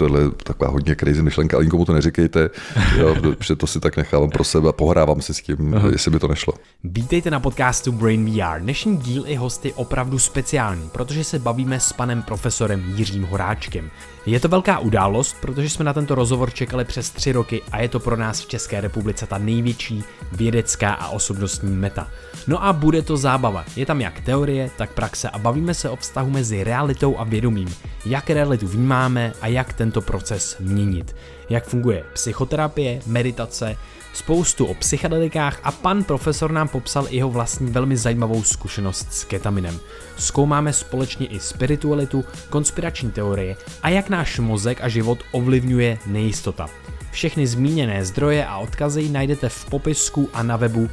tohle je taková hodně crazy myšlenka, ale nikomu to neříkejte, jo, protože to si tak nechávám pro sebe a pohrávám si s tím, jestli by to nešlo. Vítejte na podcastu Brain VR. Dnešní díl i host je opravdu speciální, protože se bavíme s panem profesorem Jiřím Horáčkem. Je to velká událost, protože jsme na tento rozhovor čekali přes 3 roky a je to pro nás v České republice ta největší vědecká a osobnostní meta. No a bude to zábava. Je tam jak teorie, tak praxe a bavíme se o vztahu mezi realitou a vědomím. Jak realitu vnímáme a jak tento proces měnit. Jak funguje psychoterapie, meditace, spoustu o psychedelikách a pan profesor nám popsal jeho vlastní velmi zajímavou zkušenost s ketaminem. Zkoumáme společně i spiritualitu, konspirační teorie a jak náš mozek a život ovlivňuje nejistota. Všechny zmíněné zdroje a odkazy najdete v popisku a na webu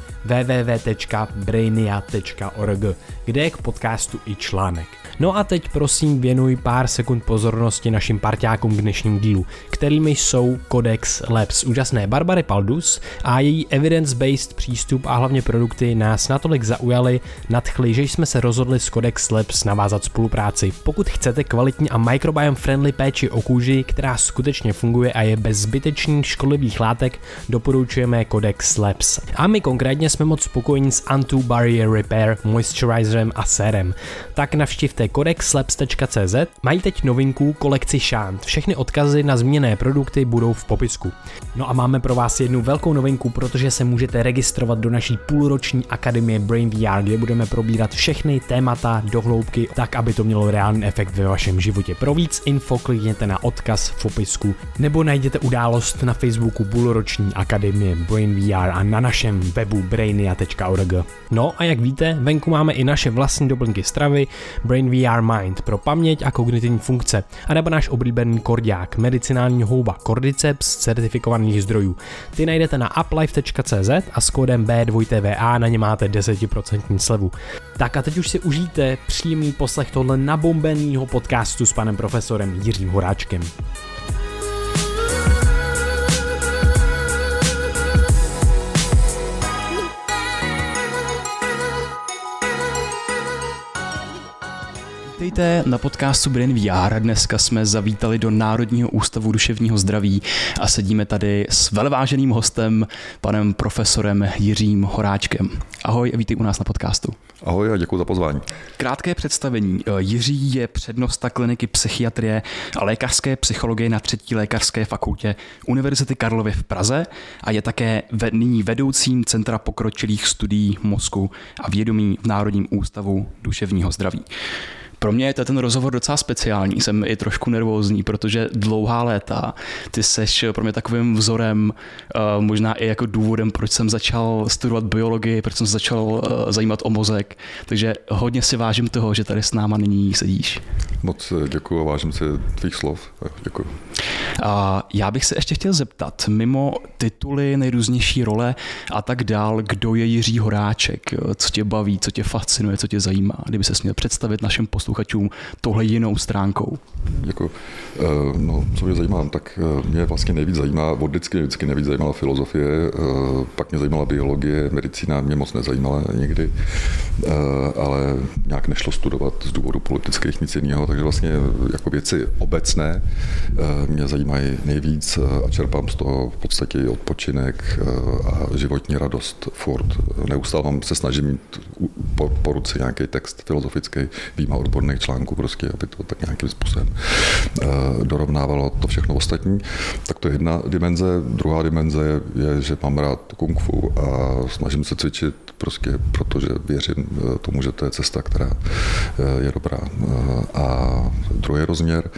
www.brainia.org, kde je k podcastu i článek. No a teď prosím věnuj pár sekund pozornosti našim parťákům k dnešním dílu, kterými jsou Codex Labs, úžasné Barbary Paldus a její evidence-based přístup a hlavně produkty nás natolik zaujaly, nadchly, že jsme se rozhodli s Codex Labs navázat spolupráci. Pokud chcete kvalitní a microbiome friendly péči o kůži, která skutečně funguje a je bez zbytečných škodlivých látek, doporučujeme Codex Labs. A my konkrétně jsme moc spokojení s Anti-Barrier Repair, moisturizerem a sérem. Tak navštivte codexlabs.cz, mají teď novinku kolekci šánt. Všechny odkazy na zmíněné produkty budou v popisku. No a máme pro vás jednu velkou novinku, protože se můžete registrovat do naší půlroční akademie Brain VR, kde budeme probírat všechny témata do hloubky, tak aby to mělo reálný efekt ve vašem životě. Pro víc info klikněte na odkaz v popisku nebo najděte událost na Facebooku půlroční akademie Brain VR a na našem webu brainia.org. No a jak víte, venku máme i naše vlastní doplňky stravy, Brain VR Mind pro paměť a kognitivní funkce, a nebo náš oblíbený kordiák, medicinální houba Cordyceps z certifikovaných zdrojů. Ty najdete na uplife.cz a s kódem B2TVA na ně máte 10% slevu. Tak a teď už si užijte příjemný poslech tohle nabombenýho podcastu s panem profesorem Jiřím Horáčkem. Vítejte na podcastu Brain VR. Dneska jsme zavítali do Národního ústavu duševního zdraví a sedíme tady s velváženým hostem, panem profesorem Jiřím Horáčkem. Ahoj a vítej u nás na podcastu. Ahoj a děkuji za pozvání. Krátké představení. Jiří je přednosta kliniky psychiatrie a lékařské psychologie na 3. lékařské fakultě Univerzity Karlovy v Praze a je také nyní vedoucím Centra pokročilých studií mozku a vědomí v Národním ústavu duševního zdraví. Pro mě je ten rozhovor docela speciální, jsem i trošku nervózní, protože dlouhá léta ty seš pro mě takovým vzorem, možná i jako důvodem, proč jsem začal studovat biologii, proč jsem se začal zajímat o mozek, takže hodně si vážím toho, že tady s náma nyní sedíš. Moc děkuji a vážím si tvých slov. Děkuji. Já bych se ještě chtěl zeptat, mimo tituly, nejrůznější role a tak dál, kdo je Jiří Horáček, co tě baví, co tě fascinuje, co tě zajímá, kdyby ses měl představit našim posluchačům tohle jinou stránkou. Děkuji. No, co mě zajímá, tak mě vlastně nejvíc zajímá, vždycky nejvíc zajímala filozofie, pak mě zajímala biologie, medicína mě moc nezajímala nikdy, ale nějak nešlo studovat z důvodu politických nic jiného, takže vlastně jako věci obecné mě zajímají nejvíc a čerpám z toho v podstatě odpočinek a životní radost furt. Neustále se snažím mít po ruce nějaký text filozofický, výjima odborných článků prostě, aby to tak nějakým způsobem dorovnávalo to všechno ostatní. Tak to je jedna dimenze. Druhá dimenze je, že mám rád kung fu a snažím se cvičit prostě, protože věřím tomu, že to je cesta, která je dobrá. A druhý rozměr,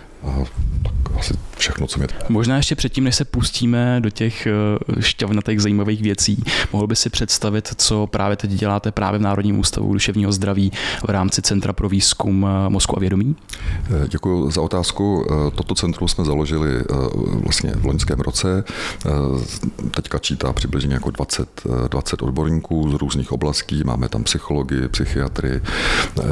tak asi všechno, co mě... Možná ještě předtím, než se pustíme do těch šťavnatých zajímavých věcí, mohl by si představit, co právě teď děláte právě v Národním ústavu duševního zdraví v rámci Centra pro výzkum mozku a vědomí? Děkuji za otázku. Toto centrum jsme založili vlastně v loňském roce. Teďka čítá přibližně jako 20 odborníků z různých oblastí. Máme tam psychologii, psychiatrii,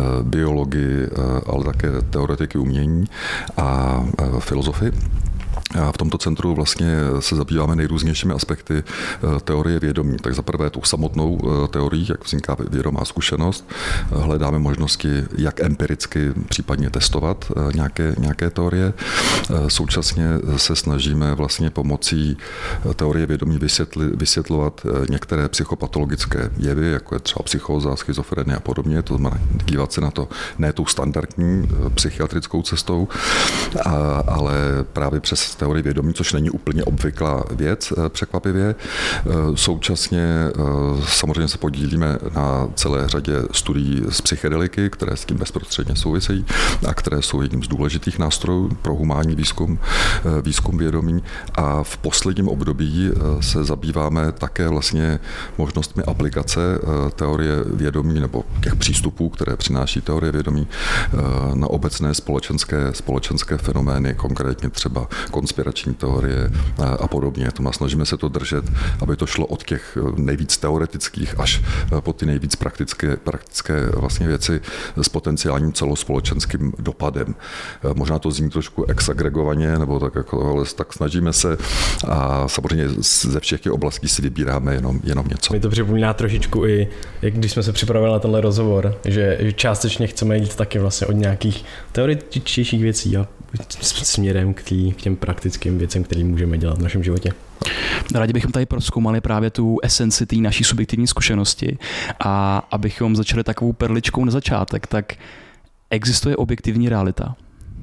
biologii, ale také teoretiky umění a filozofii. A v tomto centru vlastně se zabýváme nejrůznějšími aspekty teorie vědomí. Tak za prvé tou samotnou teorií, jak vzniká vědomá zkušenost. Hledáme možnosti, jak empiricky případně testovat nějaké teorie. Současně se snažíme vlastně pomocí teorie vědomí vysvětlovat některé psychopatologické jevy, jako je třeba psychóza, schizofrenie a podobně. To znamená dívat se na to ne tou standardní psychiatrickou cestou, ale právě přes teorii vědomí, což není úplně obvyklá věc, překvapivě. Současně samozřejmě se podílíme na celé řadě studií z psychedeliky, které s tím bezprostředně souvisejí a které jsou jedním z důležitých nástrojů pro humánní výzkum vědomí. A v posledním období se zabýváme také vlastně možnostmi aplikace teorie vědomí nebo těch přístupů, které přináší teorie vědomí na obecné společenské fenomény, konkrétně třeba konspirační teorie a podobně. Snažíme se to držet, aby to šlo od těch nejvíc teoretických až po ty nejvíc praktické vlastně věci s potenciálním celospolečenským dopadem. Možná to zní trošku exagregovaně, nebo tak, ale tak snažíme se a samozřejmě ze všech těch oblastí si vybíráme jenom něco. Mi to připomíná trošičku i, jak když jsme se připravili na tenhle rozhovor, že částečně chceme jít taky vlastně od nějakých teoretičtějších věcí a směrem k těm praktickým věcem, které můžeme dělat v našem životě. Rádi bychom tady prozkoumali právě tu esenci té naší subjektivní zkušenosti a abychom začali takovou perličkou na začátek, tak existuje objektivní realita?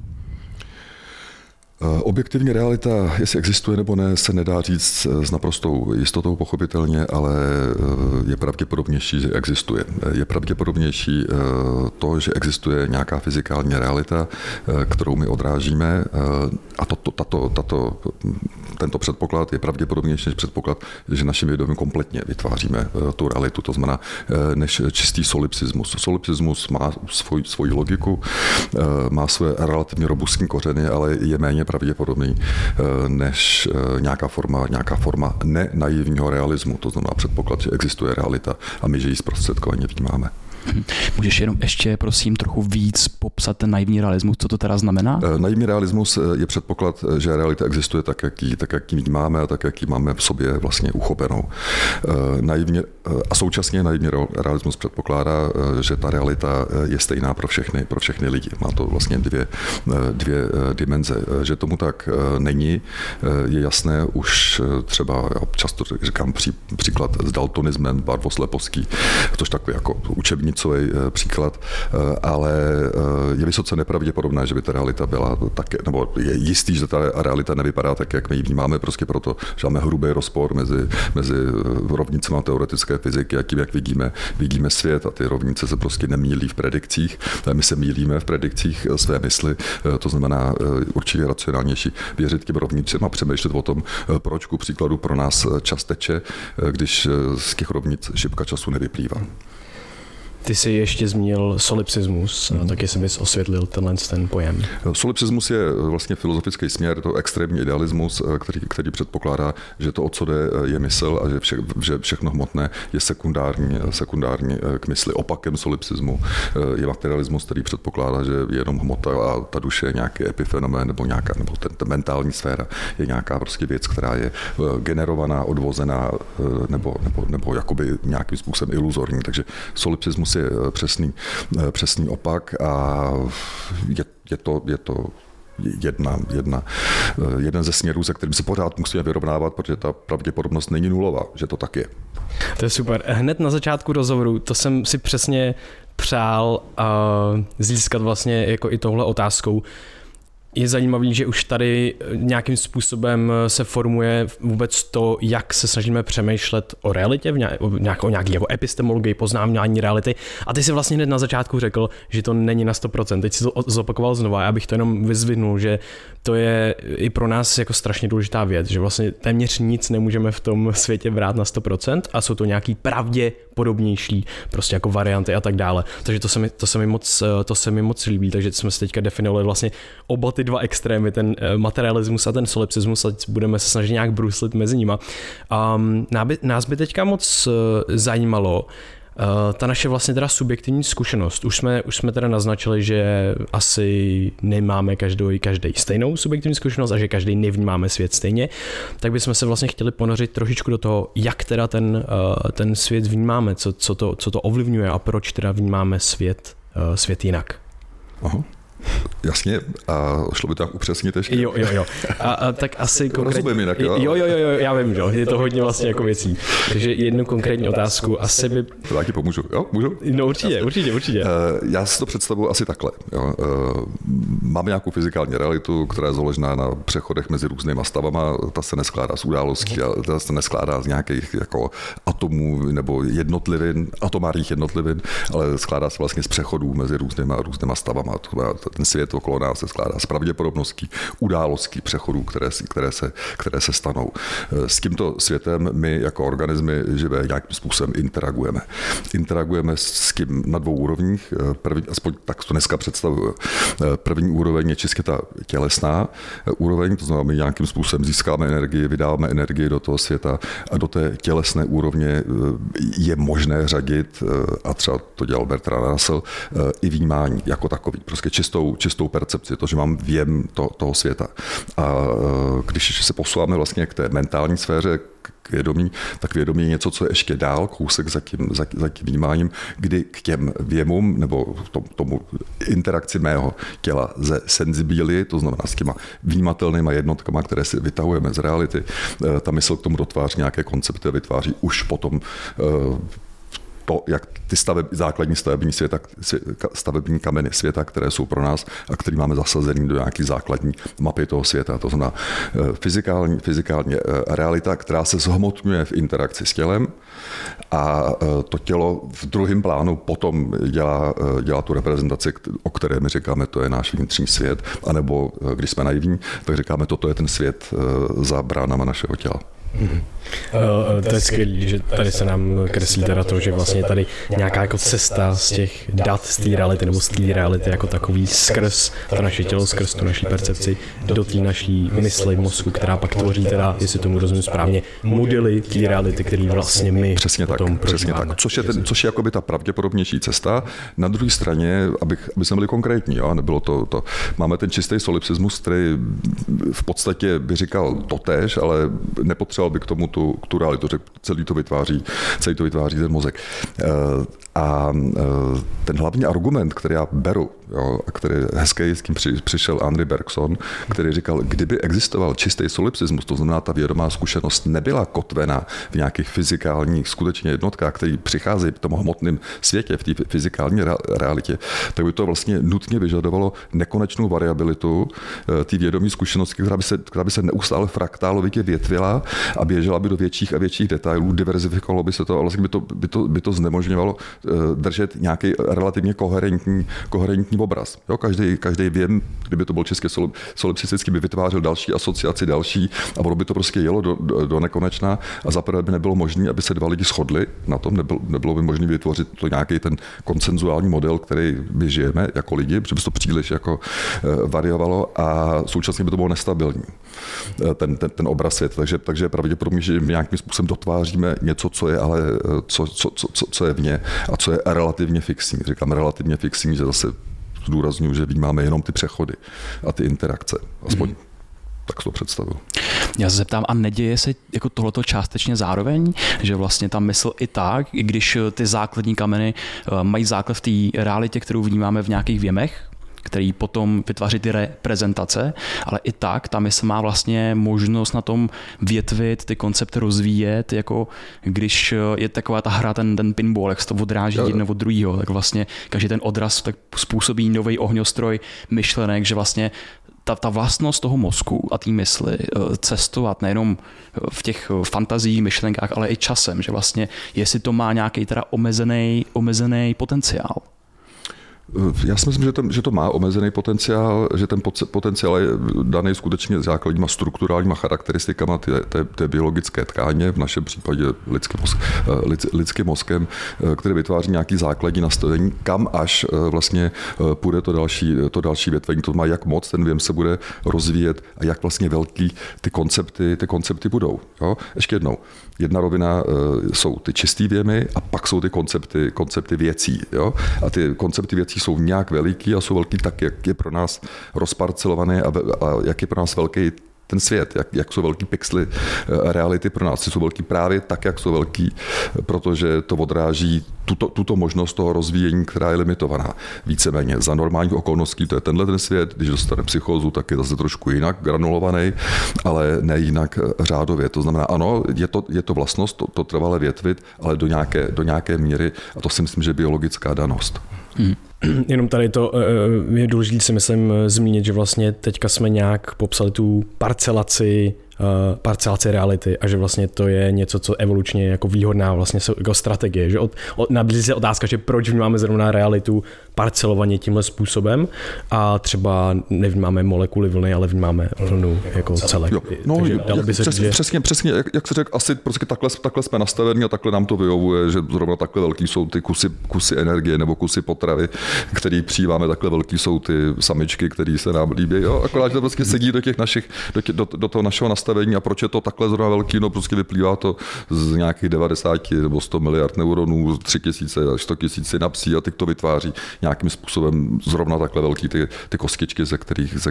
Objektivní realita, jestli existuje nebo ne, se nedá říct s naprostou jistotou pochopitelně, ale je pravděpodobnější, že existuje. Je pravděpodobnější to, že existuje nějaká fyzikální realita, kterou my odrážíme a tento předpoklad je pravděpodobnější než předpoklad, že naším vědomím kompletně vytváříme tu realitu, to znamená než čistý solipsismus. Solipsismus má svoji logiku, má své relativně robustní kořeny, ale je méně pravděpodobný než nějaká forma nenaivního realismu, to znamená předpoklad, že existuje realita a my, že ji zprostředkovaně vnímáme. Můžeš jenom ještě, prosím, trochu víc popsat ten naivní realismus, co to teda znamená? Naivní realismus je předpoklad, že realita existuje tak, jak ji vnímáme a tak, jak ji máme v sobě vlastně uchopenou. A současně naivní realismus předpokládá, že ta realita je stejná pro všechny lidi. Má to vlastně dvě dimenze. Že tomu tak není, je jasné už třeba, já často říkám příklad s daltonismem, barvoslepovský, což takový jako učebnicový příklad, ale je vysoce nepravděpodobné, že by ta realita byla také, nebo je jistý, že ta realita nevypadá tak, jak my ji vnímáme, prostě proto, že máme hrubý rozpor mezi rovnicemi teoretické fyziky a tím, jak vidíme svět, a ty rovnice se prostě nemýlí v predikcích. My se mýlíme v predikcích své mysli, to znamená určitě racionálnější věřit těm rovnicím a přemýšlet o tom, proč ku příkladu pro nás čas teče, když z těch rovnic šipka času nevyplývá. Ty jsi ještě zmínil solipsismus, taky jsem bys osvětlil ten pojem. Solipsismus je vlastně filozofický směr, to extrémní idealismus, který předpokládá, že to, o co jde, je mysl a že všechno hmotné je sekundární k mysli. Opakem solipsismu je materialismus, který předpokládá, že je jenom hmota a ta duše je nějaký epifenomén nebo ta mentální sféra je nějaká prostě věc, která je generovaná, odvozená nebo jakoby nějakým způsobem iluzorní. Takže solipsismus je přesný opak a je to jeden ze směrů, se kterým se pořád musíme vyrovnávat, protože ta pravděpodobnost není nulová, že to tak je. To je super. Hned na začátku rozhovoru, to jsem si přesně přál získat vlastně jako i touhle otázkou. Je zajímavý, že už tady nějakým způsobem se formuje vůbec to, jak se snažíme přemýšlet o realitě, o nějaké jako epistemologii, poznávání reality. A ty si vlastně hned na začátku řekl, že to není na 100%. Teď si to zopakoval znova, já bych to jenom vyzvidnul, že to je i pro nás jako strašně důležitá věc, že vlastně téměř nic nemůžeme v tom světě brát na 100% a jsou to nějaký pravděpodobnější prostě jako varianty a tak dále. Takže to se mi moc líbí, takže jsme se teďka definovali vlastně oba ty dva extrémy, ten materialismus a ten solipsismus, a budeme se snažit nějak bruslit mezi nima. Nás by teďka moc zajímalo, Ta naše vlastně teda subjektivní zkušenost, už jsme teda naznačili, že asi nemáme každý stejnou subjektivní zkušenost a že každý nevnímáme svět stejně, tak bychom se vlastně chtěli ponořit trošičku do toho, jak teda ten svět vnímáme, co to ovlivňuje a proč teda vnímáme svět jinak. Aha. Jasně, a šlo by tak upřesnit ještě? Jo. A tak asi konkrétně... Rozumím jinak, jo? Jo, já vím, že je to hodně vlastně jako věcí. Takže jednu konkrétní otázku asi by... To taky pomůžu, jo? Můžu? No určitě. Já si to představuji asi takhle. Jo? Máme nějakou fyzikální realitu, která je založená na přechodech mezi různýma stavama, ta se neskládá z událostí, ta se neskládá z nějakých jako atomů nebo atomárních jednotlivin, ale skládá se vlastně z přechodů mezi různýma stavama. Ten svět okolo nás se skládá z pravděpodobností, událostí, přechodů, které se stanou. S tímto světem my jako organismy živé nějakým způsobem interagujeme. Interagujeme s tím na dvou úrovních. Aspoň tak to dneska představuju. První úroveň je čistě ta tělesná úroveň, to znamená, my nějakým způsobem získáme energii, vydáváme energii do toho světa a do té tělesné úrovně je možné řadit, a třeba to dělal Bertrand Russell, i vnímání jako takový. Prostě čistou percepci, to, že mám věm toho světa. A když se posouváme vlastně k té mentální sféře, k vědomí, tak vědomí je něco, co je ještě dál, kousek za tím vnímáním, kdy k těm věmům nebo tomu interakci mého těla ze senzibíly, to znamená s těma vnímatelnýma jednotkama, které si vytahujeme z reality, ta mysl k tomu dotváří nějaké koncepty a vytváří už potom to, jak ty základní stavební kameny světa, které jsou pro nás a který máme zasazený do nějaké základní mapy toho světa. To znamená fyzikální realita, která se zhmotňuje v interakci s tělem a to tělo v druhém plánu potom dělá tu reprezentaci, o které my říkáme, to je náš vnitřní svět, anebo když jsme naivní, tak říkáme, toto je ten svět za bránama našeho těla. To je skvělé, že tady se nám kreslí teda to, že vlastně tady nějaká jako cesta z těch dat z té reality nebo z té reality jako takový skrz to naše tělo, skrz tu naší percepci do té naší mysli, mozku, která pak tvoří teda, jestli tomu rozumím správně, modely té reality, který vlastně my potom prožíváme. Což je jakoby ta pravděpodobnější cesta. Na druhé straně, aby jsme byli konkrétní, jo, nebylo to. Máme ten čistý solipsismus, který v podstatě by říkal totéž, ale nepotřeboval by k tomu tu realitu, že celý to vytváří ten mozek. A ten hlavní argument, který já beru, jo, a který hezký, s tím přišel Henri Bergson, který říkal, kdyby existoval čistý solipsismus, to znamená, ta vědomá zkušenost nebyla kotvena v nějakých fyzikálních skutečně jednotkách, které přicházejí v tom hmotném světě, v té fyzikální realitě, tak by to vlastně nutně vyžadovalo nekonečnou variabilitu té vědomé zkušenosti, která by se neustále fraktálovitě větvila a běžela by do větších a větších detailů, diverzifikovalo by se to a vlastně by to znemožňovalo držet nějaký relativně koherentní obraz. Jo, každý věm, kdyby to byl český solipsistický, by vytvářel další asociaci, další a ono by to prostě jelo do nekonečna a zaprvé by nebylo možné, aby se dva lidi shodli na tom, nebylo by možné vytvořit to nějaký ten konsenzuální model, který my žijeme jako lidi, protože by to příliš jako variovalo a současně by to bylo nestabilní, ten obraz světa. Takže pravděpodobně, že nějakým způsobem dotváříme něco, co je ale co je vně a co je relativně fixní. Říkám relativně fixní, že zase zdůrazňuji, že vnímáme jenom ty přechody a ty interakce. Aspoň tak to představuji. Já se zeptám, a neděje se jako tohleto částečně zároveň, že vlastně ta mysl i tak, i když ty základní kameny mají základ v té realitě, kterou vnímáme v nějakých věmech, který potom vytváří ty reprezentace, ale i tak ta mysl má vlastně možnost na tom větvit, ty koncepty rozvíjet, jako když je taková ta hra, ten pinball, jak se to odráží jedno od druhého, tak vlastně každý ten odraz tak způsobí nový ohňostroj myšlenek, že vlastně ta vlastnost toho mozku a té mysli cestovat nejenom v těch fantazích, myšlenkách, ale i časem, že vlastně jestli to má nějaký teda omezený potenciál. Já si myslím, že to má omezený potenciál, že ten potenciál je daný skutečně základníma strukturálníma charakteristikama té biologické tkáně, v našem případě lidským mozkem, který vytváří nějaký základní nastavení, kam až vlastně půjde to další větvení. To má, jak moc ten věm se bude rozvíjet a jak vlastně velký ty koncepty budou. Jo? Ještě jednou. Jedna rovina jsou ty čistý věmy a pak jsou ty koncepty věcí. Jo? A ty koncepty věcí jsou nějak veliký a jsou velký tak, jak je pro nás rozparcelovaný a jak je pro nás velký ten svět, jak jsou velký pixely reality pro nás. Jsou velký právě tak, jak jsou velký, protože to odráží tuto možnost toho rozvíjení, která je limitovaná. Víceméně za normálních okolností to je tenhle ten svět, když dostane psychózu, tak je zase trošku jinak granulovaný, ale ne jinak řádově. To znamená, ano, je to vlastnost, to trvalé větvit, ale do nějaké míry, a to si myslím, že je biologická danost. Jenom tady to je důležité si myslím zmínit, že vlastně teďka jsme nějak popsali tu parcelaci reality a že vlastně to je něco, co evolučně je jako výhodná vlastně jako strategie. Že nabízí se otázka, že proč vnímáme zrovna realitu parcelovaně tímhle způsobem a třeba nevnímáme molekuly vlny, ale vnímáme vlnu jako celek. No, přesně, jak se řekl, asi prostě takhle jsme nastavení a takhle nám to vyhovuje, že zrovna takhle velký jsou ty kusy energie nebo kusy potravy, který přijímáme, takhle velký jsou ty samičky, které se nám líbí. Jo? Akorát, že to prostě sedí do toho našeho nastavení. A proč je to takhle zrovna velký? No prostě vyplývá to z nějakých 90 nebo 100 miliard neuronů, 3000 až 100 000 synapsí a teď to vytváří nějakým způsobem zrovna takhle velký ty kostičky, ze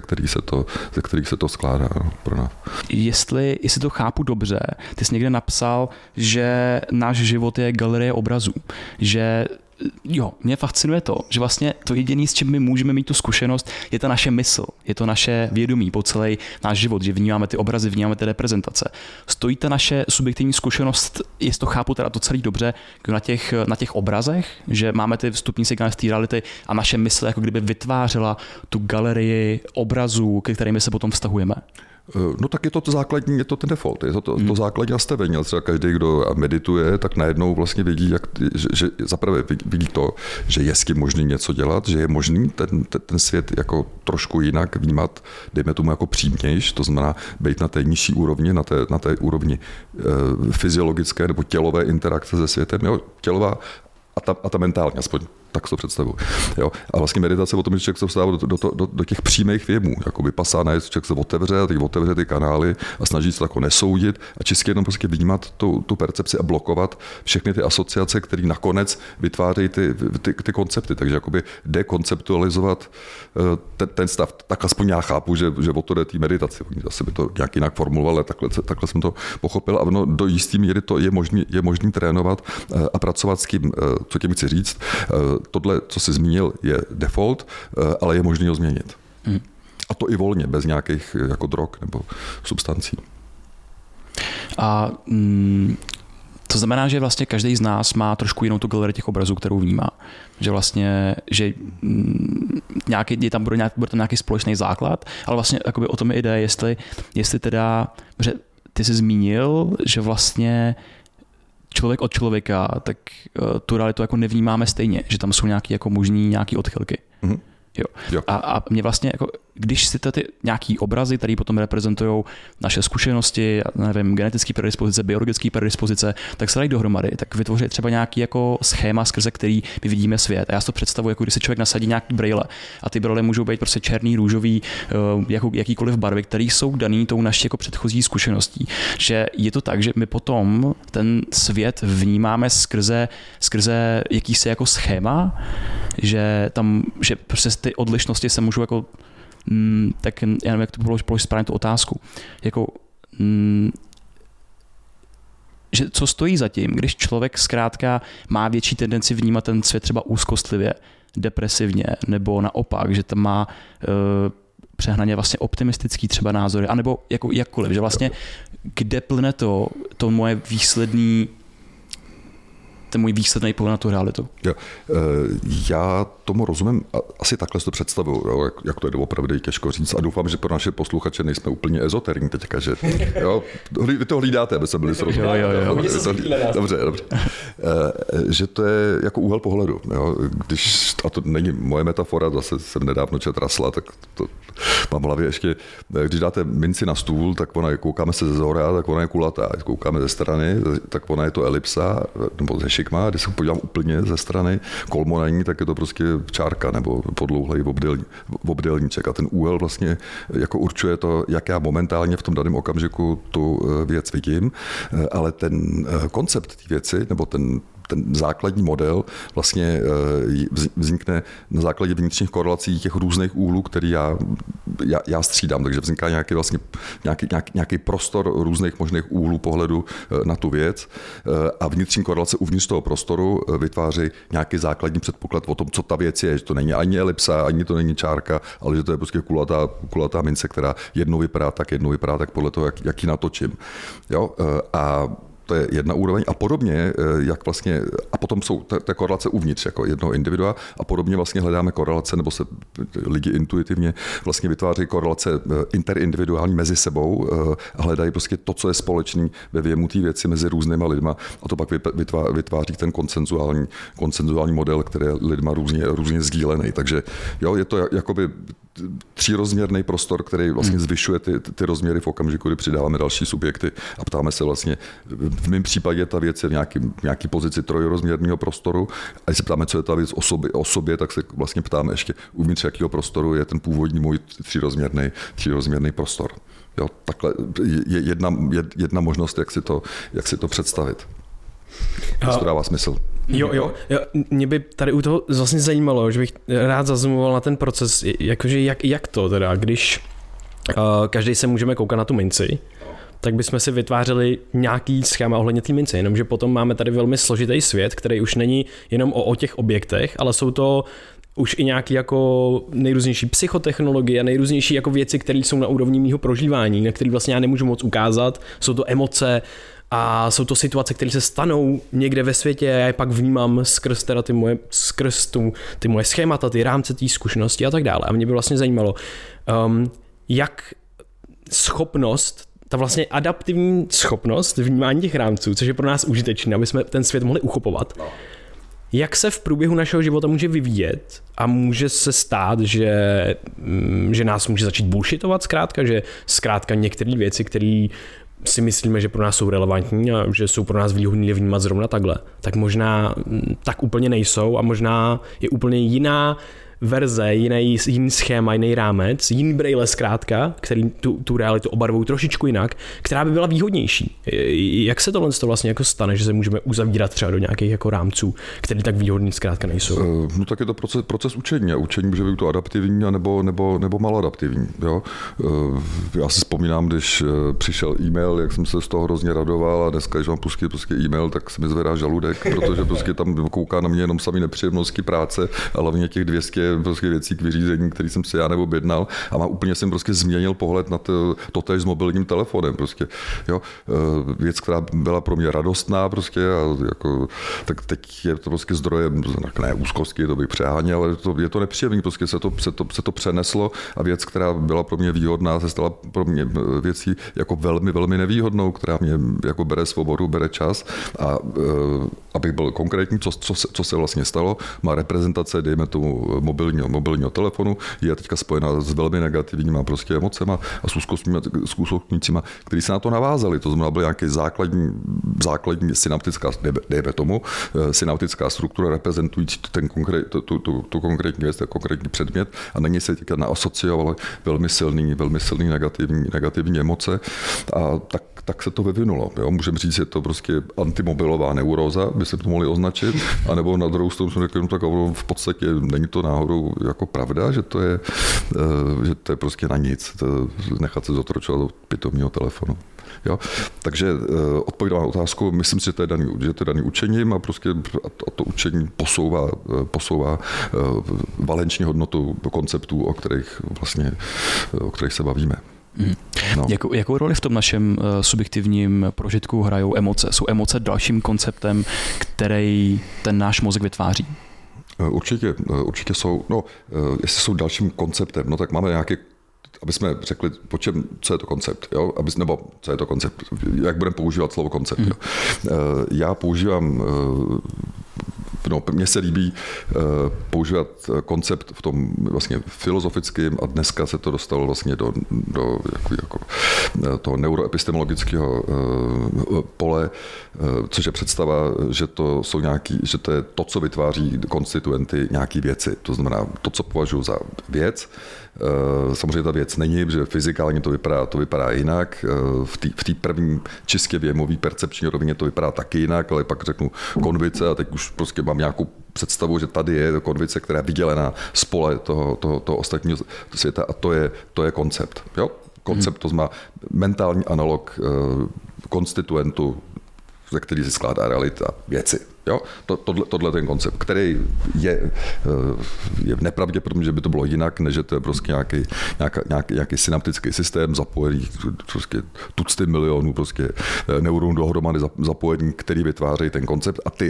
kterých se to skládá pro nás. Jestli to chápu dobře, ty jsi někde napsal, že náš život je galerie obrazů, že jo, mě fascinuje to, že vlastně to jediné, s čím my můžeme mít tu zkušenost, je ta naše mysl, je to naše vědomí po celý náš život, že vnímáme ty obrazy, vnímáme ty reprezentace. Stojí ta naše subjektivní zkušenost, jestli to chápu teda to celý dobře, na těch obrazech, že máme ty vstupní signály z té reality a naše mysl jako kdyby vytvářela tu galerii obrazů, ke kterými se potom vztahujeme. No tak je to základní, je to ten default, je to základní nastavení. Třeba každý, kdo medituje, tak najednou vlastně vidí, že zaprvé vidí to, že je s tím možný něco dělat, že je možný ten svět jako trošku jinak vnímat, dejme tomu jako přímějš, to znamená být na té nižší úrovni, na té úrovni fyziologické nebo tělové interakce se světem, jo, tělová a ta mentální, aspoň tak to představu. Jo. A vlastně meditace o tom, že člověk se vstává do těch přímých věmů. Jako vypasána je, člověk se otevře a teď otevře ty kanály a snaží se jako nesoudit a čistě jenom prostě vnímat tu percepci a blokovat všechny ty asociace, které nakonec vytvářejí ty koncepty. Takže jakoby dekonceptualizovat ten stav. Tak aspoň já chápu, že o to jde té meditaci. Zase by to nějak jinak formuloval, ale takhle jsem to pochopil. A ono do jistý míry to je možný trénovat a pracovat s tím, co tím chci říct. Tohle, co jsi zmínil, je default, ale je možné ho změnit. A to i volně, bez nějakých jako drog nebo substancí. A to znamená, že vlastně každý z nás má trošku jinou tu galerii těch obrazů, kterou vnímá. Že vlastně, že bude tam nějaký společný základ, ale vlastně o tom jde, jestli teda, že ty jsi zmínil, že vlastně člověk od člověka, tak tu realitu jako nevnímáme stejně, že tam jsou nějaké jako možný nějaký odchylky. Mm-hmm. Jo. A mě vlastně, jako, když si ty nějaký obrazy, které potom reprezentují naše zkušenosti, nevím, genetické predispozice, biologické predispozice, tak se dají dohromady, tak vytvoří třeba nějaký jako schéma, skrze který my vidíme svět. A já si to představuji, jako když si člověk nasadí nějaký brejle. A ty brejle můžou být prostě černý, růžový, jakýkoliv barvy, které jsou daný tou naší jako předchozí zkušeností. Že je to tak, že my potom ten svět vnímáme skrze jakýsi jako schéma, že prostě ty odlišnosti se můžou jako tak já nevím, jak to položit správně tu otázku. Jako, že co stojí za tím, když člověk zkrátka má větší tendenci vnímat ten svět třeba úzkostlivě, depresivně, nebo naopak, že tam má přehnaně vlastně optimistický třeba názory, anebo jako jakkoliv, že vlastně kde plyne to ten můj výsledný pohled na tu realitu. Jo. Já tomu rozumím, asi takhle si to představuju, jo, jak to je doopravdy těžko říct a doufám, že pro naše posluchače nejsme úplně ezoterní teďka, že jo, vy to hlídáte, aby se byli srozuměni. Dobře. Že to je jako úhel pohledu, jo, když, a to není moje metafora, zase jsem nedávno četl Russella, tak to mám v hlavě ještě, když dáte minci na stůl, tak ona je, koukáme se ze zhora, tak ona je kulatá, když koukáme ze strany, tak ona je to elipsa, nebo ze šikma, když se podívám úplně ze strany, kolmo na ní, tak je to prostě čárka nebo podlouhlej obdélníček a ten úhel vlastně jako určuje to, jak já momentálně v tom daném okamžiku tu věc vidím, ale ten koncept té věci, nebo ten základní model vlastně vznikne na základě vnitřních korelací těch různých úhlů, který já střídám, takže vzniká nějaký prostor různých možných úhlů pohledu na tu věc a vnitřní korelace uvnitř toho prostoru vytváří nějaký základní předpoklad o tom, co ta věc je, že to není ani elipsa, ani to není čárka, ale že to je prostě kulatá mince, která jednou vypadá tak podle toho, jak ji natočím. Jo? A to je jedna úroveň a podobně, jak vlastně, a potom jsou té korelace uvnitř jako jednoho individua a podobně vlastně hledáme korelace, nebo se lidi intuitivně vlastně vytváří korelace interindividuální mezi sebou a hledají prostě to, co je společný ve věmu té věci mezi různýma lidma a to pak vytváří ten konsenzuální model, který je lidma různě sdílený. Takže jo, je to jakoby třírozměrný prostor, který vlastně zvyšuje ty rozměry v okamžiku, kdy přidáváme další subjekty a ptáme se vlastně, v mém případě ta věc je v nějaký pozici trojrozměrného prostoru a když se ptáme, co je ta věc o sobě, tak se vlastně ptáme ještě uvnitř jakého prostoru je ten původní můj třírozměrný prostor. Jo, takhle je jedna možnost, jak si to představit. To dává smysl. Jo. Mě by tady u toho vlastně zajímalo, že bych rád zazoomoval na ten proces, jakože jak to teda, když každý se můžeme koukat na tu minci, tak bychom si vytvářeli nějaký schéma ohledně té mince, jenomže potom máme tady velmi složitý svět, který už není jenom o těch objektech, ale jsou to už i nějaké jako nejrůznější psychotechnologie a nejrůznější jako věci, které jsou na úrovni mýho prožívání, na které vlastně já nemůžu moc ukázat, jsou to emoce, a jsou to situace, které se stanou někde ve světě a já je pak vnímám skrz ty moje schémata, ty rámce té zkušenosti a tak dále. A mě by vlastně zajímalo, jak ta vlastně adaptivní schopnost vnímání těch rámců, což je pro nás užitečné, aby jsme ten svět mohli uchopovat, jak se v průběhu našeho života může vyvíjet a může se stát, že nás může začít bullshitovat zkrátka, že zkrátka některé věci, které si myslíme, že pro nás jsou relevantní a že jsou pro nás výhodné vnímat zrovna takhle, tak možná tak úplně nejsou a možná je úplně jiná verze, jiný schéma, jiný rámec, jiný brejle zkrátka, který tu realitu obarvují trošičku jinak, která by byla výhodnější. Jak se tohle vlastně jako stane, že se můžeme uzavírat třeba do nějakých jako rámců, které tak výhodný zkrátka nejsou? No tak je to proces učení a učení může být to adaptivní nebo maladaptivní. Jo? Já si vzpomínám, když přišel e-mail, jak jsem se z toho hrozně radoval a dneska, když mám prostě e-mail, tak se mi zvedá žaludek, protože prostě tam kouká na mě jenom samý nepříjemnosti práce a hlavně těch 200 prostě věcí k vyřízení, který jsem si já objednal a úplně jsem prostě změnil pohled na to též s mobilním telefonem. Prostě, jo. Věc, která byla pro mě radostná prostě a jako, tak teď je to prostě zdrojem, ne úzkosti, to bych přeháněl, ale je to nepříjemný, prostě se to přeneslo a věc, která byla pro mě výhodná, se stala pro mě věcí jako velmi, velmi nevýhodnou, která mě jako bere svobodu, bere čas a abych byl konkrétní, co se vlastně stalo, má reprezentace, dejme tomu mobilního telefonu, je teďka spojená s velmi negativníma prostě emocema a s úzkostnícíma, který se na to navázali. To znamená, byl nějaký základní synaptická, dejme tomu, synaptická struktura reprezentující tu konkrétní věc, ten konkrétní předmět a na něj se teďka naasociovaly velmi silný negativní emoce a tak se to vyvinulo. Jo? Můžeme říct, že je to prostě antimobilová neuróza, by se to mohli označit, anebo na druhou stranu jsem řekl, no tak v podstatě není to náhodou jako pravda, že to je prostě na nic, nechat se zotročovat do pitomního telefonu. Jo? Takže odpověď na otázku, myslím si, že to je daný učením a prostě a to učení posouvá valenční hodnotu konceptů, o kterých se bavíme. No. Jakou roli v tom našem subjektivním prožitku hrajou emoce? Jsou emoce dalším konceptem, který ten náš mozek vytváří? Určitě jsou, jestli jsou dalším konceptem, no tak máme nějaký, aby jsme řekli, co je to koncept, jo? Nebo co je to koncept, jak budeme používat slovo koncept. Jo? Já používám, mně se líbí používat koncept v tom vlastně filozofickém a dneska se to dostalo vlastně do jako toho neuroepistemologického pole, což je představa, že to je to, co vytváří konstituenty nějaký věci. To znamená, to, co považuji za věc, samozřejmě ta věc není, že fyzikálně to vypadá jinak, v té první čistě věmové percepční rovině to vypadá taky jinak, ale pak řeknu konvice a teď už prostě mám nějakou představu, že tady je konvice, která je vydělená z pole toho ostatního světa a to je koncept. Jo? Koncept to znamená mentální analog konstituentu, ze který se skládá realita věci. Jo? Tohle ten koncept, který je nepravděpodobný, že by to bylo jinak, než že to je prostě nějaký synaptický systém zapojený prostě tucty milionů prostě neuronů dohromady zapojení, který vytvářejí ten koncept a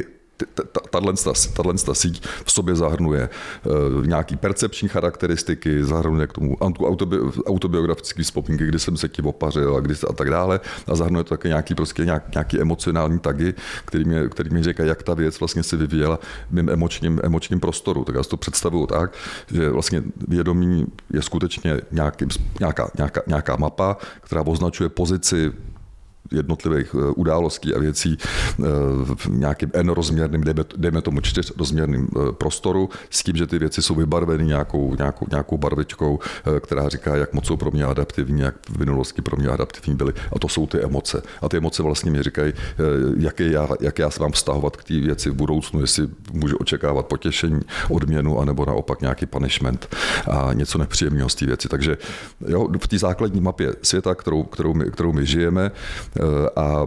tato síť v sobě zahrnuje nějaký percepční charakteristiky, zahrnuje k tomu autobiografické vzpomínky, kdy jsem se ti opařil a tak dále a zahrnuje to také nějaký emocionální tagy, který mi říkají, jak ta věc vlastně se vyvíjela v mým emočním prostoru. Tak já si to představuju tak, že vlastně vědomí je skutečně nějaká mapa, která označuje pozici jednotlivých událostí a věcí v nějakým n-rozměrným, dejme tomu 4rozměrným prostoru, s tím, že ty věci jsou vybaveny nějakou barvičkou, která říká, jak moc jsou pro mě adaptivní, jak v minulosti pro mě adaptivní byly. A to jsou ty emoce. A ty emoce vlastně mi říkají, jak já se mám vztahovat k té věci v budoucnu, jestli můžu očekávat potěšení, odměnu, anebo naopak nějaký punishment a něco nepříjemného z té věci. Takže jo, v té základní mapě světa, kterou my žijeme, a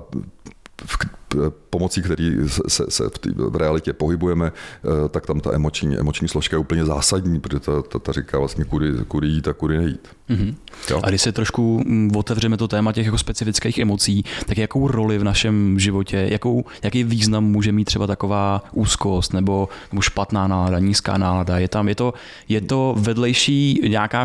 pomocí který se v realitě pohybujeme, tak tam ta emoční složka je úplně zásadní, protože ta říká vlastně kudy jít a kudy nejít. Mm-hmm. A když se trošku otevřeme to téma těch jako specifických emocí, tak jakou roli v našem životě, jaký význam může mít třeba taková úzkost nebo špatná nálada, nízká nálada? Je to vedlejší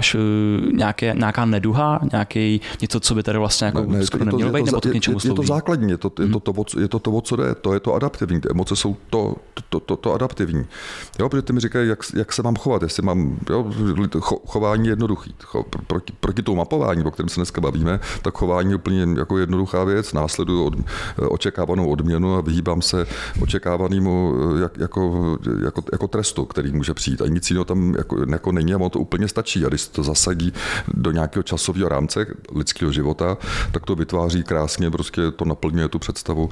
nějaká neduha, něco, co by tady vlastně jako skoro nemělo být, nebo to k něčemu slouží? Je to základní, je to co jde, to je to adaptivní, ty emoce jsou to adaptivní. Jo, protože ty mi říkají, jak se mám chovat, jestli mám, chování jednoduchý. Proti tomu mapování, o kterém se dneska bavíme, tak chování je úplně jako jednoduchá věc, následuju očekávanou odměnu a vyhýbám se očekávanému jako trestu, který může přijít. A nic jiného tam jako není a ono to úplně stačí. A když se to zasadí do nějakého časového rámce lidského života, tak to vytváří krásně, prostě to naplňuje tu představu,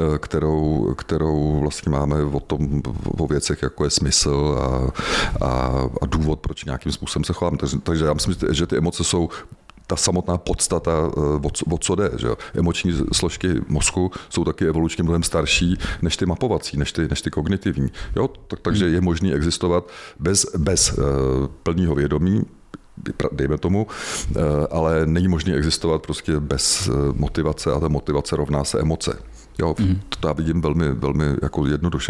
kterou vlastně máme o věcech, jako je smysl a důvod, proč nějakým způsobem se chováme. Takže já myslím, že ty emoce jsou ta samotná podstata, o co jde. Že? Emoční složky mozku jsou taky evolučně mnohem starší než ty mapovací, než ty kognitivní. Jo? Takže je možné existovat bez plného vědomí, dejme tomu, ale není možné existovat prostě bez motivace a ta motivace rovná se emoce. Jo, to já vidím velmi, velmi jako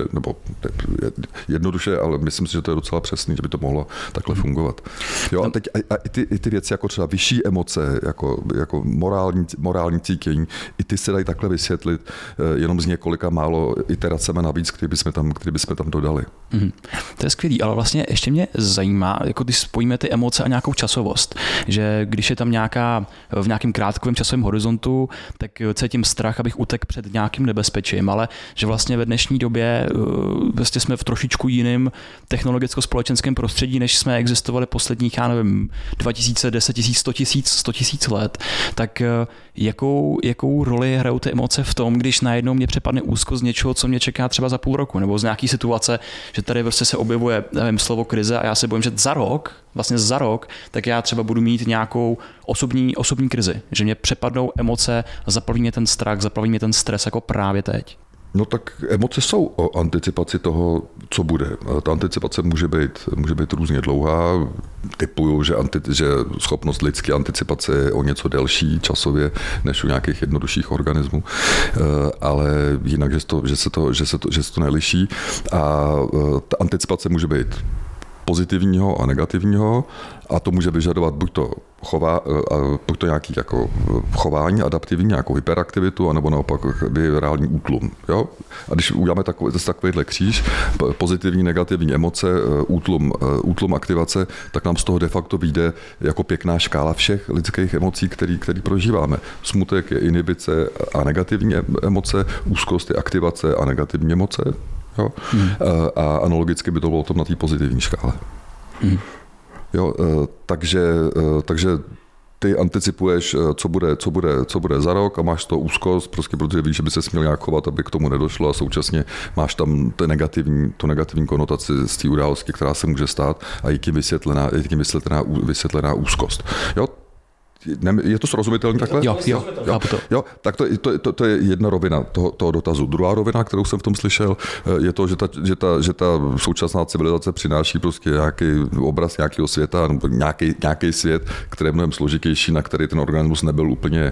jednoduše, ale myslím si, že to je docela přesný, že by to mohlo takhle fungovat. Jo, a teď i ty věci jako třeba vyšší emoce, jako morální cítění, i ty se dají takhle vysvětlit jenom z několika málo iteracemi navíc, který bychom tam dodali. To je skvělý, ale vlastně ještě mě zajímá, jako když spojíme ty emoce a nějakou časovost, že když je tam v nějakém krátkovém časovém horizontu, tak cítím strach, abych utekl před nějakým nebezpečím, ale že vlastně ve dnešní době vlastně jsme v trošičku jiném technologicko-společenském prostředí, než jsme existovali posledních, 2000, 10 000, 100 000 let, tak jakou roli hrajou ty emoce v tom, když najednou mě přepadne úzkost z něčeho, co mě čeká třeba za půl roku, nebo z nějaký situace, že tady prostě se objevuje, slovo krize a já se bojím, že za rok, tak já třeba budu mít nějakou osobní krizi, že mě přepadnou emoce, zaplaví mě ten strach, zaplaví mě ten stres jako právě teď. No tak emoce jsou o anticipaci toho, co bude. Ta anticipace může být různě dlouhá. Typuju, že schopnost lidské anticipace je o něco delší časově než u nějakých jednodušších organismů, ale jinak, že se to neliší. A ta anticipace může být pozitivního a negativního a to může vyžadovat buď to nějaký jako chování adaptivní, nějakou hyperaktivitu, anebo naopak virální útlum. Jo? A když uděláme takovýhle kříž, pozitivní, negativní emoce, útlum aktivace, tak nám z toho de facto vyjde jako pěkná škála všech lidských emocí, který prožíváme. Smutek je inhibice a negativní emoce, úzkost je aktivace a negativní emoce. Jo? A analogicky by to bylo tom na té pozitivní škále. Jo, takže ty anticipuješ, co bude za rok a máš to úzkost, prostě protože víš, že by se směl nějak chovat, aby k tomu nedošlo a současně máš tam tu negativní konotaci z té události, která se může stát a je tím vysvětlená úzkost. Jo? Je to srozumitelné takhle? Jo. Tak to je jedna rovina toho dotazu. Druhá rovina, kterou jsem v tom slyšel, je to, že ta současná civilizace přináší prostě nějaký obraz nějakého světa, nebo nějaký svět, který je mnohem složitější, na který ten organismus nebyl úplně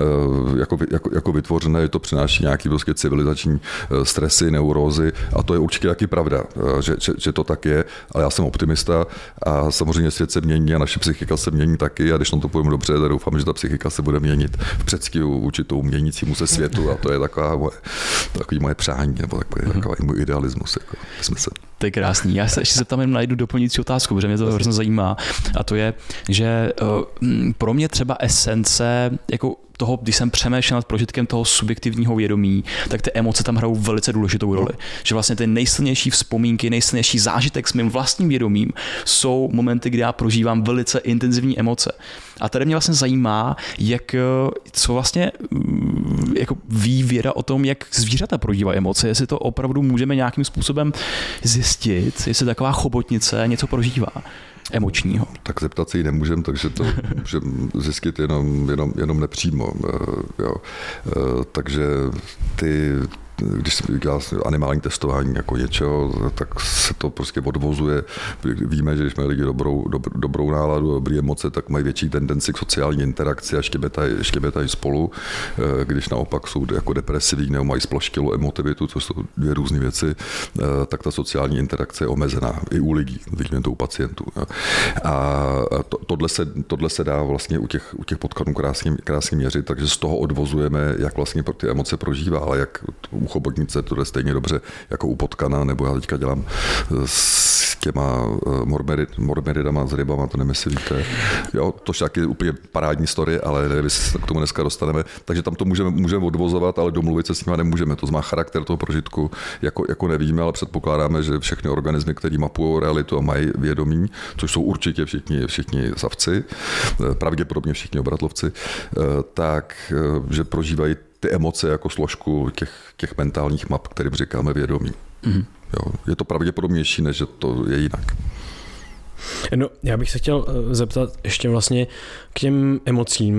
jako vytvořený, že to přináší nějaký prostě civilizační stresy, neurózy a to je určitě taky pravda, že to tak je, ale já jsem optimista a samozřejmě svět se mění a naše psychika se mění taky a když na to půjdeme dobře, tak doufám, že ta psychika se bude měnit v předstihu vůči tomu měnícímu se světu a to je takový moje přání nebo takový můj idealismus. Jako, smysl. To je krásný. Já se ještě zeptám, najdu doplňující otázku, protože mě to hrozně zajímá a to je, že pro mě třeba esence jako toho, když jsem přemýšlel nad prožitkem toho subjektivního vědomí, tak ty emoce tam hrajou velice důležitou roli. Že vlastně ty nejsilnější vzpomínky, nejsilnější zážitek s mým vlastním vědomím jsou momenty, kdy já prožívám velice intenzivní emoce. A tady mě vlastně zajímá, co vlastně jako ví věda o tom, jak zvířata prožívají emoce, jestli to opravdu můžeme nějakým způsobem zjistit, jestli taková chobotnice něco prožívá emočního. Tak zeptat se jí nemůžeme, takže to můžeme zjistit jenom nepřímo. Jo. Takže když se dělá animální testování jako něčeho, tak se to prostě odvozuje. Víme, že když mají lidi dobrou náladu, dobré emoce, tak mají větší tendenci k sociální interakci a štěbetají spolu. Když naopak jsou jako depresivní nebo mají sploštělou emotivitu, což jsou dvě různé věci, tak ta sociální interakce je omezená i u lidí, vidíme to u pacientů. A tohle se dá vlastně u těch potkanů krásně měřit, takže z toho odvozujeme, jak vlastně ty emoce prožívá, ale jak u chobotnice to je stejně dobře jako u potkana, nebo já teďka dělám s těma mormeridama, s rybama, to nevím, jestli víte. Jo, to však je úplně parádní story, ale nevím, jestli se k tomu dneska dostaneme. Takže tam to můžeme odvozovat, ale domluvit se s nimi nemůžeme. To má charakter toho prožitku, jako nevíme, ale předpokládáme, že všechny organismy, které mapují realitu a mají vědomí, což jsou určitě všichni savci, pravděpodobně všichni obratlovci, tak, že prožívají ty emoce jako složku těch mentálních map, kterým říkáme vědomí. Jo, je to pravděpodobnější, než že to je jinak. No, já bych se chtěl zeptat ještě vlastně k těm emocím.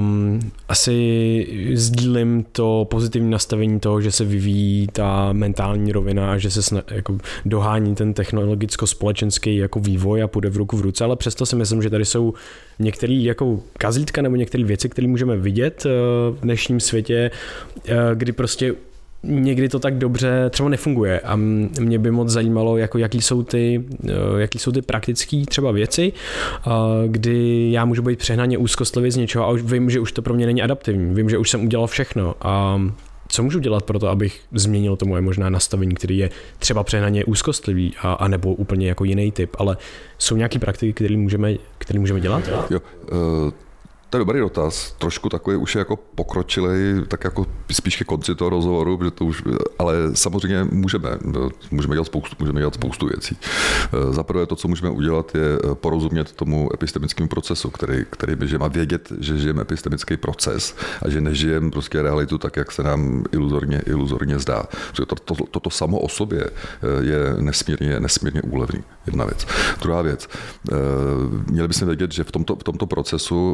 Asi sdílím to pozitivní nastavení toho, že se vyvíjí ta mentální rovina a že se jako dohání ten technologicko-společenský jako vývoj a půjde v ruku v ruce, ale přesto si myslím, že tady jsou některé jako kazítka nebo některé věci, které můžeme vidět v dnešním světě, kdy prostě někdy to tak dobře třeba nefunguje a mě by moc zajímalo, jako jaký jsou ty praktické třeba věci, kdy já můžu být přehnaně úzkostlivý z něčeho a už vím, že už to pro mě není adaptivní, vím, že už jsem udělal všechno a co můžu dělat pro to, abych změnil to moje možná nastavení, který je třeba přehnaně úzkostlivý a nebo úplně jako jiný typ, ale jsou nějaké praktiky, které můžeme dělat? Jo, to je dobrý dotaz, trošku takový už je jako pokročilej, tak jako spíš ke konci toho rozhovoru, protože to už, ale samozřejmě můžeme dělat spoustu věcí. Za prvé to, co můžeme udělat, je porozumět tomu epistemickému procesu, který my žijeme a vědět, že žijeme epistemický proces a že nežijeme prostě realitu tak, jak se nám iluzorně zdá. Toto samo o sobě je nesmírně úlevný. Jedna věc. Druhá věc. Měli bychom vědět, že v tomto procesu při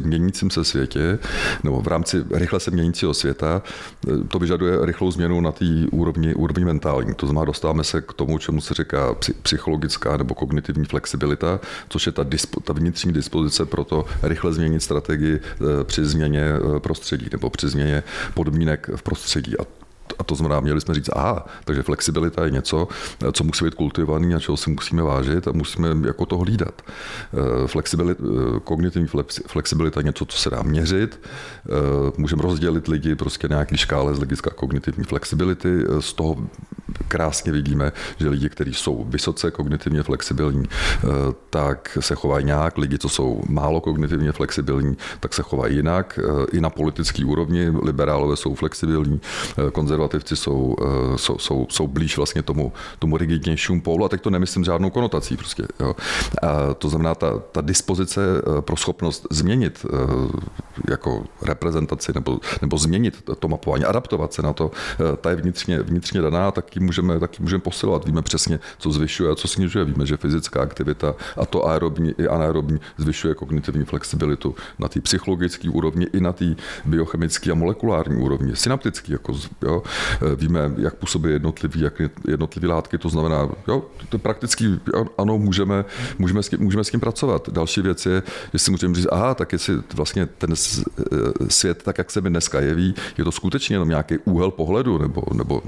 měnícím se světě, nebo v rámci rychle se měnícího světa, to vyžaduje rychlou změnu na té úrovni mentální. To znamená, dostáváme se k tomu, čemu se říká psychologická nebo kognitivní flexibilita, což je ta vnitřní dispozice pro to rychle změnit strategii při změně prostředí nebo při změně podmínek v prostředí. A to znamená, měli jsme říct, takže flexibilita je něco, co musí být kultivovaný a čeho si musíme vážit a musíme jako to hlídat. Kognitivní flexibilita je něco, co se dá měřit. Můžeme rozdělit lidi prostě na nějaký škále z hlediska kognitivní flexibility. Z toho krásně vidíme, že lidi, kteří jsou vysoce kognitivně flexibilní, tak se chovají nějak. Lidi, co jsou málo kognitivně flexibilní, tak se chovají jinak. I na politické úrovni liberálové jsou flexibilní, konzervativci jsou blíž vlastně tomu rigidnějšímu pólu, a teď to nemyslím žádnou konotací prostě. Jo. A to znamená, ta dispozice pro schopnost změnit jako reprezentaci nebo změnit to mapování, adaptovat se na to, ta je vnitřně daná, tak ji můžeme posilovat. Víme přesně, co zvyšuje a co snižuje. Víme, že fyzická aktivita, a to aerobní i anaerobní, zvyšuje kognitivní flexibilitu na té psychologické úrovni i na té biochemické a molekulární úrovni, synaptický. Jako, jo. Víme, jak působí jednotlivé látky, to znamená, jo, to prakticky, ano, můžeme s tím pracovat. Další věc je, že si můžeme říct, tak jestli vlastně ten svět, tak jak se mi dneska jeví, je to skutečně jenom nějaký úhel pohledu nebo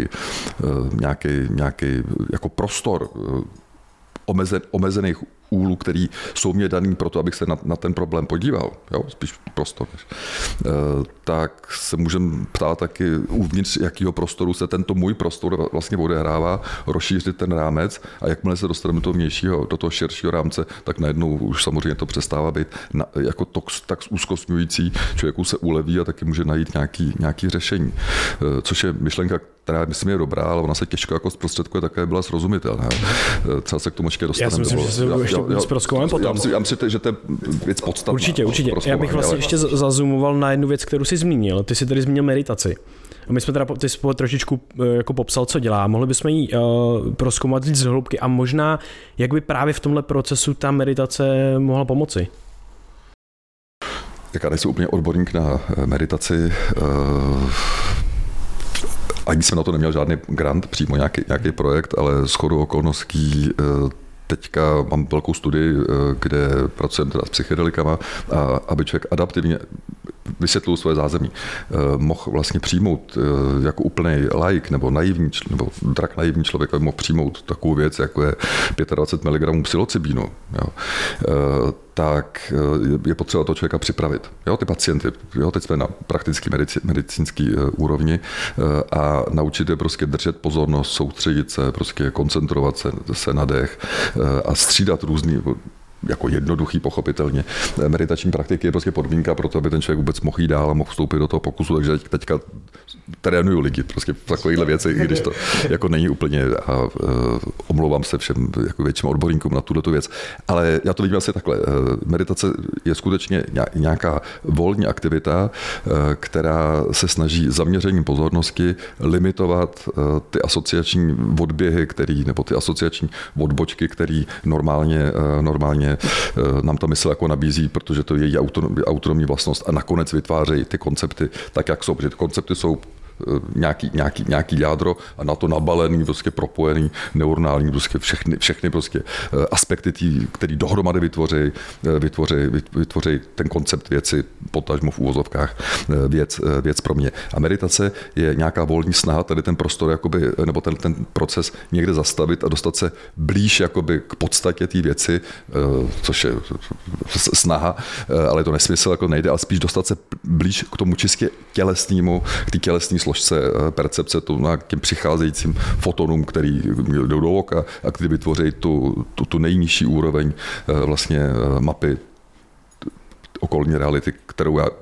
nějaký jako prostor omezených úhlů, který jsou mě daný pro to, abych se na ten problém podíval, jo? Spíš prostor. Tak se můžeme ptát taky, uvnitř jakého prostoru se tento můj prostor vlastně odehrává, rozšířit ten rámec, a jakmile se dostaneme do toho širšího rámce, tak najednou už samozřejmě to přestává být jako tak úzkostňující, člověku se uleví a taky může najít nějaký řešení. Což je myšlenka, která myslím je dobrá, ale ona se těžko jako zprostředkuje, také byla srozumitelná. Třeba se k tomu ještě dostaneme. Já si myslím, že se ještě zprozkoumáme potom. Já myslím, že to je věc podstatná. Určitě. Já bych vlastně ještě zazoomoval na jednu věc, kterou jsi zmínil. Ty jsi tady zmínil meditaci. A my jsme teda, ty jsi trošičku jako popsal, co dělá. Mohli bychom ji prozkoumat z hloubky a možná, jak by právě v tomhle procesu ta meditace mohla pomoci? Já nejsem úplně odborník na meditaci. Ani jsem na to neměl žádný grant, přímo nějaký projekt, ale shodou okolností teďka mám velkou studii, kde pracujeme teda s psychedelikama, aby člověk adaptivně vysvětlil své zázemí. Mohl vlastně přijmout jako úplný laik nebo drak naivní člověk, aby mohl přijmout takovou věc, jako je 25 mg psilocybínu. Jo. Tak je potřeba toho člověka připravit. Jo, ty pacienty, teď jsme na praktické medicínské úrovni, a naučit je prostě držet pozornost, soustředit se, prostě koncentrovat se na dech a střídat různý, jako jednoduchý, pochopitelně. Meditační praktiky je prostě podmínka pro to, aby ten člověk vůbec mohl jít dál a mohl vstoupit do toho pokusu, takže teďka trénuju lidi prostě v takovýchhle věci, i když to jako není úplně, a omlouvám se všem jako větším odborníkům na tuhletu věc, ale já to vidím asi takhle. Meditace je skutečně nějaká volní aktivita, která se snaží zaměřením pozornosti limitovat ty asociační odběhy, nebo ty asociační odbočky, které normálně nám ta mysl jako nabízí, protože to je její autonomní vlastnost, a nakonec vytvářejí ty koncepty tak, jak jsou. Protože ty koncepty jsou nějaký jádro a na to nabalený, prostě propojený neuronální, prostě všechny prostě aspekty, který dohromady vytvoří ten koncept věci, potažmo v úvozovkách věc pro mě. A meditace je nějaká volní snaha tady ten prostor, jakoby, nebo ten proces někde zastavit a dostat se blíž jakoby k podstatě té věci, což je snaha, ale je to nesmysl, jako nejde, ale spíš dostat se blíž k tomu čistě tělesnému, k té tělesné složce percepce, k těm přicházejícím fotonům, který jdou do oka a který vytvoří tu nejnižší úroveň vlastně mapy okolní reality, kterou já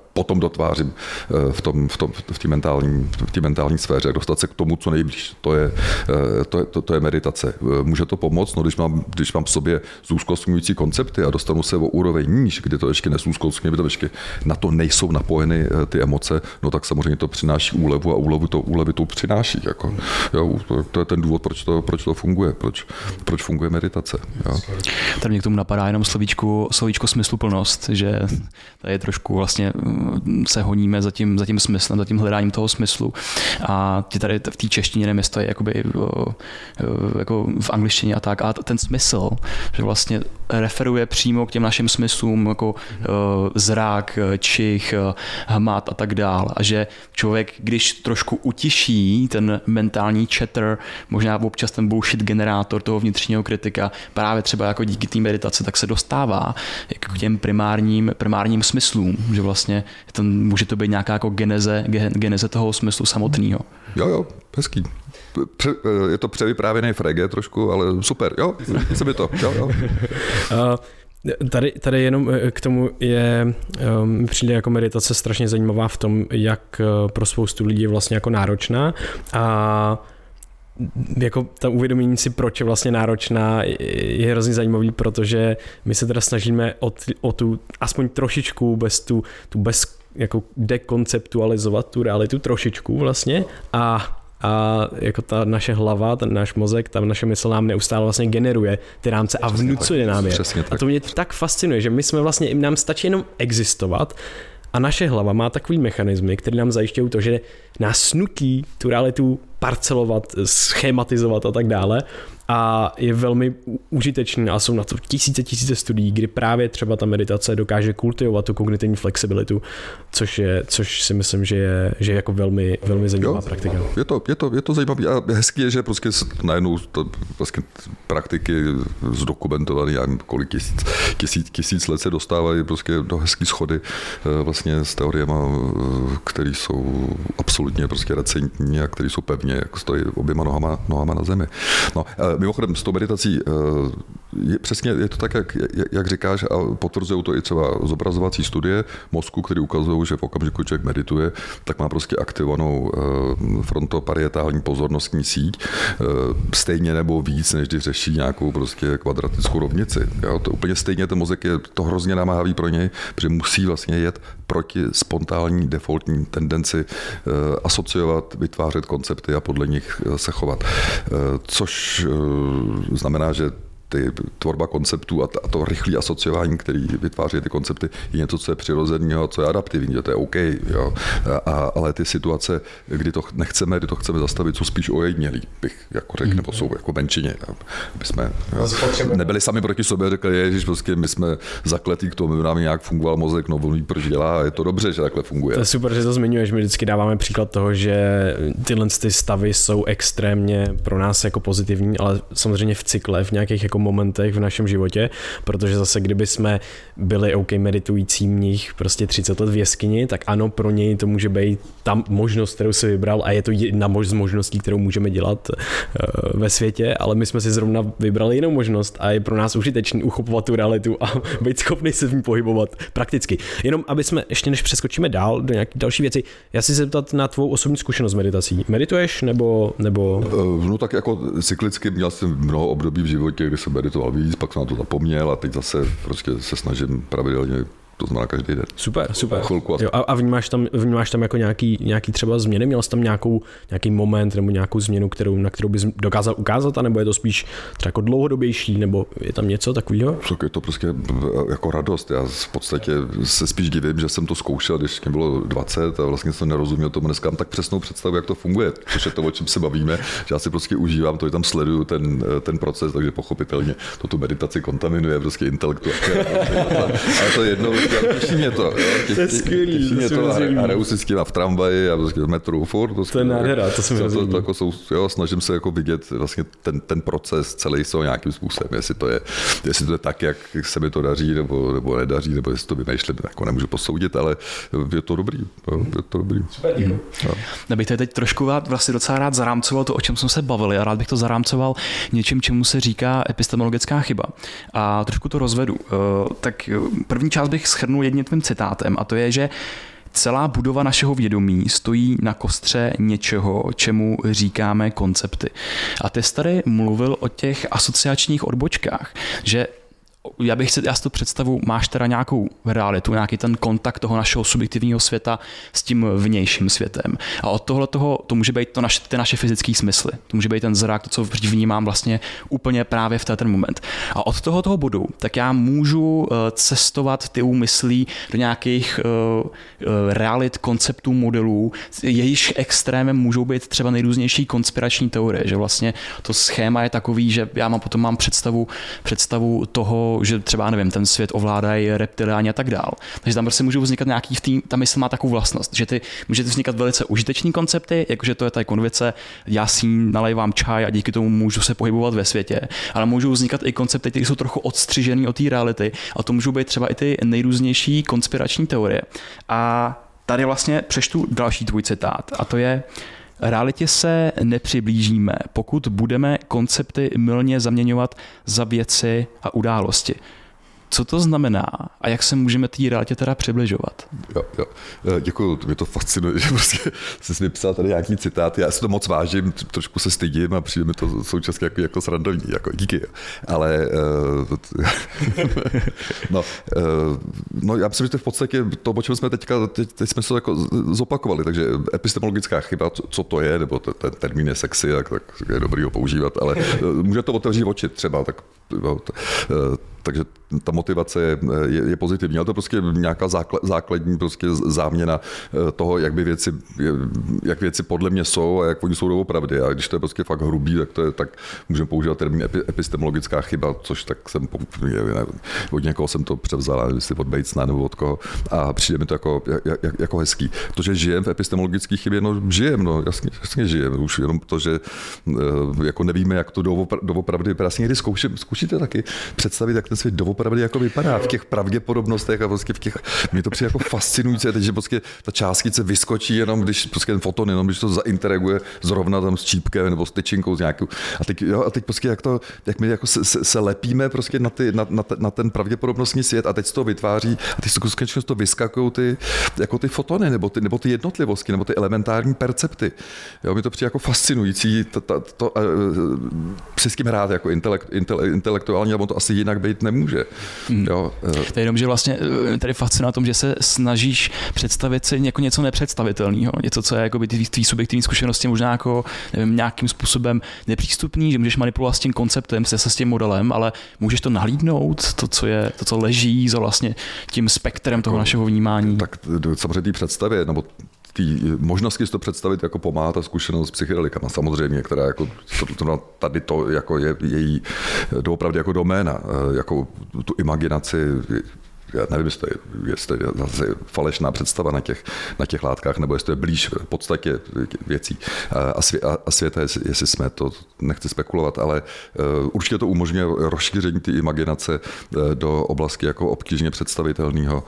potom dotvářím v té mentální sféře, dostat se k tomu, co nejblíž. To je meditace. Může to pomoct, no, když mám v sobě zúzkostňující koncepty a dostanu se o úroveň níž, kdy to ještě nesúzkostňuje, to ještě na to nejsou napojeny ty emoce, no tak samozřejmě to přináší úlevu a úlevy to přináší. Jako. Jo, to je ten důvod, proč to funguje, proč funguje meditace. Jo. Tady mě k tomu napadá jenom slovíčko smysluplnost, že tady trošku vlastně se honíme za tím smyslem, za tím hledáním toho smyslu. A tady v té češtině nevím, jestli to je jakoby, jako v angličtině a tak, a ten smysl, že vlastně referuje přímo k těm našim smyslům, jako zrak, čich, hmat a tak dál. A že člověk, když trošku utiší ten mentální chatter, možná občas ten bullshit generátor toho vnitřního kritika, právě třeba jako díky té meditaci, tak se dostává k těm primárním smyslům, že vlastně může to být nějaká jako geneze toho smyslu samotného. Jo, hezký. Je to převyprávěný Frege trošku, ale super, jo, se mi to, jo. Tady jenom k tomu přijde jako meditace strašně zajímavá v tom, jak pro spoustu lidí je vlastně jako náročná a jako ta uvědomění si, proč je vlastně náročná, je hrozně zajímavý, protože my se teda snažíme o tu aspoň trošičku bez jako dekonceptualizovat tu realitu trošičku vlastně a jako ta naše hlava, ten náš mozek, ta naše mysl nám neustále vlastně generuje ty rámce a vnucuje nám je. A to mě tak fascinuje, že my jsme vlastně, nám stačí jenom existovat a naše hlava má takový mechanismy, které nám zajišťují to, že nás nutí tu realitu parcelovat, schematizovat a tak dále. A je velmi užitečný a jsou na to tisíce studií, kdy právě třeba ta meditace dokáže kultivovat tu kognitivní flexibilitu, což si myslím, že je jako velmi, velmi zajímavá praktika. Je to zajímavé a hezký je, že prostě najednou vlastně praktiky zdokumentované, kolik tisíc let se dostávají prostě do hezký schody vlastně s teoriema, které jsou absolutně prostě recentní a které jsou pevně, jak stojí oběma nohama na zemi. No, mimochodem s tou meditací je to tak, jak říkáš, a potvrzují to i třeba zobrazovací studie mozku, které ukazují, že v okamžiku, člověk medituje, tak má prostě aktivovanou frontoparietální pozornostní síť, stejně nebo víc, než když řeší nějakou prostě kvadratickou rovnici. Jo? To úplně stejně ten mozek je to hrozně namáhavý pro něj, protože musí vlastně jet proti spontánní defaultní tendenci asociovat, vytvářet koncepty a podle nich se chovat. Což znamená, že ty tvorba konceptů a to rychlé asociování, který vytváří ty koncepty, je něco, co je přirozeného, co je adaptivní, že to je OK. Jo. Ale ty situace, kdy to nechceme, kdy to chceme zastavit, jsou spíš ojedinělý, bych jako řekl, nebo jsou jako menšině. Aby jsme nebyli sami proti sobě, řekli, ježiš, prostě my jsme zakletí k tomu, aby nám nějak fungoval mozek, no on ví, proč dělá, a je to dobře, že takhle funguje. To je super, že to zmiňuješ, my vždycky dáváme příklad toho, že tyhle ty stavy jsou extrémně pro nás jako pozitivní, ale samozřejmě v cykle, v nějakých jako momentech v našem životě, protože zase kdyby jsme byli OK meditující mních prostě 30 let v jeskyni, tak ano, pro něj to může být ta možnost, kterou si vybral a je to jedna z možností, kterou můžeme dělat ve světě, ale my jsme si zrovna vybrali jinou možnost a je pro nás užitečný uchopovat tu realitu a být schopný se v ní pohybovat prakticky. Jenom aby jsme ještě než přeskočíme dál do nějaké další věci, já si zeptat na tvou osobní zkušenost meditací. Medituješ nebo? No tak jako cyklicky měl jsem mnoho období v životě, kdy jsem meditoval víc, pak jsem na to zapomněl a teď zase prostě se snažím pravidelně, to znamená každý den. Super. Chvilku jo, a vnímáš tam jako nějaký třeba změny? Měl jsi tam nějaký moment nebo nějakou změnu, na kterou bys dokázal ukázat, anebo je to spíš třeba jako dlouhodobější, nebo je tam něco takového? Tak je to prostě jako radost. Já v podstatě se spíš divím, že jsem to zkoušel, když mě bylo 20 a vlastně jsem nerozuměl tomu. Dneska mám tak přesnou představu, jak to funguje, což je to, o čem se bavíme, že já si prostě užívám to, že tam sleduju ten proces, takže pochopitelně to tu meditaci kontaminuje prostě intelektuálně. Ale to je jedno. Těší mě to, jo. To je skvělý. Těší mě to a hraju si s tím v tramvaji a v metru furt. To je nádhera, to se mi rozumí. Snažím se jako vidět vlastně ten proces celý nějakým způsobem, jestli to je tak, jak se mi to daří, nebo nedaří, nebo jestli to vymýšlím, jako nemůžu posoudit, ale je to dobrý. Super, díky. Já bych teď trošku vlastně docela rád zarámcoval to, o čem jsme se bavili, a rád bych to zarámcoval něčím, čemu se říká epistemologická chyba. A trošku to rozvedu. Tak první část bych shrnul jedním tvým citátem, a to je, že celá budova našeho vědomí stojí na kostře něčeho, čemu říkáme koncepty. A ty jsi tady mluvil o těch asociačních odbočkách, že já si to představu, máš teda nějakou realitu, nějaký ten kontakt toho našeho subjektivního světa s tím vnějším světem. A od tohletoho, to může být ty naše fyzické smysly. To může být ten zrak, to, co vnímám vlastně úplně právě v ten moment. A od tohoto bodu, tak já můžu cestovat ty myslí do nějakých realit, konceptů, modelů, jejichž extrémem můžou být třeba nejrůznější konspirační teorie, že vlastně to schéma je takový, že já potom mám představu toho, že třeba, nevím, ten svět ovládají reptiliáni a tak dál. Takže tam prostě můžou vznikat ta mysl má takovou vlastnost, že můžete vznikat velice užiteční koncepty, jakože to je ta konvice, já si nalejvám čaj a díky tomu můžu se pohybovat ve světě, ale můžou vznikat i koncepty, které jsou trochu odstřižené od té reality a to můžou být třeba i ty nejrůznější konspirační teorie. A tady vlastně přečtu další tvůj citát a to je: realitě se nepřiblížíme, pokud budeme koncepty mylně zaměňovat za věci a události. Co to znamená a jak se můžeme té realitě teda přibližovat? Jo. Děkuju, mě to fascinuje, že prostě jsi mi psal tady nějaký citát, já si to moc vážím, trošku se stydím a přijde mi to současně jako srandovní, jako díky. Ale no, já myslím, že to v podstatě to, o čem jsme teď jsme se jako zopakovali, takže epistemologická chyba, co to je, nebo ten termín je sexy, tak je dobrý ho používat, ale může to otevřít oči třeba, takže ta motivace je pozitivní, ale to prostě nějaká základní prostě záměna toho, jak věci podle mě jsou a jak oni jsou doopravdy. A když to je prostě fakt hrubý, tak můžeme používat termín epistemologická chyba, což tak jsem od někoho jsem to převzal, jestli od Batesona nebo od koho, a přijde mi to jako hezký. To, že žijeme v epistemologické chybě, žijeme, jasně žijeme, už jenom to, že jako nevíme, jak to doopravdy vypadá. Někdy zkoušíte taky představit, jak ten svět doopravdy jako vypadá v těch pravděpodobnostech a prostě mě to přijde jako fascinující, že prostě ta částice vyskočí jenom, když prostě ten foton, jenom když to zainteraguje zrovna tam s čípkem nebo s tyčinkou s nějakou. A teď prostě jak my jako se lepíme prostě na ten pravděpodobnostní svět a teď se to vytváří a teď skutečně to vyskakují ty fotony nebo ty jednotlivosti nebo ty elementární percepty. Jo, mi to přijde jako fascinující při s tím hrát jako intelektuálně, ale to asi jinak být nemůže. Jo. To je jenom, že vlastně tady fascinuje na tom, že se snažíš představit si jako něco nepředstavitelného, něco, co je jako tvý subjektivní zkušenosti možná jako, nevím, nějakým způsobem nepřístupný, že můžeš manipulovat s tím konceptem, s tím modelem, ale můžeš to nahlídnout, to, co leží za vlastně tím spektrem toho našeho vnímání. Tak samozřejmě té představě, nebo možnosti si to představit, jako pomáhá ta zkušenost s psychedelikama, samozřejmě, která jako tady to jako je její doopravdy jako doména, jako tu imaginaci, já nevím, jestli to je zase falešná představa na těch látkách, nebo jestli to je blíž v podstatě věcí a světa, jestli jsme, to nechci spekulovat, ale určitě to umožňuje rozšíření té imaginace do oblasti jako obtížně představitelného,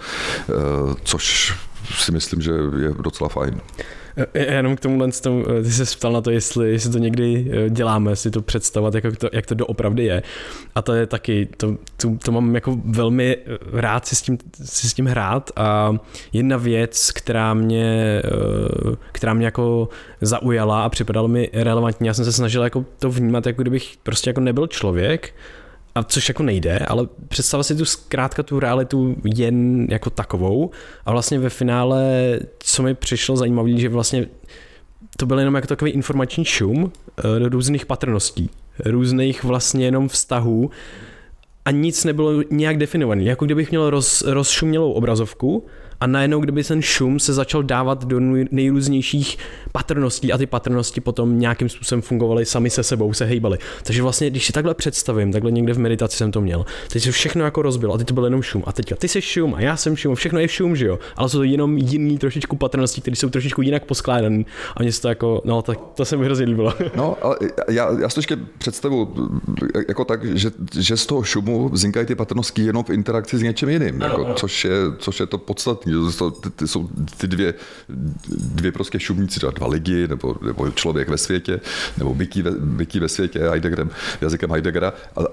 což si myslím, že je docela fajn. Jenom k tomuhle, ty se ptal na to, jestli to někdy děláme, si to představovat, jak to doopravdy je. A to je taky, to mám jako velmi rád si s tím hrát a jedna věc, která mě jako zaujala a připadala mi relevantní, já jsem se snažil jako to vnímat, jako kdybych prostě jako nebyl člověk, a což jako nejde, ale představil si zkrátka tu realitu jen jako takovou a vlastně ve finále, co mi přišlo zajímavé, že vlastně to byl jenom jako takový informační šum do různých patrností, různých vlastně jenom vztahů a nic nebylo nějak definovaný, jako kdybych měl rozšumělou obrazovku a najednou, kdyby ten šum se začal dávat do nejrůznějších patrností a ty patrnosti potom nějakým způsobem fungovaly sami se sebou, se hejbaly. Takže vlastně, když si takhle představím, takhle někde v meditaci jsem to měl, teď se všechno jako rozbilo a teď to byl jenom šum a teďka ty jsi šum a já jsem šum, všechno je šum, že jo, ale jsou to jenom jiný trošičku patrnosti, které jsou trošičku jinak poskládané a mně se to jako, no tak to se mi hrozně líbilo. No, ale já si to ještě představu jako tak, že z toho šumu vznikají ty patrnosti jenom v interakci s něčím jiným, jako, což je to podstatné. Ty jsou ty dvě prostě šumníci, dva lidi, nebo člověk ve světě, nebo bytí ve světě jazykem Heideggera. A v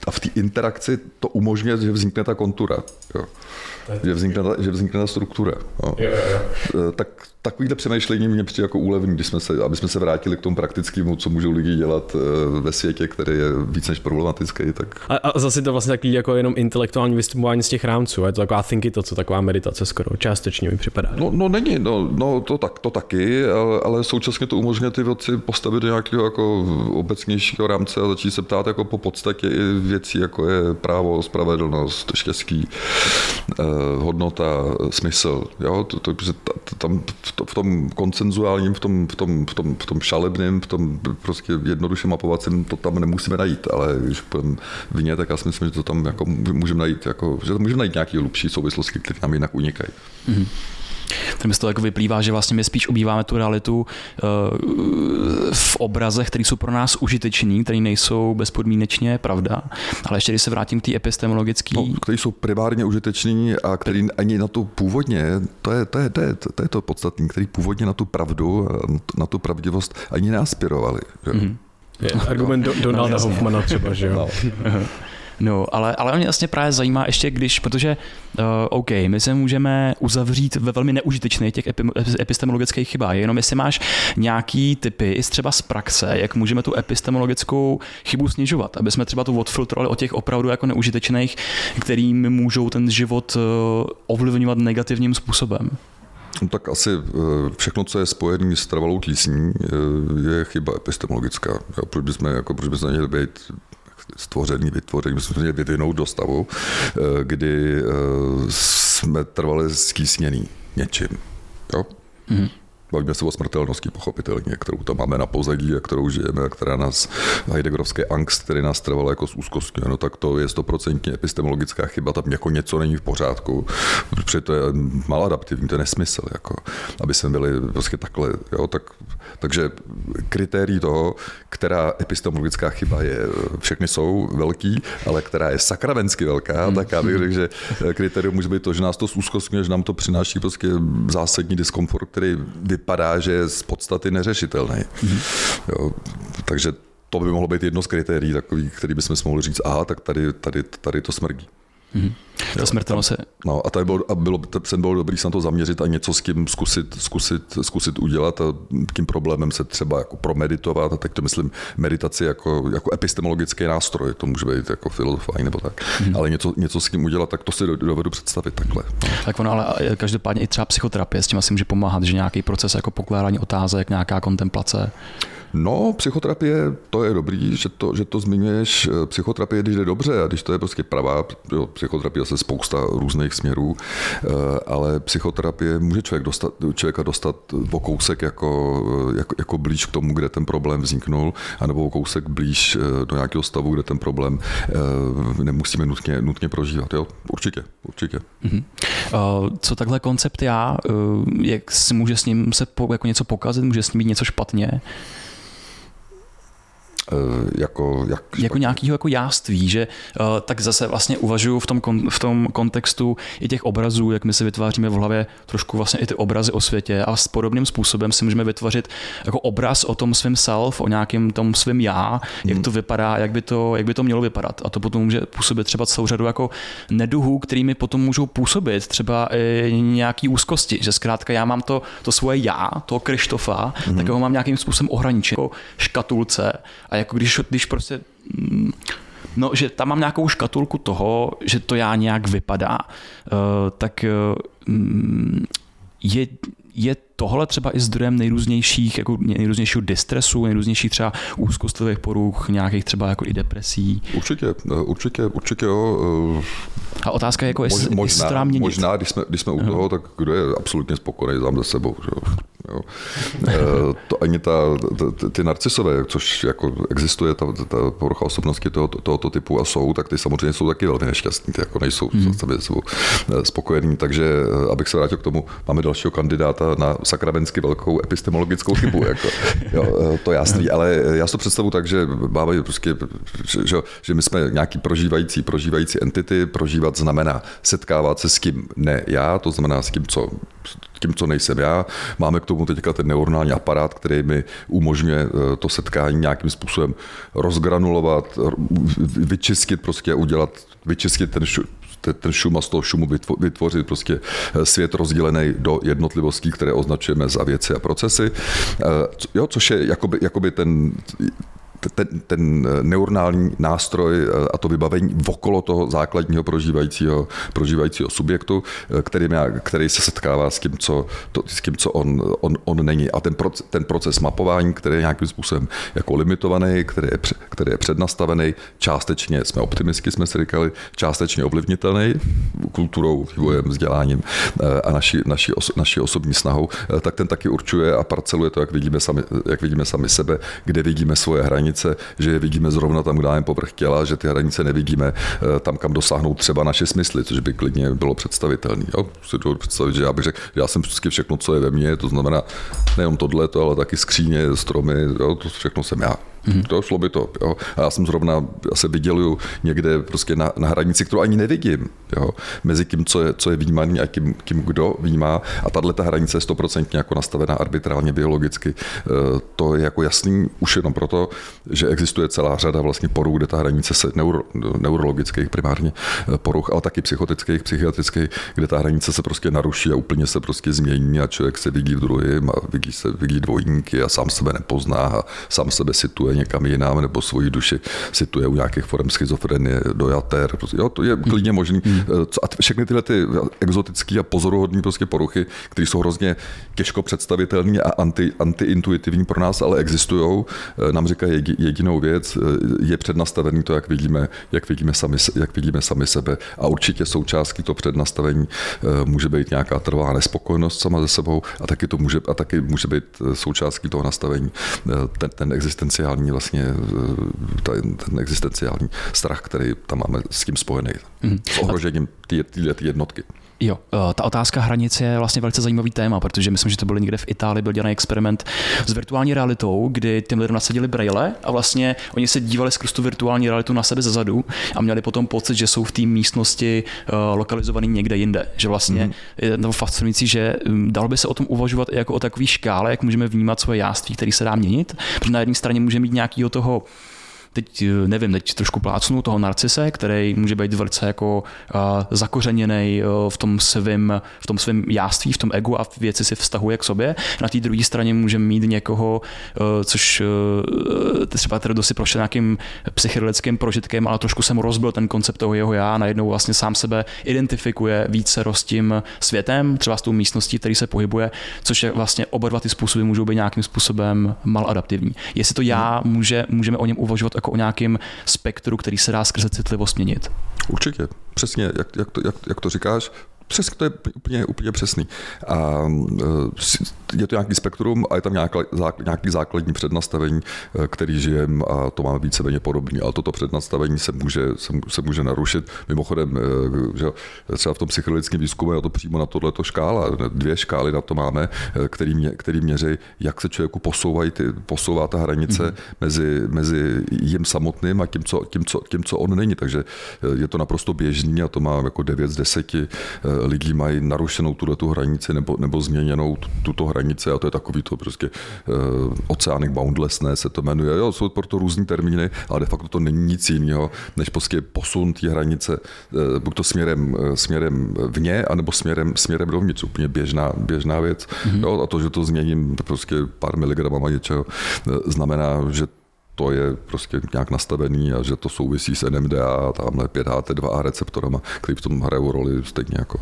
v té interakci to umožňuje, že vznikne ta kontura. Jo. Že vznikne ta struktura. Jo. Tak takovýhle přemýšlení mě přijde jako úlevný, aby jsme se vrátili k tomu praktickému, co můžou lidi dělat ve světě, který je víc než problematický. Tak... A zase to vlastně takový jako jenom intelektuální vystupování z těch rámců. Je to taková co taková meditace skoro částečně mi připadá. No není, to taky, ale současně to umožňuje ty věci postavit do nějakého jako obecnějšího rámce a začít se ptát jako po podstatě i věcí, jako je právo, spravedlnost, štěstí, hodnota, smysl. Jo? Tam v tom konsenzuálním, v tom šalebném, v tom prostě jednoduše mapovacím to tam nemusíme najít, ale když budeme vině, tak já si myslím, že to tam jako můžeme najít, jako, že můžeme najít nějaké hlubší souvislosti, které nám jinak unikají. Mm-hmm. Z toho jako vyplývá, že vlastně my spíš obýváme tu realitu v obrazech, které jsou pro nás užiteční, které nejsou bezpodmínečně pravda, ale ještě když se vrátím k té epistemologické... Které jsou primárně užiteční a který ani na tu původně, to je to podstatné, který původně na tu pravdu, na tu pravdivost ani neaspirovali. Mm-hmm. Argument Donalda Hoffmana třeba, že jo? No, ale mě vlastně právě zajímá ještě protože OK, my se můžeme uzavřít ve velmi neužitečných těch epistemologických chybách, jenom jestli máš nějaký typy, třeba z praxe, jak můžeme tu epistemologickou chybu snižovat, aby jsme třeba tu odfiltrovali od těch opravdu jako neužitečných, kterými můžou ten život ovlivňovat negativním způsobem. No tak asi všechno, co je spojené s trvalou tísní, je chyba epistemologická. Proč bychom měli být vytvoření, jsme měli vyvinout do stavu, kdy jsme trvale skýsněný něčím. Jo? Mm-hmm. Bavíme se o smrtelnosti, pochopitelně, kterou tam máme na pozadí a kterou žijeme a která nás, Heideggerovský angst, který nás trval jako z úzkosti, no tak to je 100% epistemologická chyba, tam jako něco není v pořádku, protože to je maladaptivní, to je nesmysl, jako, aby jsme byli prostě takhle, jo, takže kritérií toho, která epistemologická chyba je, všechny jsou velký, ale která je sakramensky velká, tak já bych řekl, že kritérium může být to, že nás to zúzkostňuje, že nám to přináší prostě zásadní diskomfort, který vypadá, že je z podstaty neřešitelný. Jo, takže to by mohlo být jedno z kritérií, takový, který bychom mohli říct, aha, tak tady to smrdí. Mm-hmm. Ta smrtelnost se... No a tady bylo dobrý se na to zaměřit a něco s tím zkusit udělat a tím problémem se třeba jako promeditovat a tak to myslím meditaci jako epistemologický nástroj, to může být jako filozofální nebo tak, ale něco s tím udělat, tak to si dovedu představit takhle. No. Tak ono, ale každopádně i třeba psychoterapie s tím asi může pomáhat, že nějaký proces jako pokládání otázek, nějaká kontemplace. No, psychoterapie, to je dobrý, že to zmiňuješ. Psychoterapie, když jde dobře a když to je prostě pravá, psychoterapie se spousta různých směrů, ale psychoterapie může člověka dostat o kousek jako blíž k tomu, kde ten problém vzniknul, anebo o kousek blíž do nějakého stavu, kde ten problém nemusíme nutně prožívat. Jo? Určitě. Mm-hmm. Co takhle koncept já, jak si může s ním se jako něco pokazit, může s ním být něco špatně? Jako nějakého jako jáství, že tak zase vlastně uvažuji v tom kontextu i těch obrazů, jak my si vytváříme v hlavě trošku vlastně i ty obrazy o světě a s podobným způsobem si můžeme vytvořit jako obraz o tom svém self, o nějakém tom svém já, jak to vypadá, jak by to mělo vypadat. A to potom může působit třeba celou řadu jako neduhů, kterými potom můžou působit třeba i nějaký úzkosti, že zkrátka já mám to svoje já, toho Krištofa, tak ho mám nějakým způsobem ohraničit, jako škatulce. A jako když prostě, no, že tam mám nějakou škatulku toho, že to já nějak vypadá, tak je tohle třeba i zdrojem nejrůznějšího distresu, nejrůznějších třeba úzkostlivých poruch, nějakých třeba jako i depresí? Určitě jo. A otázka je, jako jestli to dá měnit. Možná, když jsme u toho, tak kdo je absolutně spokojený sám ze sebou. Jo. To ani ty narcisové, což jako existuje, ta porucha osobnosti tohoto typu a jsou, tak ty samozřejmě jsou taky velmi nešťastní, ty jako nejsou sebou spokojení. Takže abych se vrátil k tomu, máme dalšího kandidáta na sakramensky velkou epistemologickou chybu. Jako, jo, to jasný, ale já si to představu tak, že máme prostě, že my jsme nějaký prožívající entity, prožívat znamená setkávat se s kým ne já, to znamená s tím, co nejsem já. Máme k tomu teďka ten neuronální aparát, který mi umožňuje to setkání nějakým způsobem rozgranulovat, vyčistit prostě, vyčistit ten šum a z toho šumu vytvořit prostě svět rozdělený do jednotlivostí, které označujeme za věci a procesy. Jo, což je jakoby ten neuronální nástroj a to vybavení okolo toho základního prožívajícího subjektu, který se setkává s tím, co on není. A ten proces mapování, který je nějakým způsobem jako limitovaný, který je přednastavený, částečně jsme optimisticky, jsme si říkali, částečně ovlivnitelný kulturou, vývojem, vzděláním a naší osobní snahou, tak ten taky určuje a parceluje to, jak vidíme sami sebe, kde vidíme svoje hranice, že je vidíme zrovna tam, kde máme povrch těla, že ty hranice nevidíme tam, kam dosáhnou třeba naše smysly, což by klidně bylo představitelné. Si dovedu představit, že já bych řekl, že já jsem vždycky všechno, co je ve mně, to znamená nejenom tohleto, ale taky skříně, stromy, jo, to všechno jsem já. To šlo by to. Jo. A já jsem zrovna se vyděluju někde prostě na hranici, kterou ani nevidím. Jo. Mezi tím, co je vnímaný a kým kdo vnímá. A tato hranice je 100% jako nastavená arbitrálně biologicky. To je jako jasný už jenom proto, že existuje celá řada vlastně poruch, kde ta hranice se neurologických primárně poruch, ale taky psychotických, psychiatrických, kde ta hranice se prostě naruší a úplně se prostě změní a člověk se vidí v druhém a vidí dvojníky a sám sebe nepozná a sám sebe situuje někam jinam, nebo svoji duši situuje u nějakých forem schizofrenie, dojater. Jo, to je klidně možný. A všechny tyhle ty exotické a pozoruhodné prostě poruchy, které jsou hrozně těžko představitelné a antiintuitivní pro nás, ale existují, nám říkají jedinou věc, je přednastavený to, jak vidíme sami sebe. A určitě součástí toho přednastavení může být nějaká trvalá nespokojenost sama ze sebou a taky může být součástí toho nastavení ten existenciální vlastně ten existenciální strach, který tam máme s tím spojený. S ohrožením ty jednotky. Jo, ta otázka hranic je vlastně velice zajímavý téma, protože myslím, že to byl někde v Itálii, byl dělaný experiment s virtuální realitou, kdy těm lidem nasadili brejle a vlastně oni se dívali skrz tu virtuální realitu na sebe zezadu a měli potom pocit, že jsou v té místnosti lokalizovaný někde jinde. Že vlastně je to fascinující, že dalo by se o tom uvažovat i jako o takové škále, jak můžeme vnímat svoje jáství, který se dá měnit, protože na jedné straně může mít nějakýho toho teď trošku plácnu toho narcise, který může být velice jako zakořeněný v tom svém jáství, v tom egu a věci si vztahuje k sobě. Na té druhé straně můžeme mít někoho, což třeba tedy si prošel nějakým psychedelickým prožitkem, ale trošku jsem rozbil ten koncept toho jeho já, najednou vlastně sám sebe identifikuje více s tím světem, třeba s tou místností, který se pohybuje, což je vlastně oba dva ty způsoby můžou být nějakým způsobem maladaptivní. Jestli to já můžeme o něm uvažovat jako o nějakém spektru, který se dá skrze citlivost měnit. Určitě, přesně, jak to říkáš, přesně, to je úplně přesný. A je to nějaký spektrum a je tam nějaký základní přednastavení, který žijeme a to máme víceméně podobný. Ale toto přednastavení se může narušit. Mimochodem, že třeba v tom psychologickém výzkumu je to přímo na tohleto škála. 2 škály na to máme, který měří, jak se člověku posouvá ta hranice mezi jím samotným a tím, co on není. Takže je to naprosto běžný a to má jako 9 z 10 lidí mají narušenou tu hranici nebo změněnou tuto hranici a to je takový to prostě oceanic boundlessness se to jmenuje. Jo, jsou proto různý termíny, ale de facto to není nic jiného, než prostě posun té hranice buď to směrem vně, anebo směrem dovnitř. Úplně běžná věc. Jo, a to, že to změním prostě pár miligramama něčeho, znamená, že to je prostě nějak nastavený a že to souvisí s NMDA a tamhle 5HT2A receptorama, který v tom hrajou roli stejně jako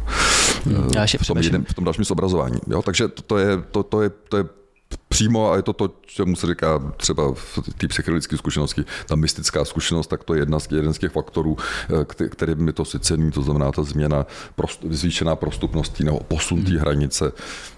v tom dalším zobrazování. Jo? Takže to je přímo, a je to, čemu se říká třeba v té psychologické zkušenosti, ta mystická zkušenost, tak to je jeden z těch faktorů, kterým mi to si cení, to znamená ta změna, zvýšená prostupností nebo posun té hranice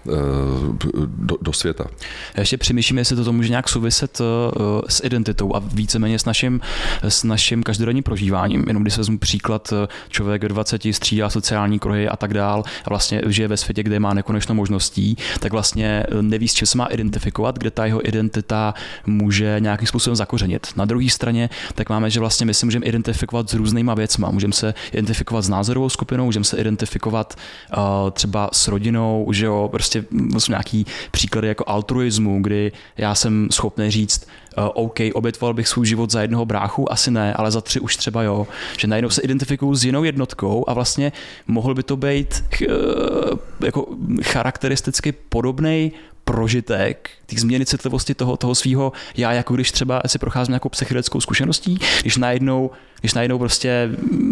do světa. Já ještě přemýšlím, jestli to může nějak souviset s identitou a víceméně s naším každodenním prožíváním. Jenom když se vezmu příklad, člověk do 20 střídá sociální kruhy a tak dál a vlastně žije ve světě, kde má nekonečno možností, tak vlastně neví, s čím se má identifikovat identifikovat, kde ta jeho identita může nějakým způsobem zakořenit. Na druhé straně tak máme, že vlastně my si můžeme identifikovat s různýma věcma. Můžeme se identifikovat s názorovou skupinou, můžeme se identifikovat třeba s rodinou, že jo, prostě jsou nějaký příklady jako altruismu, kdy já jsem schopný říct, OK, obětoval bych svůj život za jednoho bráchu, asi ne, ale za 3 už třeba jo. Že najednou se identifikuju s jinou jednotkou a vlastně mohl by to být jako charakteristicky podobnej prožitek té změny citlivosti toho svého já, jako když třeba si procházím nějakou psychedelickou zkušeností, když najednou prostě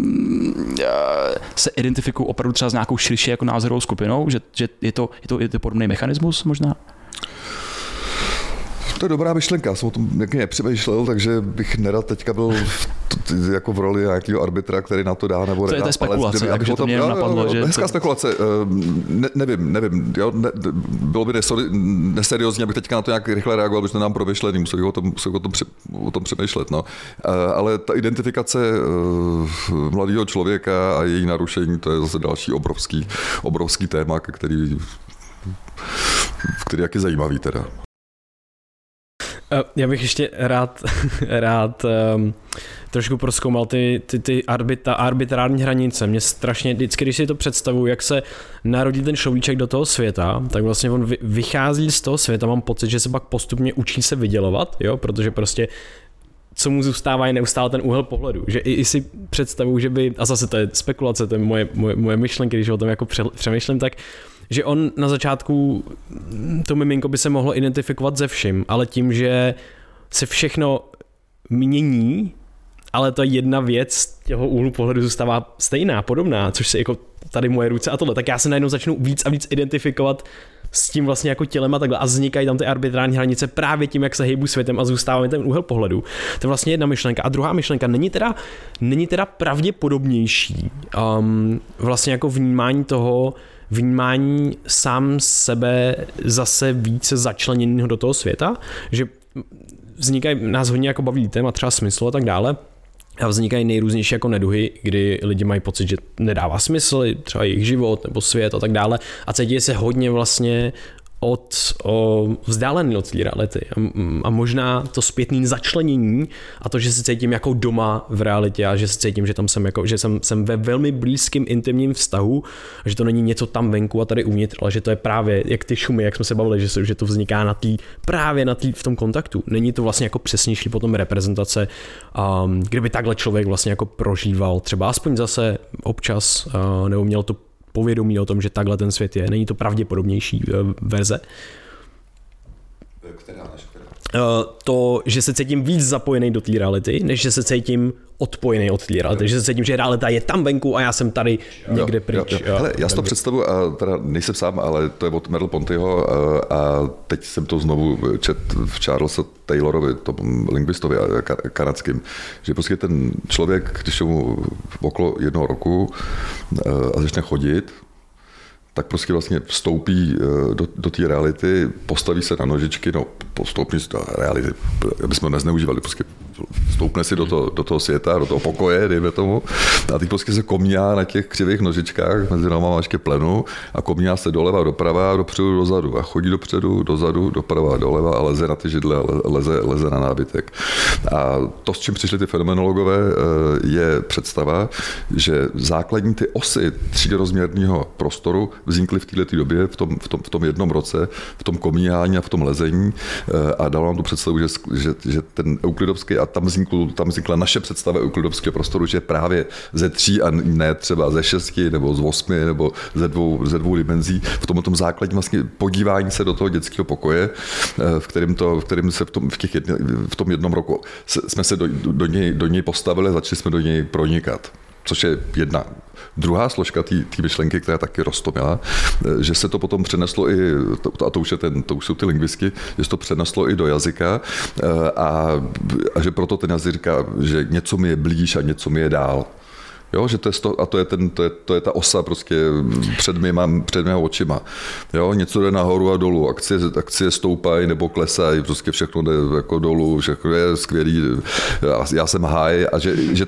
se identifikuju opravdu třeba s nějakou širší jako názorovou skupinou, že je to podobný mechanismus možná? To je dobrá myšlenka, já jsem o tom někdy nepřemýšlel, takže bych nerad teďka byl jako v roli nějakého arbitra, který na to dá, nebo to je spekulace, takže to mě napadlo, že... Hezká spekulace, nevím, jo, bylo by neseriózní, abych teďka na to nějak rychle reagoval, protože to nám promyšlený, musel o tom přemýšlet, no. Ale ta identifikace mladého člověka a její narušení, to je zase další obrovský téma, který jak je zajímavý teda. Já bych ještě rád trošku prozkoumal ty arbitrární hranice. Mě strašně, vždycky, když si to představuju, jak se narodí ten človíček do toho světa, tak vlastně on vychází z toho světa, mám pocit, že se pak postupně učí se vydělovat, jo, protože prostě co mu zůstává je neustále ten úhel pohledu, že i si představuju, že by, a zase to je spekulace, to je moje myšlenky, když o tom jako přemýšlím, tak že on na začátku, to miminko by se mohlo identifikovat se vším, ale tím, že se všechno mění, ale ta jedna věc těho úhlu pohledu zůstává stejná, podobná, což se jako tady moje ruce a tohle, tak já se najednou začnu víc a víc identifikovat s tím vlastně jako tělem a takhle a vznikají tam ty arbitrární hranice právě tím, jak se hejbu světem a zůstává mi ten úhel pohledu. To je vlastně jedna myšlenka. A druhá myšlenka, není teda pravděpodobnější vlastně jako vnímání sám sebe zase více začleněného do toho světa, že vznikají, nás hodně jako baví téma třeba smysl a tak dále, a vznikají nejrůznější jako neduhy, kdy lidi mají pocit, že nedává smysl, třeba jejich život nebo svět a tak dále a cítí se hodně vlastně vzdálený od té reality a možná to zpětné začlenění a to, že se cítím jako doma v realitě a že se cítím, že tam jsem jako, že jsem ve velmi blízkém intimním vztahu, že to není něco tam venku a tady uvnitř, ale že to je právě jak ty šumy, jak jsme se bavili, že to vzniká v tom kontaktu. Není to vlastně jako přesnější potom reprezentace, kdyby takhle člověk vlastně jako prožíval třeba aspoň zase občas nebo měl to povědomí o tom, že takhle ten svět je. Není to pravděpodobnější verze? Která? To, že se cítím víc zapojený do té reality, než že se cítím odpojený od té reality. Že se cítím, že realita je tam venku a já jsem tady někde pryč. Hele, já si to představuji, a teda nejsem sám, ale to je od Merleau-Pontyho a teď jsem to znovu čet v Charlesa Taylorovi, tom lingvistovi kanadským, že prostě ten člověk, když je mu okolo 1 roku a začne chodit, tak prostě vlastně vstoupí do té reality, postaví se na nožičky, postoupí se do reality, aby jsme nezneužívali, prostě vstoupne si do toho světa, do toho pokoje, dejme tomu, a teď prostě se komíná na těch křivých nožičkách, mezi nohama ještě plenu a komíná se doleva, doprava, dopředu, dozadu a chodí dopředu, dozadu, doprava, doleva a leze na ty židle, leze na nábytek. A to, s čím přišli ty fenomenologové, je představa, že základní ty osy třídorozměrného prostoru vznikly v této době, v tom 1 roce, v tom komíhání a v tom lezení a dalo nám tu představu, že ten euklidovský, a tam vznikla naše představa euklidovského prostoru, že právě ze 3 a ne třeba ze 6 nebo z 8 nebo ze dvou dimenzí, v tom základním vlastně podívání se do toho dětského pokoje, v kterém se v tom 1 roku jsme se do něj postavili, začali jsme do něj pronikat. Což je jedna. Druhá složka té myšlenky, která taky roztomila, že se to potom přeneslo i, a to už jsou ty lingvistky, že se to přeneslo i do jazyka a že proto ten jazyk říká, že něco mi je blíž a něco mi je dál. Jo, že to je ta osa prostě před mýma očima. Jo, něco jde nahoru a dolů, akcie stoupají nebo klesají, prostě všechno jde jako dolů, všechno je skvělý, já jsem high a že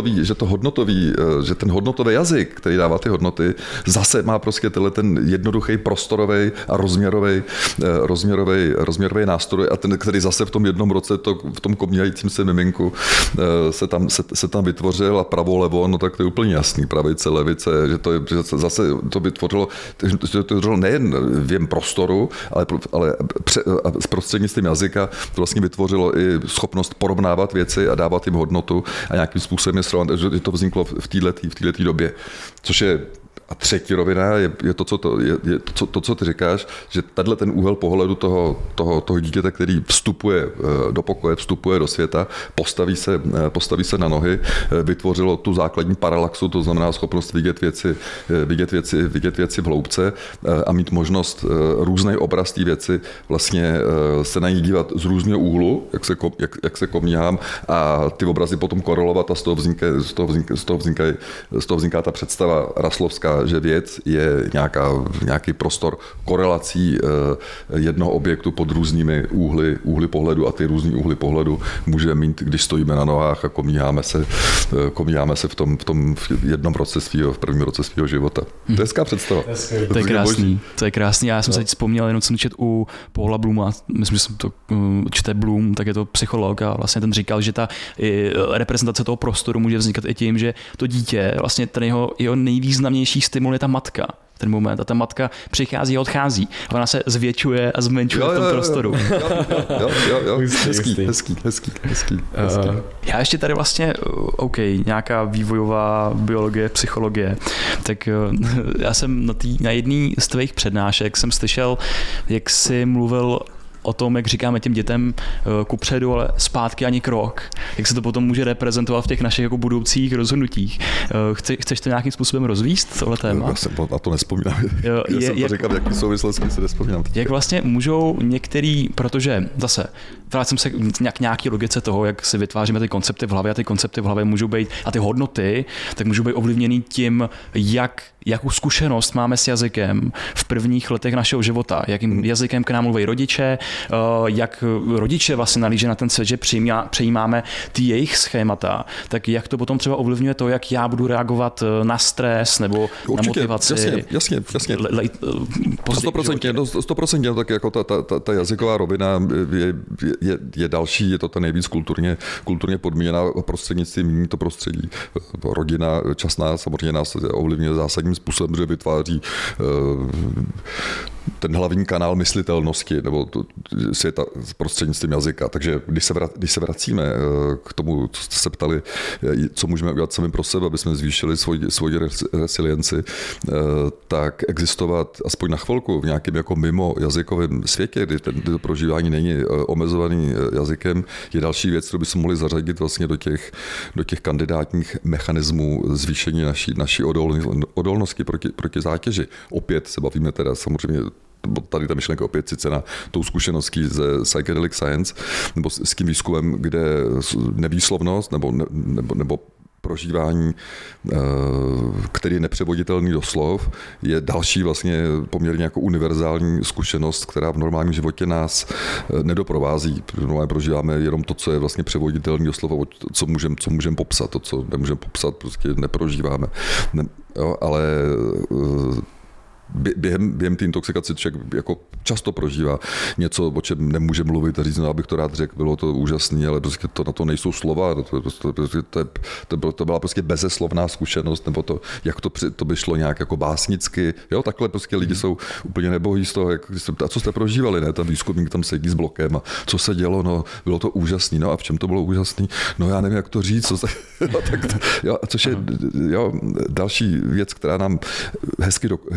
ten hodnotový jazyk, který dává ty hodnoty, zase má prostě ten jednoduchý prostorový a rozměrový nástroj a ten, který zase v tom jednom roce v tom komíhajícím se miminku se tam vytvořil a pravo, levo, no tak to je úplně jasný, pravice, levice, že zase to vytvořilo nejen věm prostoru, ale s prostřednictvím jazyka to vlastně vytvořilo i schopnost porovnávat věci a dávat jim hodnotu a nějakým způsobem je srovnat, že to vzniklo v této době, což je. A třetí rovina je to, co ty říkáš, že tenhle ten úhel pohledu toho dítěte, který vstupuje do pokoje, vstupuje do světa, postaví se na nohy, vytvořilo tu základní paralaxu, to znamená schopnost vidět věci v hloubce a mít možnost různý obraz té věci, vlastně se na ní dívat z různého úhlu, jak se komíhám a ty obrazy potom korelovat a z toho vzniká ta představa raslovská, že věc je nějaký prostor korelací jednoho objektu pod různými úhly pohledu a ty různý úhly pohledu můžeme mít, když stojíme na nohách a komíháme se v tom jednom roce v prvním roce svého života. To je hezká představa. To je krásný. Já jsem se teď vzpomněl, jenom jsem čet u Paula Blooma, myslím, že jsem to čte Bloom, tak je to psycholog a vlastně ten říkal, že ta reprezentace toho prostoru může vznikat i tím, že to dítě, vlastně ten jeho nejvýznamnější stimul je ta matka. Ten moment a ta matka přichází a odchází. A ona se zvětšuje a zmenšuje v tom prostoru. Jo. Hezký. Já ještě tady vlastně, nějaká vývojová biologie, psychologie, tak já jsem na jedný z tvých přednášek jsem slyšel, jak jsi mluvil o tom, jak říkáme těm dětem kupředu, ale zpátky ani krok. Jak se to potom může reprezentovat v těch našich jako budoucích rozhodnutích. Chceš to nějakým způsobem rozvíst, tohle téma? Já jsem na to nespomínám. Já jsem to říkal, v jaký souvislosti se nespomínám. Jak vlastně můžou některý, protože zase vrátím se k nějaký logice toho, jak si vytváříme ty koncepty v hlavě a ty koncepty v hlavě můžou být a ty hodnoty, tak můžou být ovlivněný tím, jakou zkušenost máme s jazykem v prvních letech našeho života, jakým jazykem k nám mluví rodiče, jak rodiče vlastně nalíže na ten svět, že přejímáme ty jejich schémata, tak jak to potom třeba ovlivňuje to, jak já budu reagovat na stres nebo na motivaci. Jasně. 100%, tak jako ta jazyková rovina je další, je to ta nejvíc kulturně podmíněná prostřednictvím to prostředí. Rodina, časná, samozřejmě nás ovlivňuje zásadním způsobem, že vytváří ten hlavní kanál myslitelnosti nebo světa prostřednictvím jazyka. Takže když se vracíme k tomu, co jste se ptali, co můžeme udělat sami pro sebe, aby jsme zvýšili svoji resilienci, tak existovat aspoň na chvilku v nějakém jako mimo jazykovém světě, kdy to prožívání není omezovaný jazykem, je další věc, kterou bychom mohli zařadit vlastně do těch kandidátních mechanismů zvýšení naší odolnosti proti zátěži. Opět se bavíme teda samozřejmě tady ta myšlenka opět sice na tou zkušeností ze Psychedelic Science nebo s tím výzkumem, kde nevýslovnost nebo prožívání, který je nepřevoditelný do slov, je další vlastně poměrně jako univerzální zkušenost, která v normálním životě nás nedoprovází. Normálně prožíváme jenom to, co je vlastně převoditelný do slova, co můžeme popsat, to, co nemůžeme popsat, prostě neprožíváme. Ale během té intoxikace člověk jako často prožívá něco, o čem nemůže mluvit a říct, abych to rád řekl, bylo to úžasné, ale prostě na to nejsou slova, to byla prostě bezeslovná zkušenost, nebo to, jak to by šlo nějak jako básnicky, jo, takhle prostě lidi jsou úplně nebohý z toho, a co jste prožívali, ne, tam výzkumník tam sedí s blokem a co se dělo, no, bylo to úžasný, no a v čem to bylo úžasný, no já nevím, jak to říct, což je další věc, která nám hezky dokumentuje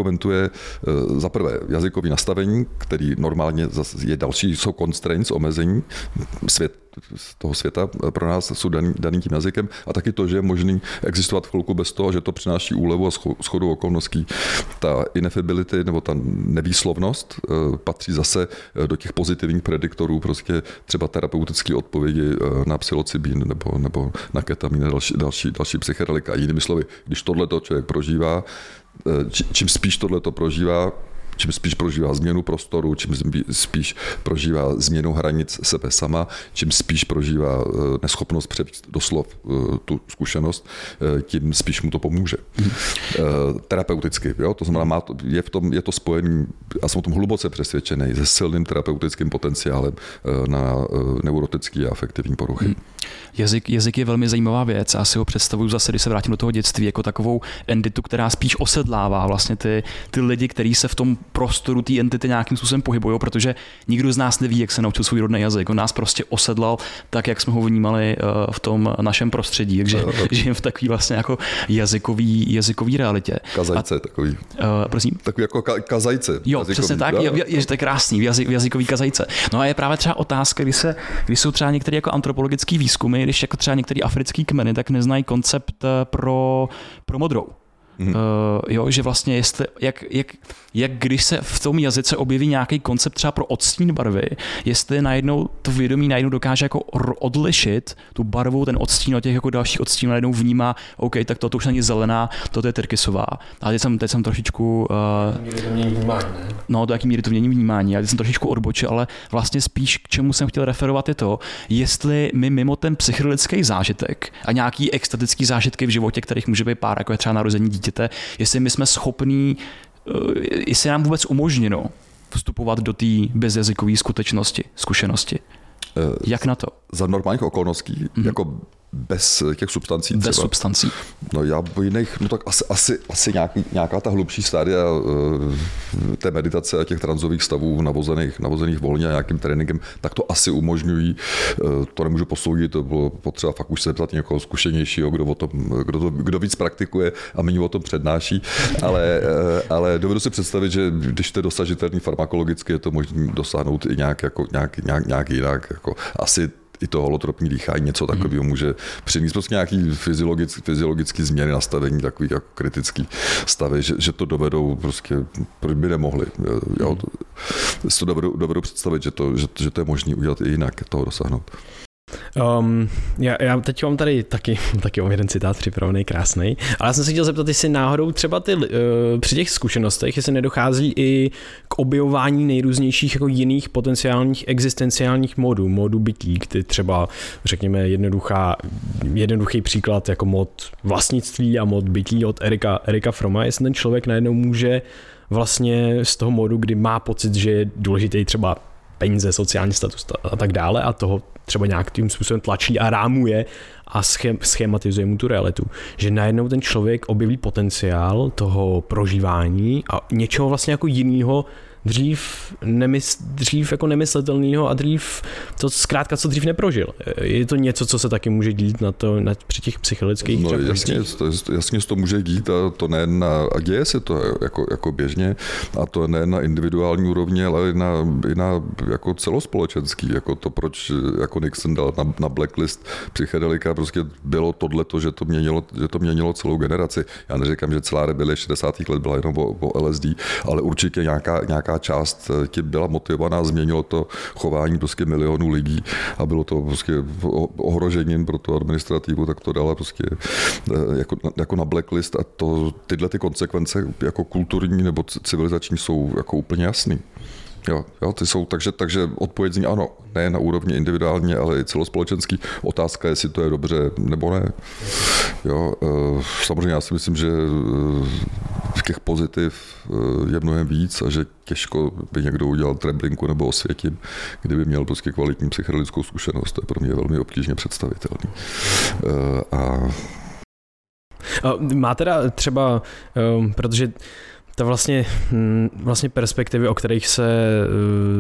argumentuje za prvé jazykový nastavení, který normálně je další, jsou constraints, omezení toho světa pro nás jsou daný tím jazykem a taky to, že je možný existovat chvilku bez toho, že to přináší úlevu a shodu okolností. Ta ineffability nebo ta nevýslovnost patří zase do těch pozitivních prediktorů, prostě třeba terapeutické odpovědi na psilocybin nebo na ketamin a další psychedelika. Jinými slovy, když tohleto člověk prožívá, čím spíš tohleto prožívá, čím spíš prožívá změnu prostoru, čím spíš prožívá změnu hranic sebe sama, čím spíš prožívá neschopnost převést do slov tu zkušenost, tím spíš mu to pomůže. Terapeuticky, jo? To znamená, je to spojený, a jsem o tom hluboce přesvědčený, se silným terapeutickým potenciálem na neurotický a afektivní poruchy. Jazyk je velmi zajímavá věc. Já si ho představuju zase, když se vrátím do toho dětství, jako takovou entitu, která spíš osedlává vlastně ty lidi, kteří se v tom prostoru té entity nějakým způsobem pohybují, protože nikdo z nás neví, jak se naučil svůj rodný jazyk. On nás prostě osedlal tak, jak jsme ho vnímali v tom našem prostředí. Takže žijeme v takový vlastně jako jazykový realitě. Kazajce takový. Prosím? Takový jako kazajce. Jo, jazykový, přesně tak. Je to krásný, jazykový kazajce. No a je právě třeba otázka, když jsou třeba některé jako antropologické výzkumy, když jako třeba některé africké kmeny, tak neznají koncept pro modrou. Jo, že vlastně jak když se v tom jazyce objeví nějaký koncept třeba pro odstín barvy, jestli najednou to vědomí dokáže jako odlišit tu barvu, ten odstín od těch jako dalších odstínů, najednou vnímá, OK, tak to už není zelená, to je tyrkysová. A teď jsem trošičku do jaký míry to mění vnímání. A teď jsem trošičku odbočil, ale vlastně spíš k čemu jsem chtěl referovat je to, jestli my mimo ten psychedelický zážitek a nějaký extatický zážitky v životě, kterých může být pár, jako je třeba narození dítěte, jestli my jsme schopní, jestli nám vůbec umožněno vstupovat do té bezjazykové zkušenosti. Jak na to? Za normálních okolností, jako bez těch substancí třeba. Bez substancí. No já v jiných, no tak asi nějaká ta hlubší stádia té meditace a těch tranzových stavů navozených volně a nějakým tréninkem, tak to asi umožňují. To nemůžu posoudit, to bylo potřeba fakt už se zeptat někoho zkušenějšího, kdo víc praktikuje a méně o tom přednáší, ale dovedu si představit, že když to je dosažitelný farmakologicky, je to možné dosáhnout i nějak jinak. Jako asi i to holotropní dýchání, něco takového může přinést prostě nějaký fyziologický změny nastavení, takový jako kritický stavy, že to dovedou prostě, proč by nemohli. Já to dovedu představit, že to je možné udělat i jinak, toho dosáhnout. Já teď mám tady taky mám jeden citát připravený, krásný, ale já jsem se chtěl zeptat, jestli náhodou třeba při těch zkušenostech, jestli nedochází i k objevování nejrůznějších jako jiných potenciálních existenciálních modů bytí, kdy třeba řekněme jednoduchý příklad jako mod vlastnictví a mod bytí od Erika Froma, jestli ten člověk najednou může vlastně z toho modu, kdy má pocit, že je důležitý třeba peníze, sociální status a tak dále a toho třeba nějakým způsobem tlačí a rámuje a schematizuje mu tu realitu. Že najednou ten člověk objeví potenciál toho prožívání a něčeho vlastně jako jinýho, dřív jako nemyslitelného a dřív to zkrátka, co dřív neprožil. Je to něco, co se taky může dít při těch psychologických jasně se to může dít a to nejen a děje se to jako běžně a to nejen na individuální úrovni, ale i na jako celospolečenský, jako to, proč jako Nixon dal na blacklist psychedelika, prostě bylo tohleto, že to měnilo celou generaci. Já neříkám, že celá rebelie 60. let byla jenom o LSD, ale určitě nějaká část tím byla motivovaná, změnilo to chování prostě milionů lidí a bylo to prostě ohrožením pro tu administrativu, tak to dala prostě jako na blacklist a tyhle ty konsekvence jako kulturní nebo civilizační jsou jako úplně jasný. Jo, ty jsou, takže odpověď zní ano, ne na úrovni individuálně, ale i celospolečenský. Otázka je, jestli to je dobře nebo ne. Jo, samozřejmě já si myslím, že těch pozitiv je mnohem víc a že těžko by někdo udělal Treblinku nebo Osvětim, kdyby měl prostě kvalitní psychedelickou zkušenost. To je pro mě velmi obtížně představitelný. Má teda třeba, protože ta vlastně perspektivy, o kterých se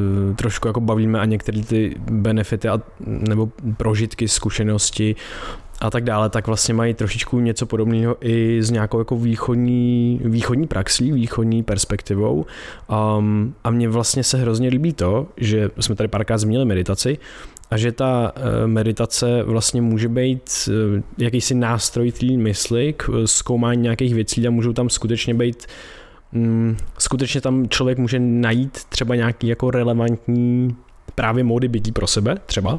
trošku jako bavíme a některé ty benefity nebo prožitky, zkušenosti a tak dále, tak vlastně mají trošičku něco podobného i s nějakou jako východní praxí, východní perspektivou. A mně vlastně se hrozně líbí to, že jsme tady párkrát zmínili meditaci, a že ta meditace vlastně může být jakýsi nástroj té mysli k zkoumání nějakých věcí a můžou tam skutečně být, skutečně tam člověk může najít třeba nějaký jako relevantní právě módy bytí pro sebe třeba.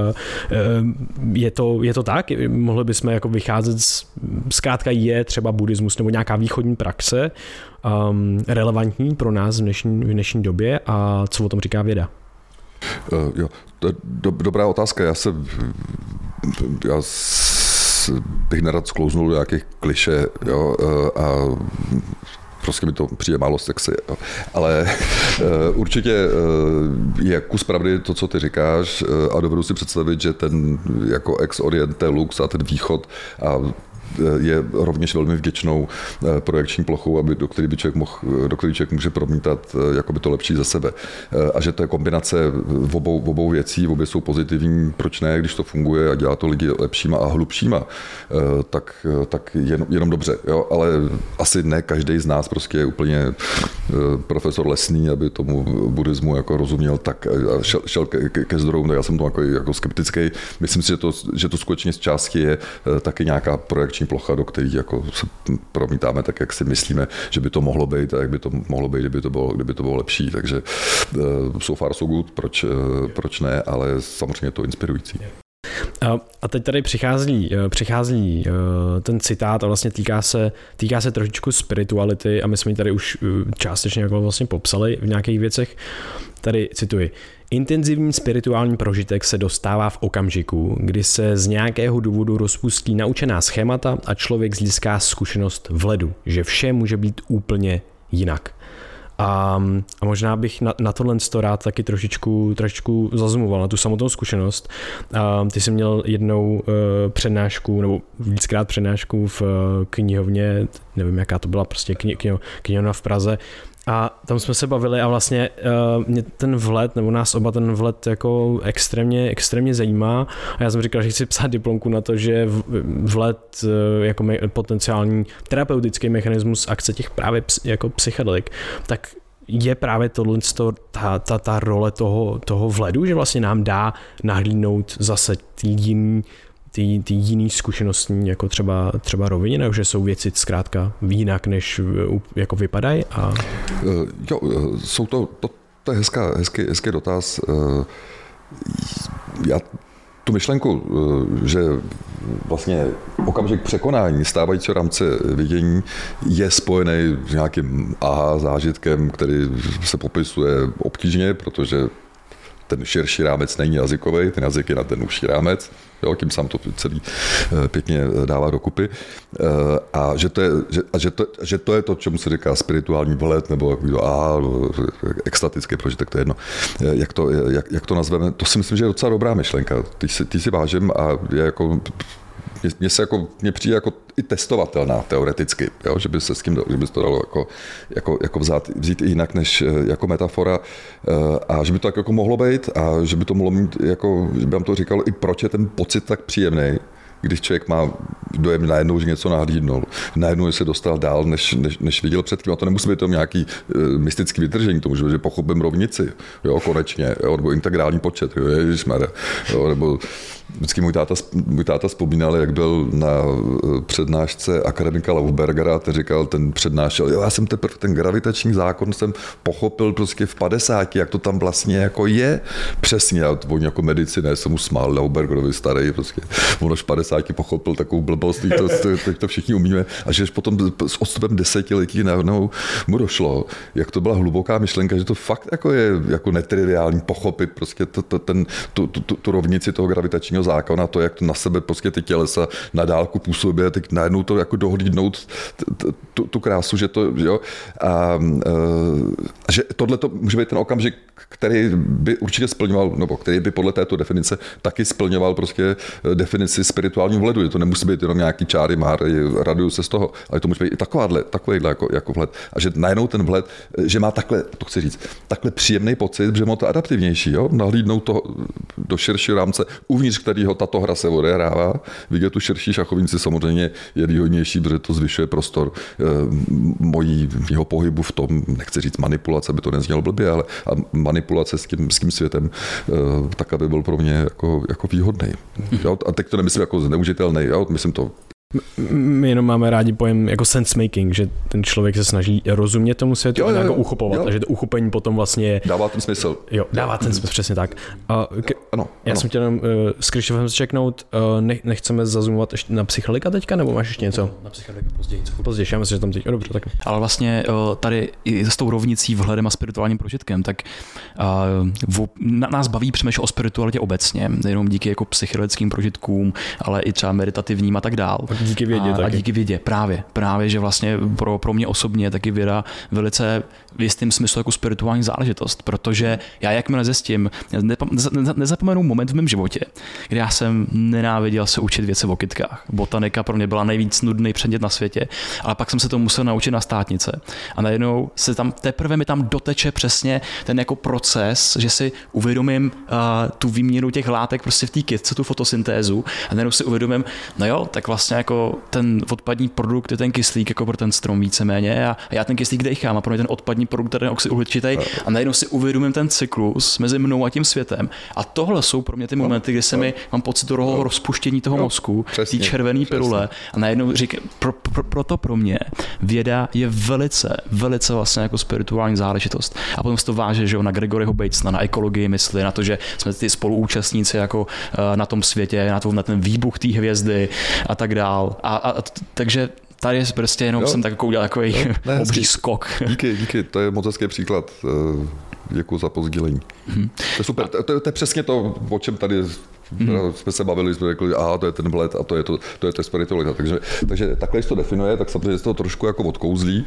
Je to tak? Mohli bychom jako vycházet zkrátka je třeba buddhismus nebo nějaká východní praxe relevantní pro nás v dnešní době a co o tom říká věda? Jo, to je dobrá otázka. Já bych nerad sklouznul do nějakých klišé, jo, a prostě mi to přijde málo sexy. Jo. Ale určitě je kus pravdy to, co ty říkáš, a dovedu si představit, že ten jako ex oriente lux a ten východ a je rovněž velmi vděčnou projekční plochou, do které člověk může promítat jakoby to lepší ze sebe. A že to je kombinace obou věcí, obě jsou pozitivní, proč ne, když to funguje a dělá to lidi lepšíma a hlubšíma, tak jenom dobře. Jo? Ale asi ne každý z nás prostě je úplně profesor Lesný, aby tomu buddhismu jako rozuměl tak a šel ke zdrojům, tak já jsem to jako skeptický. Myslím si, že to skutečně z části je taky nějaká projekční plocha, do které jako se promítáme tak, jak si myslíme, že by to mohlo být a jak by to mohlo být, kdyby to bylo lepší. Takže so far so good, proč ne, ale samozřejmě je to inspirující. A teď tady přichází ten citát a vlastně týká se trošičku spirituality a my jsme ji tady už částečně jako vlastně popsali v nějakých věcech. Tady cituji. Intenzivní spirituální prožitek se dostává v okamžiku, kdy se z nějakého důvodu rozpustí naučená schémata a člověk získá zkušenost vhledu, že vše může být úplně jinak. A možná bych na tohle rád taky trošičku zazumoval na tu samotnou zkušenost. Ty jsi měl jednou přednášku, nebo víckrát přednášku v knihovně, nevím jaká to byla, prostě knihovna v Praze. A tam jsme se bavili a vlastně mě ten vhled, nebo nás oba ten vhled jako extrémně zajímá a já jsem říkal, že chci psát diplomku na to, že vhled jako potenciální terapeutický mechanismus akce těch právě jako psychedelik, tak je právě tohle ta role toho vhledu, že vlastně nám dá nahlídnout zase ty jiný zkušenostní, jako třeba rovině, nebo že jsou věci zkrátka jinak, než jako vypadají? Jo, to je hezký dotaz. Já tu myšlenku, že vlastně okamžik překonání stávajícího rámce vidění je spojený s nějakým zážitkem, který se popisuje obtížně, protože ten širší rámec není jazykový, ten jazyk je na ten užší rámec, jo, tím sám to celý pěkně dává dokupy. A že to je to, čemu se říká spirituální vhled, nebo extatický prožitek, to je jedno. Jak to nazveme, to si myslím, že je docela dobrá myšlenka. Ty si vážím a je jako mně přijde jako i testovatelná teoreticky, jo? Že by se s tím že by to dalo jako vzít i jinak než jako metafora a že by to tak jako mohlo být a že by to mohlo mít, jako, že by nám to říkalo i proč je ten pocit tak příjemný, když člověk má dojem najednou, že něco nahlídnul, najednou se dostal dál, než viděl předtím. A to nemusí být to nějaký mystický vytržení, to může být, že pochopím rovnici, jo, konečně, jo, nebo integrální počet, jo, ježišmarja, jo, nebo vždycky můj táta vzpomínal, jak byl na přednášce akademika Laufbergera, ten říkal, ten přednášel, jo, já jsem teprve ten gravitační zákon jsem pochopil prostě v 50, jak to tam vlastně jako je přesně, a oni jako medicina, já jsem mu smál Laufbergerovi starý, prostě, ono v 50 pochopil takovou blbost, teď to všichni umíme, a že potom s odstupem 10 letí najednou mu došlo, jak to byla hluboká myšlenka, že to fakt jako je jako netriviální pochopit prostě tu rovnici toho gravitačního zákona, to, jak to na sebe prostě ty tělesa na dálku působí, a teď najednou to jako dohlídnout tu krásu, že to, jo, a že tohle to může být ten okamžik, který by určitě splňoval, nebo který by podle této definice taky splňoval prostě definici spirituálního vhledu, že to nemusí být jenom nějaký čáry, máry, raduju se z toho, ale to může být i takovýhle jako vhled. A že najednou ten vhled, že má takhle příjemný pocit, že má to adaptivnější, jo? Nahlídnout to do širšího rámce, uvnitř kterého tato hra se odehrává. Vidět tu širší šachovnici samozřejmě je výhodnější, protože to zvyšuje prostor jeho pohybu v tom, nechci říct manipulace, aby to neznělo blbě, ale manipulace s tím světem, tak aby byl pro mě jako výhodný. A teď to nemyslím jako zneužitelný, myslím to. My jenom máme rádi pojem jako sense making, že ten člověk se snaží rozumět tomu světu a nějak uchopovat a že to uchopení potom vlastně dává ten smysl. Jo, dává ten smysl, přesně tak. Ano. Já jsem chtěl jenom s Krištofem zčeknout, nechceme zazumovat ještě na psycholika teďka, nebo máš ještě něco? Na psycholika později. Později, já myslím, že tam teď, dobře, tak. Ale vlastně tady i s tou rovnicí vhledem a spirituálním prožitkem, tak nás baví přemýšlet o spiritualitě obecně, nejenom díky jako psychedelickým prožitkům, ale i třeba meditativním a tak dál. Díky vědě taky. A díky vědě, právě, že vlastně pro mě osobně taky věda velice v jistém smyslu jako spirituální záležitost, protože já jakmile zjistím, nezapomenu moment v mém životě, kdy já jsem nenáviděl se učit věci o kytkách. Botanika pro mě byla nejvíc nudný předmět na světě, ale pak jsem se to musel naučit na státnice. A najednou teprve mi tam doteče přesně ten jako proces, že si uvědomím tu výměnu těch látek prostě v té kytce, tu fotosyntézu a najednou si uvědomím, no jo, tak vlastně jako ten odpadní produkt je ten kyslík jako pro ten strom víceméně a já ten kyslík dejchám a pro mě ten odpadní produkt je ten oxid uhličitý a najednou si uvědomím ten cyklus mezi mnou a tím světem. A tohle jsou pro mě ty momenty, kdy se mi mám pocit toho rozpuštění toho mozku, té červené pilule a najednou říkám, proto pro mě věda je velice vlastně jako spirituální záležitost. A potom se to váže, že na Gregoryho Batesona, na ekologii mysli, na to, že jsme ty spoluúčastníci jako na tom světě, na ten výbuch té hvězdy a tak dál. Takže tady prostě jenom jsem tak udělal takový obří skok. Díky, to je moc hezký příklad. Děkuji za pozdílení. To je super, to je přesně to, o čem tady jsme se bavili, jsme řekli, to je ten bled a to je ta spiritualita. Takže takhle, když to definuje, tak samozřejmě se to trošku jako odkouzlí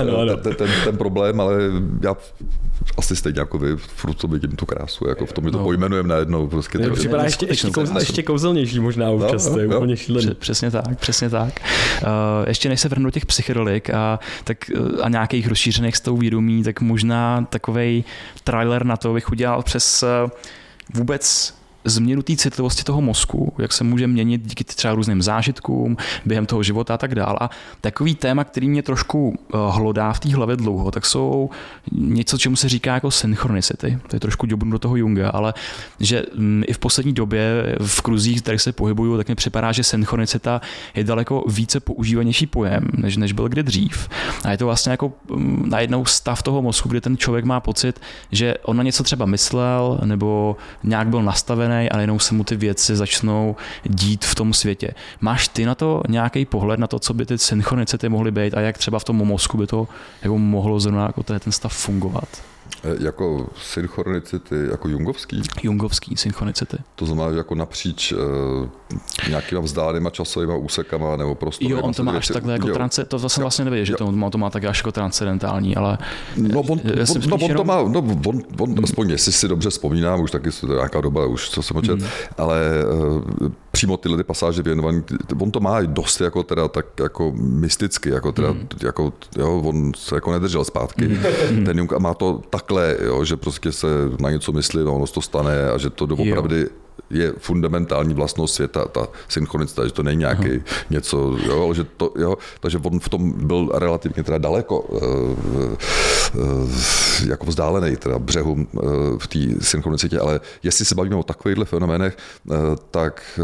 ten problém, ale já asi stejně jako vy, furt to vidím tu krásu, jako v tom, že to pojmenujeme najednou. Prostě to připadá ještě kouzelnější možná občas, to je úplně šílený. Přesně tak. Ještě než se vrhnu do těch psychedelik a nějakých rozšířených stavů vědomí, tak možná takovej trailer na to bych udělal přes vůbec změnu té citlivosti toho mozku, jak se může měnit díky třeba různým zážitkům během toho života a tak dál. A takový téma, který mě trošku hlodá v té hlavě dlouho, tak jsou něco, čemu se říká jako synchronicity. To je trošku ďobnu do toho Junga, ale že i v poslední době v kruzích, kterých se pohybuju, tak mi připadá, že synchronicita je daleko více používanější pojem, než byl kdy dřív. A je to vlastně jako najednou stav toho mozku, kdy ten člověk má pocit, že on na něco třeba myslel nebo nějak byl nastavený a najednou se mu ty věci začnou dít v tom světě. Máš ty na to nějaký pohled na to, co by ty synchronicity mohly být a jak třeba v tom mozku by to jako mohlo zrovna jako ten stav fungovat? Jako synchronicity, jako jungovský? Jungovský synchronicity. To znamená, že jako napříč nějakýma vzdálenýma časovýma úsekama nebo prostory. Jo, on to má až takhle jako to jsem vlastně nevěděl, že to má tak až jako transcendentální, ale... On aspoň jestli si dobře vzpomínám, už taky nějaká doba, už co jsem očet, ale přímo tyhle ty pasáže věnovaný, on to má dost jako teda tak jako mysticky, jako teda, jako, jo, on se jako nedržel zpátky. Ten Jung má to takhle, jo, že prostě se na něco myslí, ono to stane a že to doopravdy je fundamentální vlastnost světa, ta synchronicita, že to není nějaký něco, jo, ale že to, jo, takže on v tom byl relativně teda daleko jako vzdálený teda břehu v té synchronicitě, ale jestli se bavíme o takovýchhle fenoménech, tak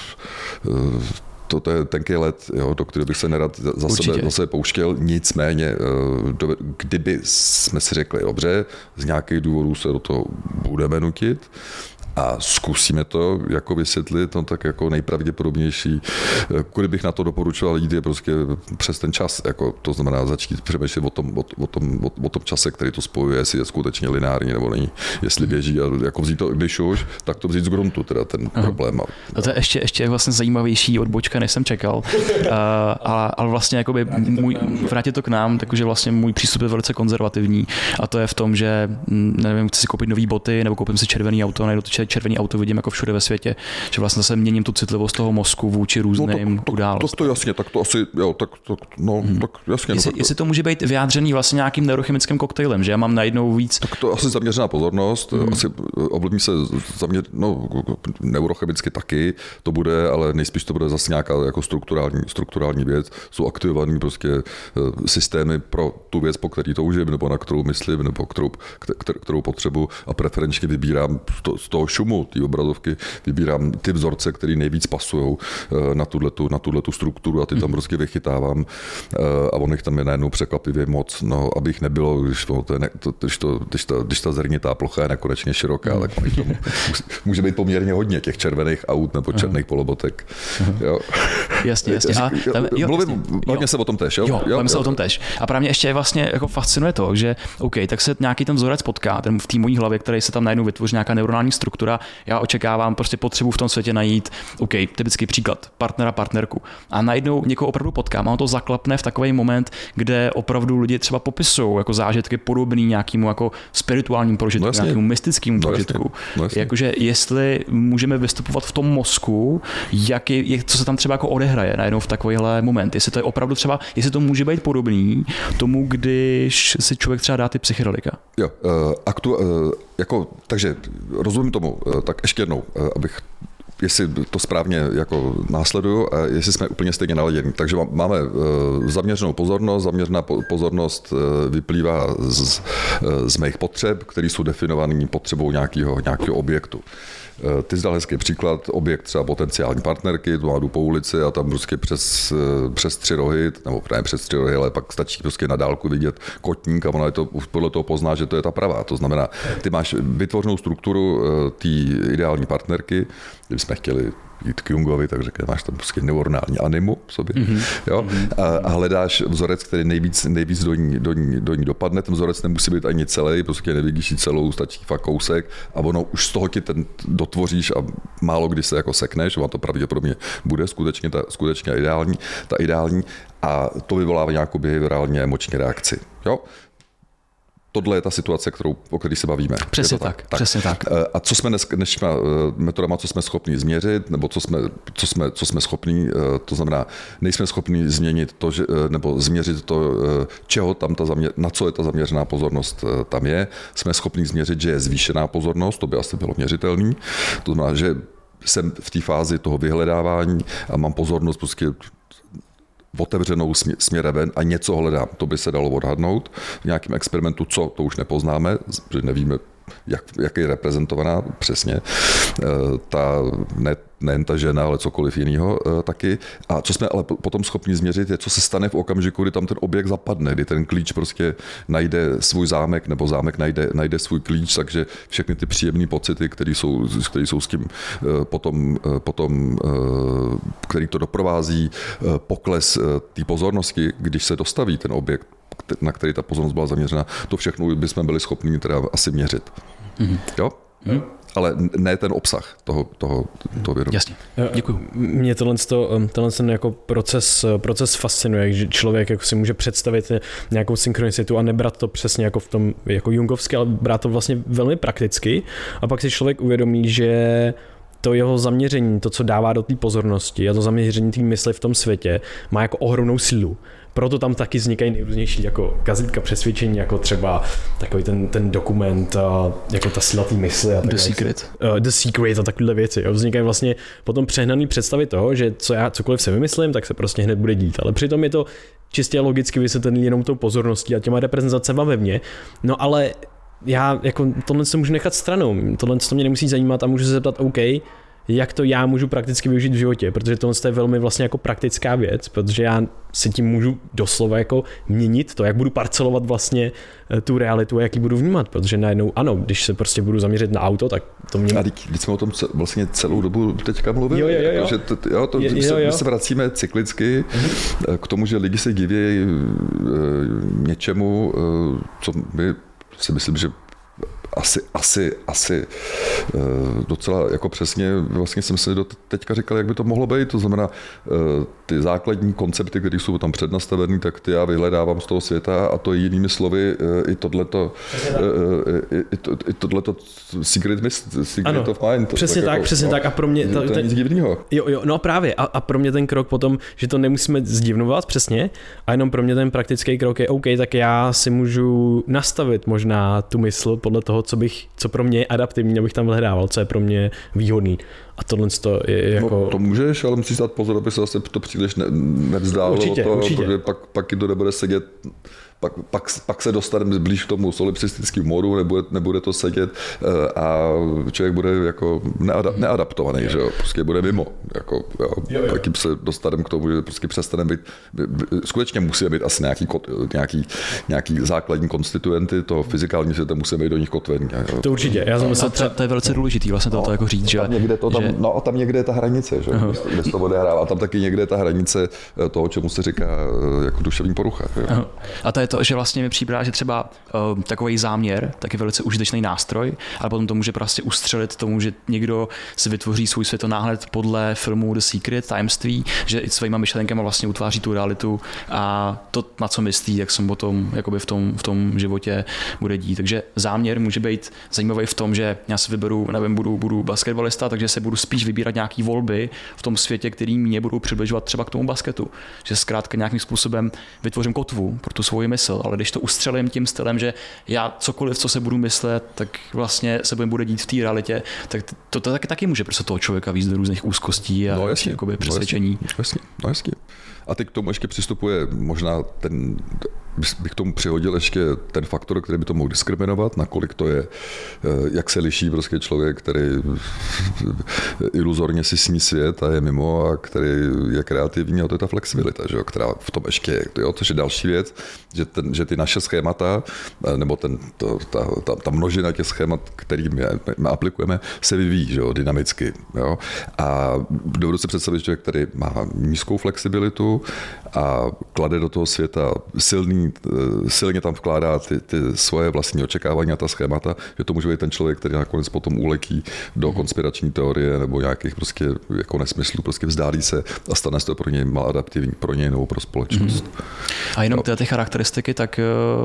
to je tenký let, jo, do kterého bych se nerad zase pouštěl, nicméně, kdyby jsme si řekli, dobře, z nějakých důvodů se do toho budeme nutit, a zkusíme to jako vysvětlit, no tak jako nejpravděpodobnější, kdybych na to doporučoval jít, je prostě přes ten čas, jako to znamená začít přemýšlet o tom čase, který to spojuje, jestli je skutečně lineární nebo není, jestli běží a jako vzít to, když už, tak to vzít z gruntu, teda ten problém. No to je ještě vlastně zajímavější odbočka, než jsem čekal, ale vlastně jakoby vrátit to k nám, takže vlastně můj přístup je velice konzervativní a to je v tom, že nevím, chci si koupit nový boty nebo koupím si červený auto, najdu to protože červený auto vidím jako všude ve světě, že vlastně se měním tu citlivost toho mozku vůči různým událostem. To jasně, tak to asi, jo, tak jasně. Jestli to může být vyjádřený vlastně nějakým neurochemickým koktejlem, že já mám najednou víc. Tak to asi zaměřená pozornost, asi ovlivní se neurochemicky taky to bude, ale nejspíš to bude zase nějaká jako strukturální věc. Jsou aktivovaný prostě systémy pro tu věc, po který toužím, nebo na kterou myslím, nebo kterou potřebuji a preferenčně vybírám z toho šumu, té obrazovky, vybírám ty vzorce, které nejvíc pasují na tuhletu strukturu a ty tam prostě vychytávám a on jich tam je najednou překvapivě moc. No, abych nebylo, když ta zrnitá plocha je nekonečně široká, tak tomu může být poměrně hodně těch červených aut nebo černých polobotek. Jo. Jasně. Bavíme se o tom též, jo? Bavíme se o tom též. A právě ještě vlastně jako fascinuje to, že OK, tak se nějaký ten vzorec potká, ten v té mojí hlavě, který se tam najednou vytvoří nějaká neuronální struktura, já očekávám prostě potřebu v tom světě najít, OK, typický příklad, partnerku. A najednou někoho opravdu potkám a on to zaklapne v takový moment, kde opravdu lidi třeba popisují jako zážitky podobný nějakému jako spirituálnímu prožitku, nějakému mystickému prožitku. Jakože jestli můžeme vystupovat v tom mozku, co se tam třeba jako odehraje najednou v takovýhle moment. Jestli to je opravdu třeba, jestli to může být podobný tomu, když si člověk třeba dá ty psychedelika. Jo, takže rozumím tomu, tak ještě jednou, abych jestli to správně jako následuju a jestli jsme úplně stejně naladěni. Takže máme zaměřenou pozornost. Zaměřená pozornost vyplývá z mých potřeb, které jsou definované potřebou nějakého objektu. Ty zdal hezký příklad, objekt třeba potenciální partnerky, tu jdu po ulici a tam prostě přes 3 rohy, nebo ne přes 3 rohy, ale pak stačí prostě na dálku vidět kotník a ona to podle toho pozná, že to je ta pravá. To znamená, ty máš vytvořenou strukturu té ideální partnerky, kdybychom chtěli jít k Jungovi, tak řekne, máš tam prostě neuronální animu v sobě, jo? A hledáš vzorec, který nejvíc do ní dopadne. Ten vzorec nemusí být ani celý, prostě nevidíš ji celou, stačí fakt kousek a ono už z toho ti ten dotvoříš a málo kdy se jako sekneš, ono to pravděpodobně bude skutečně ideální a to vyvolává nějakou behaviorální emoční reakci. Jo? Tohle je ta situace, o které se bavíme. Přesně tak. A co jsme dnešníma metodama, co jsme schopni změřit, nebo co jsme schopni, to znamená, nejsme schopni změnit to, nebo změřit to, na co je ta zaměřená pozornost tam je. Jsme schopni změřit, že je zvýšená pozornost, to by asi bylo měřitelný. To znamená, že jsem v té fázi toho vyhledávání a mám pozornost prostě otevřenou směrem ven a něco hledám. To by se dalo odhadnout v nějakém experimentu, co, to už nepoznáme, protože nevíme, jak je reprezentovaná přesně nejen ta žena, ale cokoliv jiného taky. A co jsme ale potom schopni změřit, je, co se stane v okamžiku, kdy tam ten objekt zapadne, kdy ten klíč prostě najde svůj zámek, nebo zámek najde svůj klíč, takže všechny ty příjemné pocity, které jsou s tím potom který to doprovází, pokles té pozornosti, když se dostaví ten objekt, na který ta pozornost byla zaměřena, to všechno bychom byli schopni teda asi měřit. Jo? Ale ne ten obsah toho vědomí. Jasně, děkuju. Mě tenhle jako proces fascinuje, že člověk jako si může představit nějakou synchronicitu a nebrat to přesně jako v tom jako jungovsky, ale brát to vlastně velmi prakticky a pak si člověk uvědomí, že to jeho zaměření, to, co dává do té pozornosti a to zaměření té mysli v tom světě má jako ohromnou sílu. Proto tam taky vznikají nejrůznější jako kazítka přesvědčení, jako třeba takový ten dokument, jako ta síla té mysli. A The Secret. The Secret a takovéhle věci. Jo. Vznikají vlastně potom přehnaný představy toho, že cokoliv si vymyslím, tak se prostě hned bude dít. Ale přitom je to čistě logicky vysvětlený jenom tou pozorností a těma reprezentacemi vevně. No ale já jako tohle se můžu nechat stranou. Tohle to mě nemusí zajímat a můžu se zeptat, OK, jak to já můžu prakticky využít v životě, protože tohle je velmi vlastně jako praktická věc, protože já si tím můžu doslova jako měnit to, jak budu parcelovat vlastně tu realitu a jak ji budu vnímat, protože najednou ano, když se prostě budu zaměřit na auto, tak to mě... A teď jsme o tom vlastně celou dobu teďka mluvili, my se vracíme cyklicky k tomu, že lidi se diví něčemu, co my si myslím, že asi docela jako přesně vlastně jsem si teďka říkal, jak by to mohlo být, to znamená ty základní koncepty, které jsou tam přednastavený, tak ty já vyhledávám z toho světa a to jinými slovy i tohleto secret of mind. Přesně tak, jako, přesně tak a pro mě... To je nic divného. Jo, no právě a pro mě ten krok potom, že to nemusíme zdivnovat přesně a jenom pro mě ten praktický krok je OK, tak já si můžu nastavit možná tu mysl podle toho, co pro mě je adaptivní, abych tam vyhledával, co je pro mě výhodný. A tohle je jako... No, to můžeš, ale musíš dát pozor, aby se zase to příliš nevzdálo. Určitě. Protože pak to nebude sedět, pak se dostaneme blíž k tomu solipsistickému módu, nebude to sedět a člověk bude jako neadaptovaný, že jo, prostě bude mimo. Jako, tak se dostaneme k tomu, že prostě přestaneme být, skutečně musí být asi nějaký základní konstituenty, toho fyzikální světa musí být do nich kotvení. To určitě. Já to je velice důležitý vlastně to jako říct, že... A tam někde je ta hranice, že? Kde se to odehrává. A tam taky někde je ta hranice toho, čemu se říká jako duševní porucha. A to je to, že vlastně mi připadá, že třeba takový záměr, tak je velice užitečný nástroj, ale potom to může prostě ustřelit tomu, že někdo si vytvoří svůj světonáhled podle filmu The Secret, Tajemství, že i svýma myšlenkama vlastně utváří tu realitu a to, na co myslí, jak se potom jakoby v tom životě bude dít. Takže záměr může být zajímavý v tom, že já si vyberu, nevím, budu basketbalista, takže se budu spíš vybírat nějaký volby v tom světě, který mě budou přibližovat třeba k tomu basketu. Že zkrátka nějakým způsobem vytvořím kotvu pro tu svoji mysl, ale když to ustřelím tím stylem, že já cokoliv, co se budu myslet, tak vlastně se bude dít v té realitě, tak to taky může prostě toho člověka víc do různých úzkostí a jakoby přesvědčení. No jasně. A teď k tomu ještě přistupuje možná bych k tomu přihodil ještě ten faktor, který by to mohl diskriminovat, nakolik to je, jak se liší prostě člověk, který iluzorně si sní svět a je mimo a který je kreativní, a to je ta flexibilita, že jo, která v tom ještě je, což je další věc, že ty naše schémata, nebo ta množina těch schémat, který my aplikujeme, se vyvíjí, že jo, dynamicky. Jo? A dovedu si představit člověk, který má nízkou flexibilitu a klade do toho světa silně tam vkládá ty svoje vlastní očekávání a ta schémata, že to může být ten člověk, který nakonec potom uletí do konspirační teorie nebo nějakých prostě jako nesmyslů, prostě vzdálí se a stane se to pro něj maladaptivní, pro něj nebo pro společnost. A jenom ty charakteristiky, tak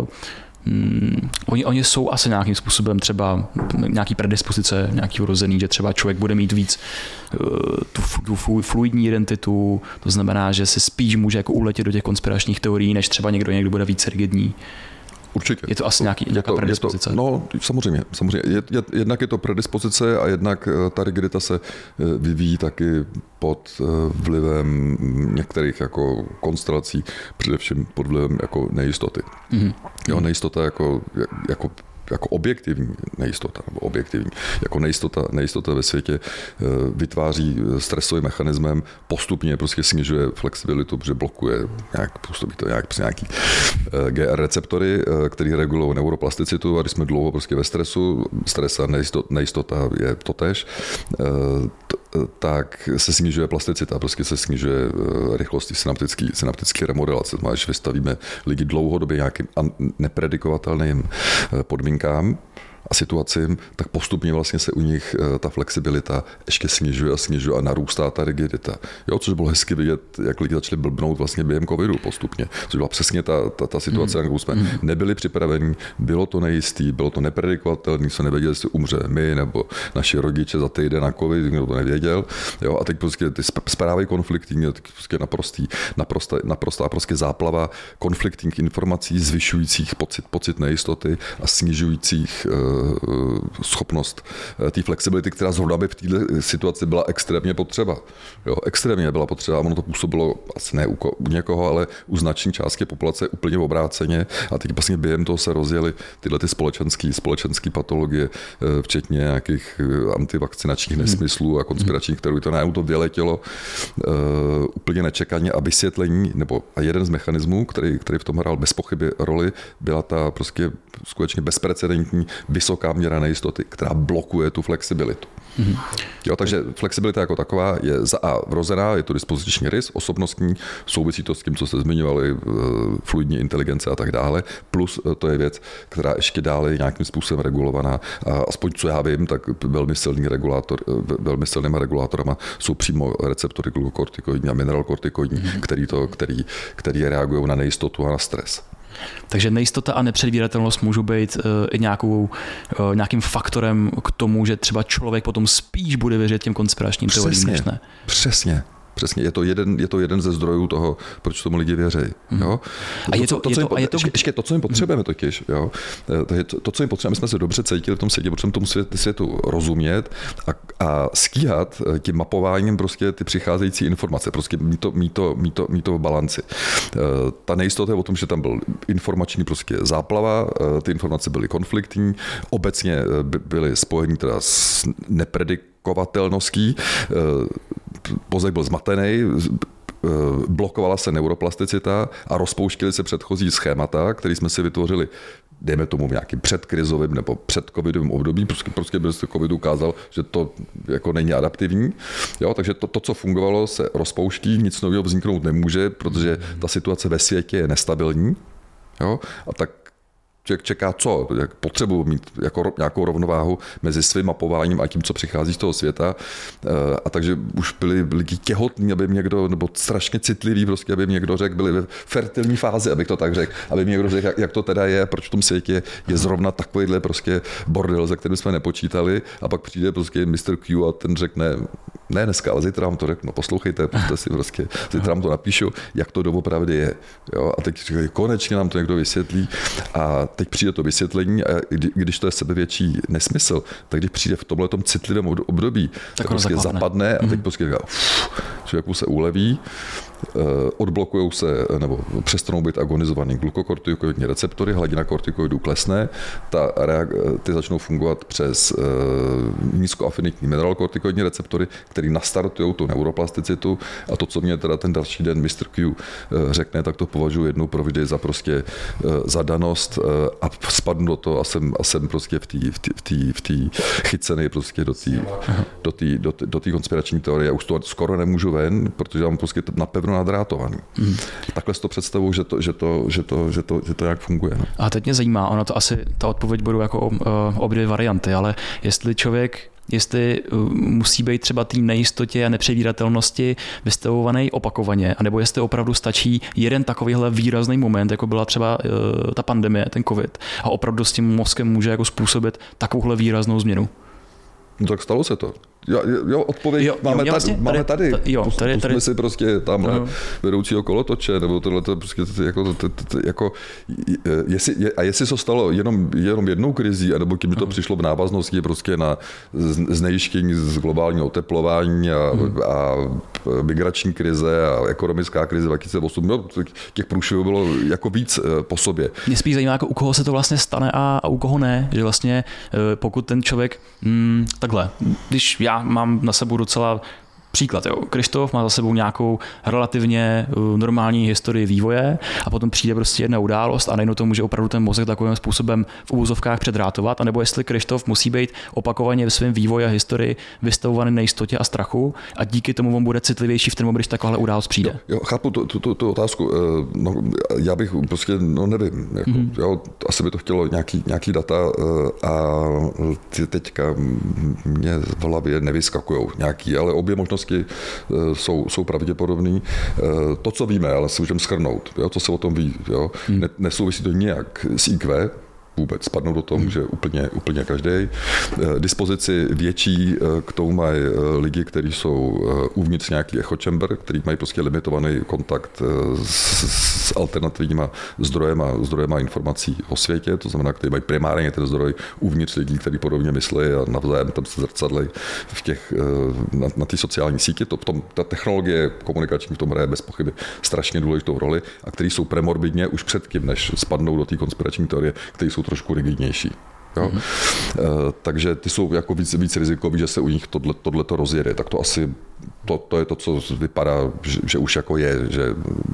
oni jsou asi nějakým způsobem třeba nějaký predispozice, nějaký urozený, že třeba člověk bude mít víc tu fluidní identitu, to znamená, že si spíš může jako uletět do těch konspiračních teorií, než třeba někdo bude víc rigidní. Určitě. Je to asi nějaká predispozice? No, samozřejmě. Jednak je to predispozice a jednak ta rigidita se vyvíjí taky pod vlivem některých jako konstelací, především pod vlivem jako nejistoty. Mm-hmm. Jo, nejistota jako objektivní nejistota, nebo objektivní, jako nejistota ve světě vytváří stresovým mechanismem, postupně prostě snižuje flexibilitu, protože blokuje, působí to nějak přes nějaký GR receptory, který regulují neuroplasticitu, a když jsme dlouho prostě ve stresu, stres a nejistota je totéž, tak se snižuje plasticita, prostě se snižuje rychlost synaptické remodelace. Když vystavíme lidi dlouhodobě nějakým nepredikovatelným podmínkám a situacím, tak postupně vlastně se u nich ta flexibilita ještě snižuje a narůstá ta rigidita. Jo, což bylo hezky vidět, jak lidi začali blbnout vlastně během covidu postupně. Což byla přesně ta situace, na kterou jsme nebyli připraveni, bylo to nejistý, bylo to nepredikovatelné, se nevěděli, jestli umře my nebo naši rodiče za týden na covid, nikdo to nevěděl. Jo, a teď prostě ty zprávy konfliktní, prostě naprostá prostě záplava konfliktních informací, zvyšujících pocit nejistoty a snižujících schopnost té flexibility, která zrovna by v této situaci byla extrémně potřeba. Jo, extrémně byla potřeba, ono to působilo asi ne u někoho, ale u značné části populace úplně obráceně, a teď vlastně během toho se rozjeli tyhle ty společenské patologie, včetně nějakých antivakcinačních nesmyslů a konspiračních teorií. To vyletělo úplně nečekaně a vysvětlení, a jeden z mechanismů, který v tom hrál bez pochyby roli, byla ta prostě skutečně bezprecedentní vysoká míra nejistoty, která blokuje tu flexibilitu. Jo, takže flexibilita jako taková je za A vrozená, je to dispoziční rys, osobnostní, souvisí to s tím, co jste zmiňovali, fluidní inteligence a tak dále, plus to je věc, která ještě dále je nějakým způsobem regulovaná. A aspoň co já vím, tak velmi silnýma regulátorama jsou přímo receptory glukokortikoidní a mineralokortikoidní, který reagují na nejistotu a na stres. Takže nejistota a nepředvídatelnost můžou být i nějakým faktorem k tomu, že třeba člověk potom spíš bude věřit těm konspiračním teoriím, než ne. Přesně. Je to jeden ze zdrojů toho, proč tomu lidi věří. Jo? To, co jim potřebujeme totiž, jo? To, co jim potřebujeme, my jsme se dobře cítili v tom světě, potřebujeme tomu světu rozumět a stíhat tím mapováním prostě ty přicházející informace, prostě mít to v balanci. Ta nejistota je o tom, že tam byl informační prostě záplava, ty informace byly konfliktní, obecně byly spojeny teda s nepredikovatelností, mozek byl zmatený, blokovala se neuroplasticita a rozpouštily se předchozí schémata, které jsme si vytvořili, dejme tomu v nějakým předkrizovým nebo předcovidovým období, prostě bez covidu ukázal, že to jako není adaptivní. Jo, takže to, co fungovalo, se rozpouští, nic nového vzniknout nemůže, protože ta situace ve světě je nestabilní. Jo, a tak člověk čeká co? Potřebuji mít jako nějakou rovnováhu mezi svým mapováním a tím, co přichází z toho světa. A takže už byli lidi těhotní, aby někdo, nebo strašně citliví, prostě, aby někdo řekl, byli ve fertilní fázi, abych to tak řekl, aby někdo řekl, jak to teda je, proč v tom světě je zrovna takovýhle prostě bordel, za kterým jsme nepočítali, a pak přijde prostě Mr. Q a ten řekne, ne dneska, ale zítra vám to řeknu, poslouchejte, si prostě, zítra vám to napíšu, jak to doopravdy je. Jo? A teď říkají, konečně nám to někdo vysvětlí. A teď přijde to vysvětlení a když to je sebevětší nesmysl, tak když přijde v tomhletom citlivém období, tak prostě zapadne a teď prostě člověku se uleví, odblokujou se nebo přestanou být agonizovaný glukokortikoidní receptory, hladina kortikoidů klesne, ty začnou fungovat přes nízkoafinitní mineralokortikoidní receptory, které nastartují tu neuroplasticitu, a to, co mě teda ten další den Mr. Q řekne, tak to považuji jednou provždy za prostě za danost a spadnu do toho a jsem prostě v té chycený prostě do té konspirační teorie. Já už to skoro nemůžu ven, protože mám prostě napevno nadrátovaný. Takhle si to představuji, že to jak funguje. No. A teď mě zajímá, ono to asi, ta odpověď budou jako obě varianty, ale jestli musí být třeba té nejistotě a nepředvídatelnosti vystavovaný opakovaně, anebo jestli opravdu stačí jeden takovýhle výrazný moment, jako byla třeba ta pandemie, ten covid, a opravdu s tím mozkem může jako způsobit takovouhle výraznou změnu. No tak stalo se to. Jo, odpověď máme tady. Pusťme si prostě tamhle vedoucího kolotoče, nebo tohle prostě jako jestli to stalo jenom jednou krizí, anebo tím, že to přišlo v návaznosti prostě na znejištění z globálního oteplování a migrační krize a ekonomická krize 2008, no, těch průšvihů bylo jako víc po sobě. Mě spíš zajímá, jako u koho se to vlastně stane a u koho ne, že vlastně pokud ten člověk takhle, když já mám na sebou docela příklad, jo. Krištof má za sebou nějakou relativně normální historii vývoje a potom přijde prostě jedna událost a najednou to může opravdu ten mozek takovým způsobem v uvozovkách předrátovat, anebo jestli Krištof musí být opakovaně ve svém vývoji a historii vystavovaný nejistotě a strachu a díky tomu on bude citlivější v ten moment, když takováhle událost přijde. Jo, chápu tu otázku. No, já bych prostě, nevím, jako, jo, asi by to chtělo nějaký data a teďka mě v hlavě nevyskakujou nějaký, ale obě možnosti jsou pravděpodobný. To, co víme, ale si můžeme shrnout, jo, co se o tom ví. Jo. Nesouvisí to nijak s IQ, vůbec spadnout do toho může úplně každý. Dispozici větší k tomu mají lidi, kteří jsou uvnitř nějaký echo chamber, kteří mají prostě limitovaný kontakt s alternativníma zdrojema informací o světě, to znamená, kteří mají primárně ten zdroj uvnitř lidí, kteří podobně myslí a navzájem tam se zrcadlej na té sociální síti. Ta technologie komunikační v tom hraje bez pochyby strašně důležitou roli a kteří jsou premorbidně už předtím, než spadnou do té konspirační teorie, kteří jsou trošku rigidnější. Jo? Takže ty jsou jako víc rizikový, že se u nich tohleto rozjede. Tak to asi to je to, co vypadá, že už jako je, že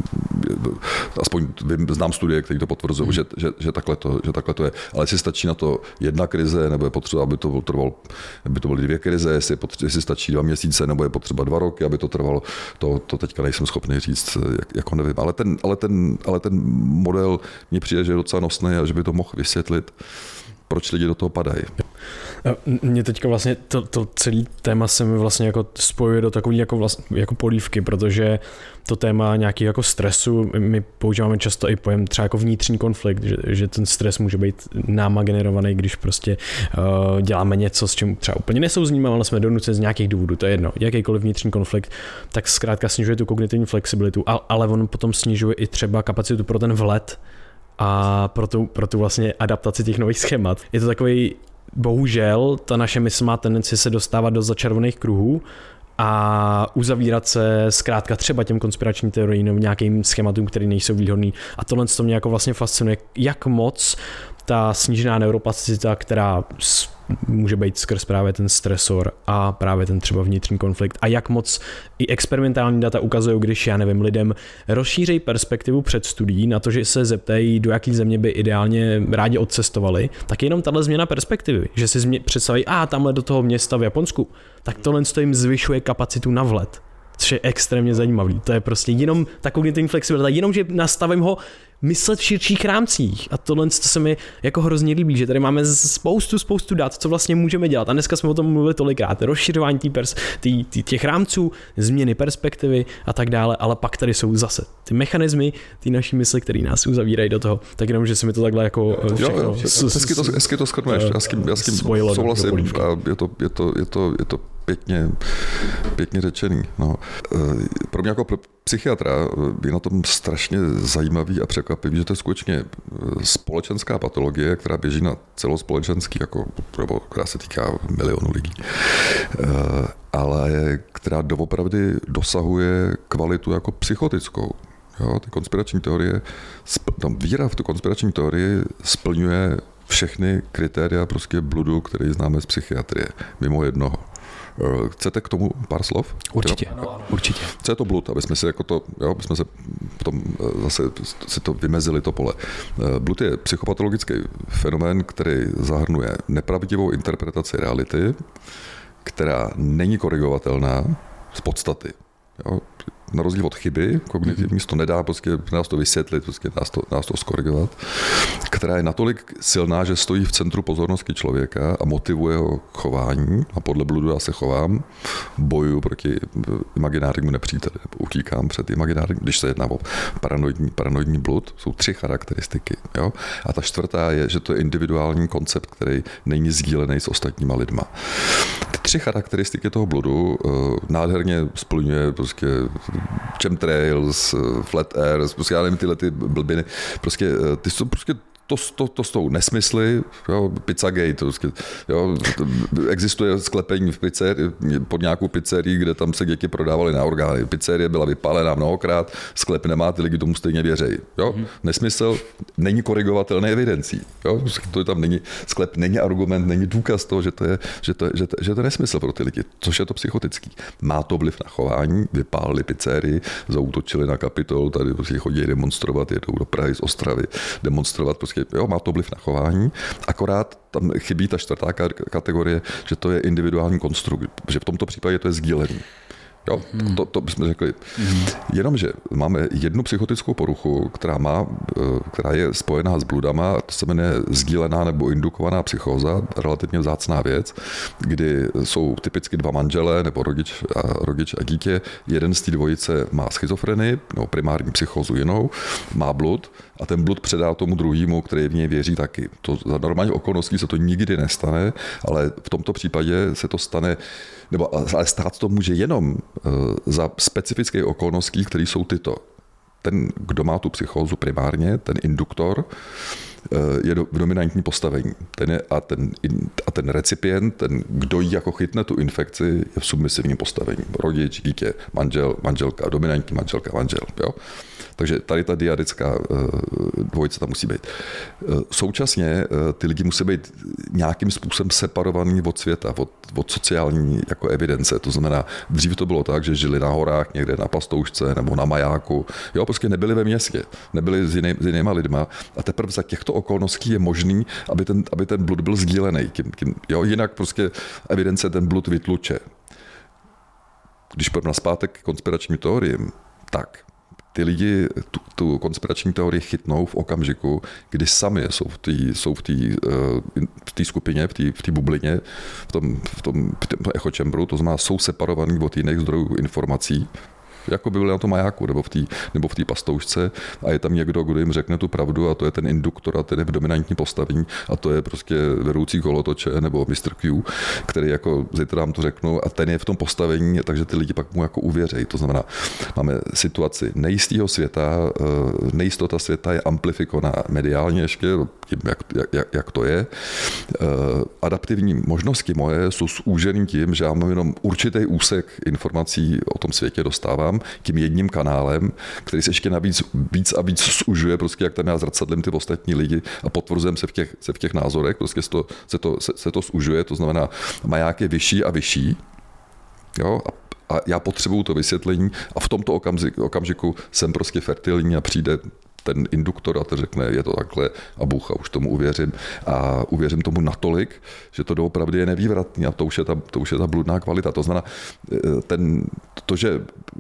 aspoň znám studie, které to potvrzují, že takhle to je. Ale jestli stačí na to jedna krize, nebo je potřeba, aby to byly 2 krize, jestli stačí 2 měsíce, nebo je potřeba 2 roky, aby to trvalo, to teďka nejsem schopný říct, jako nevím. Ale ten model mně přijde, že je docela nosný a že by to mohl vysvětlit, proč lidi do toho padají. Mně teďka vlastně to celý téma se mi vlastně jako spojuje do takový jako polívky, protože to téma nějaký jako stresu, my používáme často i pojem třeba jako vnitřní konflikt, že ten stres může být náma generovaný, když prostě děláme něco, s čím třeba úplně nesouzníme, ale jsme donuceni z nějakých důvodů, to je jedno, jakýkoliv vnitřní konflikt, tak zkrátka snižuje tu kognitivní flexibilitu, ale on potom snižuje i třeba kapacitu pro ten vhled a pro tu vlastně adaptaci těch nových schémat. Je to takový, bohužel, ta naše mysl má tendenci se dostávat do začarovaných kruhů a uzavírat se zkrátka třeba těm konspiračním teoriím nebo nějakým schématům, které nejsou výhodný. A tohle to mě jako vlastně fascinuje, jak moc ta snížená neuroplasticita, která může být skrz právě ten stresor a právě ten třeba vnitřní konflikt a jak moc i experimentální data ukazují, když, já nevím, lidem rozšíří perspektivu před studií na to, že se zeptají, do jaký země by ideálně rádi odcestovali, tak jenom tahle změna perspektivy, že si představí, tamhle do toho města v Japonsku, tak tohle jim zvyšuje kapacitu na vlet, což je extrémně zajímavý. To je prostě jenom ta kognitivní flexibilita, jenom, že nastavím ho myslet v širších rámcích. A tohle se mi jako hrozně líbí, že tady máme spoustu dat, co vlastně můžeme dělat. A dneska jsme o tom mluvili tolikrát. Rozšiřování těch rámců, změny perspektivy a tak dále, ale pak tady jsou zase ty mechanismy, ty naší mysli, které nás uzavírají do toho. Tak jenom, že se mi to takhle jako všechno... Hezky to shrnuješ. Já s tím souhlasím. Je to pěkně řečený. No. Pro mě jako pro psychiatra je na tom strašně zajímavý a překvapivý, že to je skutečně společenská patologie, která běží na celospolečenský, nebo která se týká milionů lidí, ale která doopravdy dosahuje kvalitu jako psychotickou. Jo, ty konspirační teorie, víra v tu konspirační teorii splňuje všechny kritéria prostě bludu, který známe z psychiatrie, mimo jednoho. Chcete k tomu pár slov? Určitě. Co je to blud, aby jsme si potom zase si to vymezili to pole. Blud je psychopatologický fenomén, který zahrnuje nepravdivou interpretaci reality, která není korigovatelná z podstaty. Jo? Na rozdíl od chyby kognitivní, to nedá nás to vysvětlit, nás to skorigovat, která je natolik silná, že stojí v centru pozornosti člověka a motivuje ho chování a podle bludu já se chovám, bojuju proti imaginárnímu nepříteli, nebo utíkám před imaginárním, když se jedná o paranoidní blud, jsou 3 charakteristiky. Jo? A ta 4. je, že to je individuální koncept, který není sdílený s ostatníma lidma. Ty 3 charakteristiky toho bludu nádherně splňuje prostě chemtrails, flat earth, prostě já nevím, tyhle ty blbiny, prostě ty jsou prostě to jsou nesmysly, jo, Pizzagate, jo, existuje sklepení v pizzerii, pod nějakou pizzerií, kde tam se děti prodávaly na orgány. Pizzerie byla vypálená mnohokrát, sklep nemá, ty lidi tomu stejně věřejí. Jo? Nesmysl není korigovatelné evidencí. Jo? To tam není, sklep není argument, není důkaz toho, že to je nesmysl pro ty lidi, což je to psychotický. Má to vliv na chování, vypálili pizzerii, zaútočili na Kapitol, tady prostě chodí demonstrovat, jedou do Prahy z Ostravy, demonstrovat, prostě, jo, má to vliv na chování, akorát tam chybí ta 4. kategorie, že to je individuální konstrukt, že v tomto případě to je sdílený. Jo, to bychom řekli. Jenomže máme jednu psychotickou poruchu, která je spojená s bludama, to se jmenuje sdílená nebo indukovaná psychóza, relativně vzácná věc, kdy jsou typicky 2 manželé nebo rodič a dítě. Jeden z té dvojice má schizofrenii, nebo primární psychózu jinou, má blud a ten blud předá tomu druhému, který v něj věří taky. To za normálních okolností se to nikdy nestane, ale v tomto případě se to stane, ale stát to může jenom za specifické okolností, které jsou tyto. Ten, kdo má tu psychózu primárně, ten induktor, je v dominantní postavení. Ten recipient, ten, kdo jí jako chytne tu infekci, je v submisivním postavení. Rodič, dítě, manžel, manželka, dominantní manželka, manžel. Jo? Takže tady ta dyadická dvojice tam musí být. Současně ty lidi musí být nějakým způsobem separovaní od světa, od sociální jako evidence. To znamená, dřív to bylo tak, že žili na horách, někde na pastoušce nebo na majáku. Jo, prostě nebyli ve městě, nebyli s jinýma lidma. A teprve za těchto okolností je možný, aby ten blud byl sdílený. Jo, jinak prostě evidence ten blud vytluče. Když půjdeme nazpátek k konspiračním teoriím, tak ty lidi tu konspirační teorii chytnou v okamžiku, kdy sami jsou v té skupině, v té bublině, v tom echo chamberu, to znamená, jsou separovaní od jiných zdrojů informací, jako by byli na tom majáku nebo v té pastoušce a je tam někdo, kdo jim řekne tu pravdu a to je ten induktor a ten je v dominantní postavení a to je prostě vedoucí kolotoče nebo Mr. Q, který jako zítra vám to řeknou a ten je v tom postavení, takže ty lidi pak mu jako uvěřejí. To znamená, máme situaci nejistého světa, nejistota světa je amplifikovaná mediálně ještě tím, jak to je. Adaptivní možnosti moje jsou zúžený tím, že já mám jenom určitý úsek informací o tom světě dostávám tím jedním kanálem, který se ještě navíc víc a víc zužuje, prostě jak tam já zrcadlím ty ostatní lidi a potvrzujeme se v těch názorech, prostě se to zužuje, to znamená, maják je vyšší a vyšší, jo, a já potřebuju to vysvětlení a v tomto okamžiku jsem prostě fertilní a přijde ten induktor a to řekne, je to takhle a Bůh, a už tomu uvěřím. A uvěřím tomu natolik, že to doopravdy je nevývratný a to už je ta bludná kvalita. To znamená, že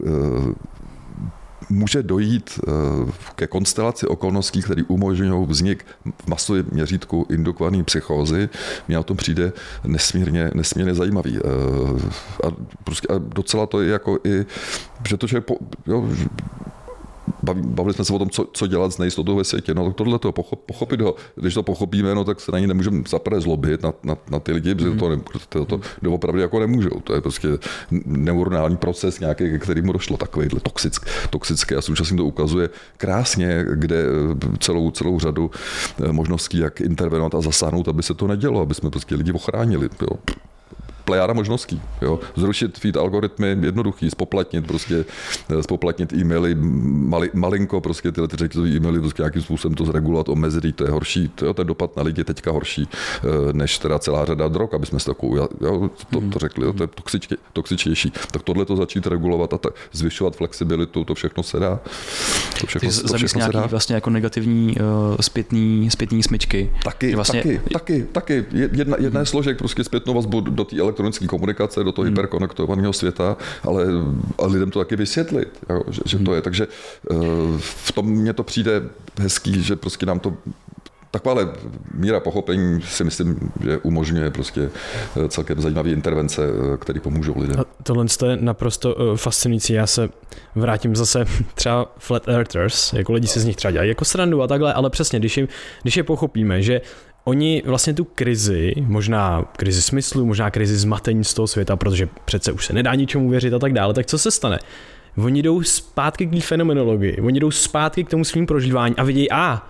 může dojít ke konstelaci okolností, které umožňují vznik v masovém měřítku indukované psychózy. Mně na tom přijde nesmírně zajímavý. A docela to je jako i, že to, že bavili jsme se o tom, co dělat s nejistotou ve světě. No tak tohle pochopit ho. Když to pochopíme, no tak se na ní nemůžeme zaprvé zlobit na ty lidi, protože to doopravdy jako nemůžou. To je prostě neuronální proces nějaký, ke kterému došlo takovýhle toxické a současně to ukazuje krásně, kde celou řadu možností, jak intervenovat a zasáhnout, aby se to nedělo, aby jsme prostě lidi ochránili. Jo. Plejáda možností. Jo. Zrušit feed algoritmy jednoduchý, spoplatnit e-maily, malinko prostě tyhle řetězové e-maily, prostě nějakým způsobem to zregulovat, omezit, to je horší, ten dopad na lidi je teďka horší, než teda celá řada drog, aby jsme si to řekli, to je toxičnější. Tak tohle to začít regulovat a zvyšovat flexibilitu, to všechno se dá. To všechno se dá. Vlastně jako negativní zpětný smyčky. Taky. Jedna je složek, prostě zpětnou vazbu do té elektronické komunikace, do toho hyperkonektovaného světa, ale lidem to taky vysvětlit, jo, že to je. Takže v tom mně to přijde hezký, že prostě nám to takováhle míra pochopení si myslím, že umožňuje prostě celkem zajímavé intervence, které pomůžou lidem. A tohle je naprosto fascinující. Já se vrátím zase třeba Flat Earthers, jako lidi si z nich třeba dělají jako srandu a takhle, ale přesně, když je pochopíme, že oni vlastně tu krizi, možná krizi smyslu, možná krizi zmatení z toho světa, protože přece už se nedá ničemu věřit a tak dále, tak co se stane? Oni jdou zpátky k té fenomenologii, oni jdou zpátky k tomu svým prožívání a vidějí,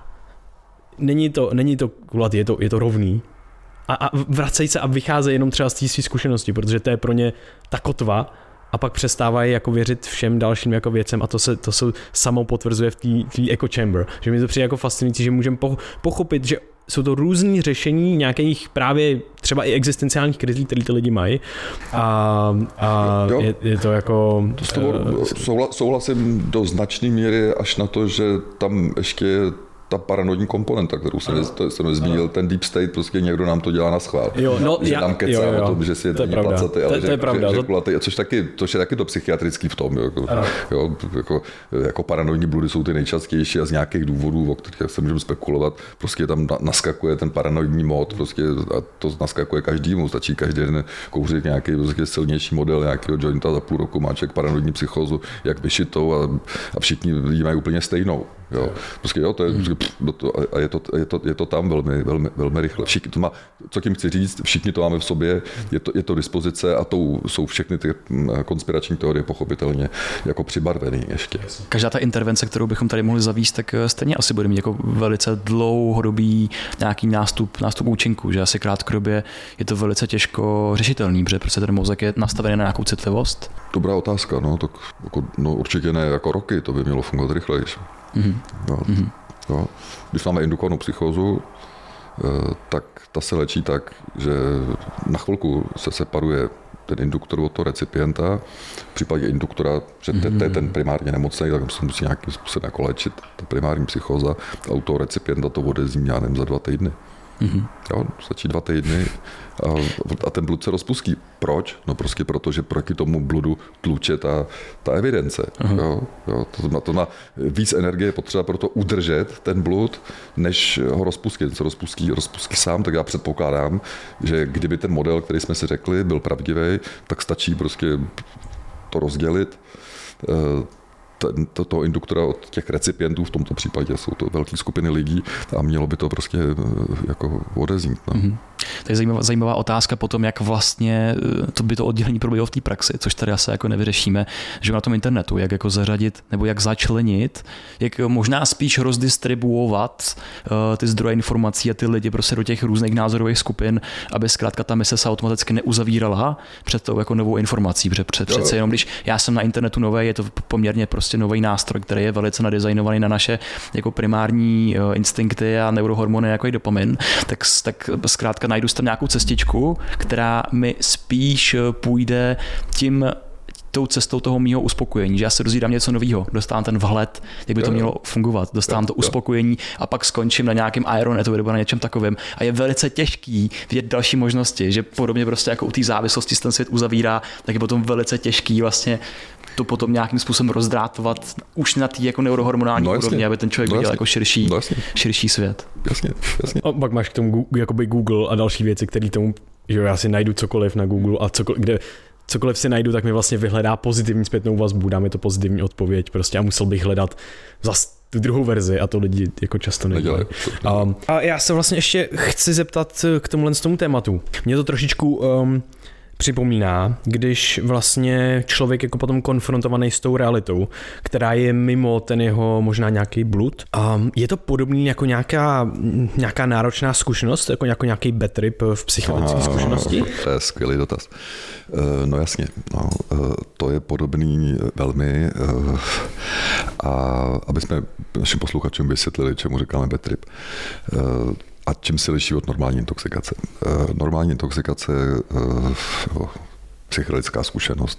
není to kulatý, je to rovný. A vracejí se a vycházejí jenom třeba z té své zkušenosti, protože to je pro ně ta kotva a pak přestávají jako věřit všem dalším jako věcem a to se samo potvrzuje v té echo chamber. Že mi to přijde jako fascinující, že můžeme pochopit, že jsou to různý řešení nějakých právě třeba i existenciálních krizí, které ty lidi mají a je to jako... Souhlasím do značné míry až na to, že tam ještě ta paranoidní komponenta, kterou jsem zmínil, ten deep state, prostě někdo nám to dělá na schvál. Že nám kecá o tom, že si je není placatý, ale že kulatý, což je taky to psychiatrický v tom. Jako paranoidní bludy jsou ty nejčastější a z nějakých důvodů, o kterých se můžeme spekulovat, prostě tam naskakuje ten paranoidní mod, prostě a to naskakuje každému, stačí každý den kouřit nějaký prostě silnější model nějakého jointa za půl roku, má člověk paranoidní psychózu, jak vyšitou a všichni lidi mají úplně stejnou. Jo. Prostě jo, to je, a je to tam velmi rychle. Všichni to má, co tím chci říct, všichni to máme v sobě, je to dispozice a jsou všechny ty konspirační teorie pochopitelně jako přibarvený ještě. Každá ta intervence, kterou bychom tady mohli zavést, tak stejně asi bude mít jako velice dlouhodobý nějaký nástup účinku, že asi krátkodobě je to velice těžko řešitelný, protože prostě ten mozek je nastavený na nějakou citlivost. Dobrá otázka, no, tak jako, no, určitě ne jako roky, to by mělo fungovat rychleji. Jo. Když máme indukovanou psychózu, tak ta se léčí tak, že na chvilku se separuje ten induktor od toho recipienta. V případě induktora, že to je ten primárně nemocný, tak se musí nějakým způsobem jako léčit ta primární psychóza a u toho recipienta to odezní, já nevím, za 2 týdny. Jo, stačí 2 týdny a ten blud se rozpustí. Proč? No prostě proto, že proti tomu bludu tluče ta evidence. Jo, to má víc energie potřeba pro to udržet ten blud, než ho rozpustit. Ten se rozpustí sám, tak já předpokládám, že kdyby ten model, který jsme si řekli, byl pravdivý, tak stačí prostě to rozdělit, toho induktora od těch recipientů, v tomto případě jsou to velké skupiny lidí a mělo by to prostě jako odeznít. No. To je zajímavá otázka potom, jak vlastně to oddělení probíhalo v té praxi, což tady asi jako nevyřešíme, že na tom internetu, jak jako zařadit nebo jak začlenit, jak možná spíš rozdistribuovat ty zdroje informací a ty lidi prostě do těch různých názorových skupin, aby zkrátka ta mise se automaticky neuzavírala před tou jako novou informací, protože přece jenom když já jsem na internetu nový, je to poměrně prostě nový nástroj, který je velice nadizajnovaný na naše jako primární instinkty a neurohormony, jako i dopamin, tak zkrátka najdu tam nějakou cestičku, která mi spíš půjde tou cestou toho mýho uspokojení, že já se dozvídám něco nového, dostávám ten vhled, jak by to mělo fungovat, dostávám to uspokojení a pak skončím na nějakém Ironetu nebo na něčem takovém a je velice těžký vidět další možnosti, že podobně prostě jako u té závislosti se ten svět uzavírá, tak je potom velice těžký vlastně to potom nějakým způsobem rozdrátovat už na té jako neurohormonální úrovni, aby ten člověk viděl jako širší svět. Jasně. A pak máš k tomu jakoby Google a další věci, které tomu, že já si najdu cokoliv na Google a cokoliv si najdu, tak mi vlastně vyhledá pozitivní zpětnou vazbu, dá mi to pozitivní odpověď prostě a musel bych hledat zase tu druhou verzi a to lidi jako často nedělají. A já se vlastně ještě chci zeptat k tomu tématu. Mě to trošičku připomíná, když vlastně člověk jako potom konfrontovaný s tou realitou, která je mimo ten jeho možná nějaký blud. Je to podobný jako nějaká náročná zkušenost, jako nějaký bad trip v psychologické zkušenosti? To je skvělý dotaz. No jasně, to je podobný velmi a aby jsme našim posluchačům vysvětlili, čemu říkáme bad trip. A čím se liší od normální intoxikace? Normální intoxikace, psychedelická zkušenost,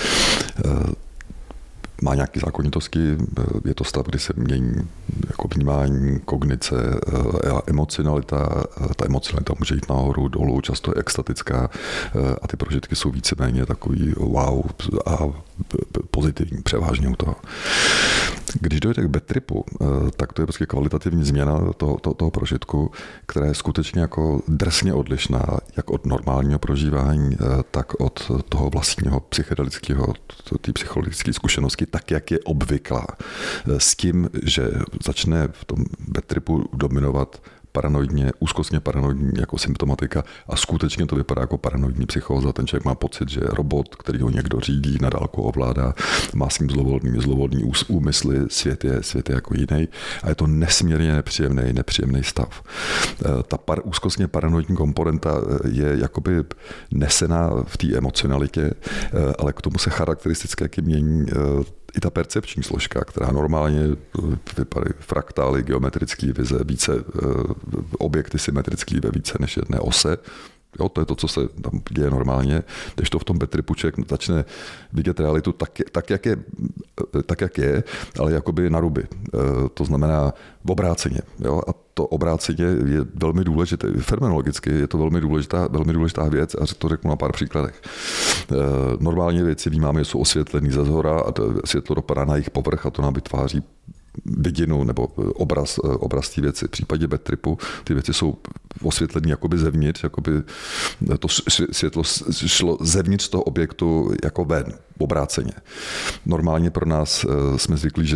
má nějaké zákonitosti, je to stav, kdy se mění jako vnímání, kognice, emocionalita. Ta emocionalita může jít nahoru, dolů, často je extatická a ty prožitky jsou víceméně takový wow a pozitivní, převážně u toho. Když dojde k bad tripu, tak to je prostě kvalitativní změna toho prožitku, která je skutečně jako drsně odlišná, jak od normálního prožívání, tak od toho vlastního psychedelického, té psychologické zkušenosti, tak, jak je obvyklá. S tím, že začne v tom bad tripu dominovat paranoidně, úzkostně paranoidní jako symptomatika a skutečně to vypadá jako paranoidní psychóza. Ten člověk má pocit, že je robot, který ho někdo řídí, na dálku ovládá, má s ním zlovolný úmysly, svět je jako jiný a je to nesmírně nepříjemný stav. Ta úzkostně paranoidní komponenta je jakoby nesená v té emocionalitě, ale k tomu se charakteristicky jaký mění i ta percepční složka, která normálně vypadá fraktály, geometrické vize, více objekty symetrické ve více než jedné ose. Jo, to je to, co se tam děje normálně, když to v tom bad tripu člověk začne vidět realitu tak, jak je, ale jakoby na ruby. To znamená v obráceně. Jo? A to obráceně je velmi důležité. Fenomenologicky je to velmi důležitá věc a to řeknu na pár příkladech. Normálně věci vnímáme, že jsou osvětlený ze zhora a světlo dopadá na jejich povrch a to nám vytváří vidinu nebo obraz té věci. V případě bad tripu ty věci jsou osvětlení jakoby zevnitř, jakoby to světlo šlo zevnitř toho objektu jako ven, obráceně. Normálně pro nás jsme zvyklí,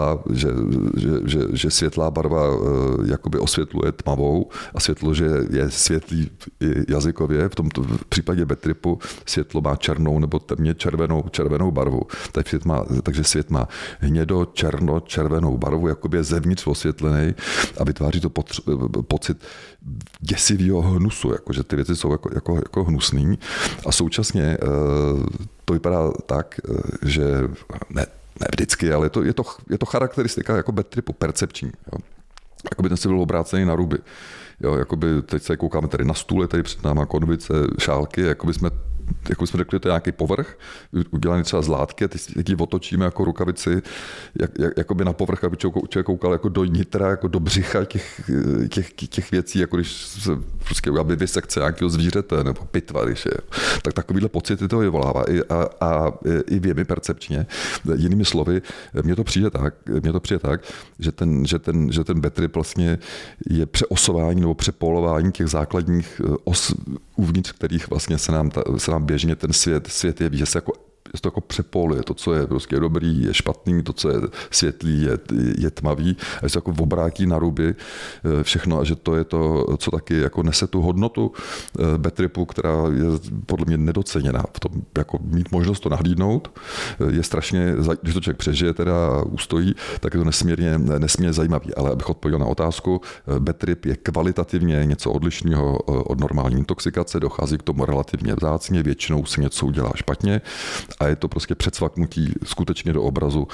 že světlá barva jakoby osvětluje tmavou a světlo, že je světlý jazykově. V tomto případě Bad-tripu světlo má černou nebo temně červenou barvu. Takže svět má červenou barvu, jakoby je zevnitř osvětlený a vytváří to pocit děsivého hnusu, jakože ty věci jsou jako hnusný. A současně to vypadá tak, že ne vždycky, ale je to charakteristika jako Bad-tripu, percepční. Jo. Jakoby ten si byl obrácený na ruby. Jo, jakoby teď se koukáme tady na stůle, tady před náma konvice, šálky, jakoby jsme řekli, to je nějaký povrch, udělaný třeba z látky, a teď ji otočíme jako rukavici, jakoby na povrch, aby člověk koukal jako do nitra, jako do břicha těch věcí, jako když se prostě udělá visekce nějakého zvířete nebo pitva, když je. Tak takovýhle pocity to vyvolává i věmi percepčně. Jinými slovy, mně to přijde tak, že ten Bad-trip vlastně je přeosování nebo přepolování těch základních os, uvnitř kterých vlastně se nám běžně ten svět jeví, že se to jako přepoluje. To, co je prostě dobrý, je špatný, to, co je světlý, je tmavý, a se jako obrátí na ruby všechno, a že to je to, co taky jako nese tu hodnotu Bad-tripu, která je podle mě nedoceněná. V tom jako mít možnost to nahlídnout je strašně, když to člověk přežije teda a ustojí, tak je to nesmírně zajímavý. Ale abych odpověděl na otázku, Bad-trip je kvalitativně něco odlišného od normální intoxikace, dochází k tomu relativně vzácně, většinou se něco udělá špatně, a je to prostě předsvaknutí skutečně do obrazu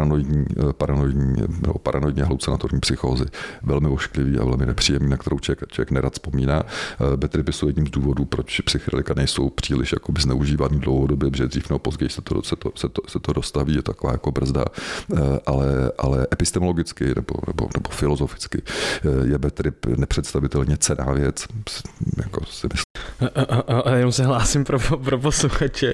paranoidně halucinatorní psychózy. Velmi ošklivý a velmi nepříjemný, na kterou člověk nerad vzpomíná. Bad-tripy jsou jedním z důvodů, proč psychedelika nejsou příliš jakoby zneužívaný dlouhodobě, protože dřív nebo později se to dostaví, je taková jako brzda, ale epistemologicky nebo filozoficky je Bad-trip nepředstavitelně cenná věc. Jako si myslím. A jenom se hlásím pro posluchače.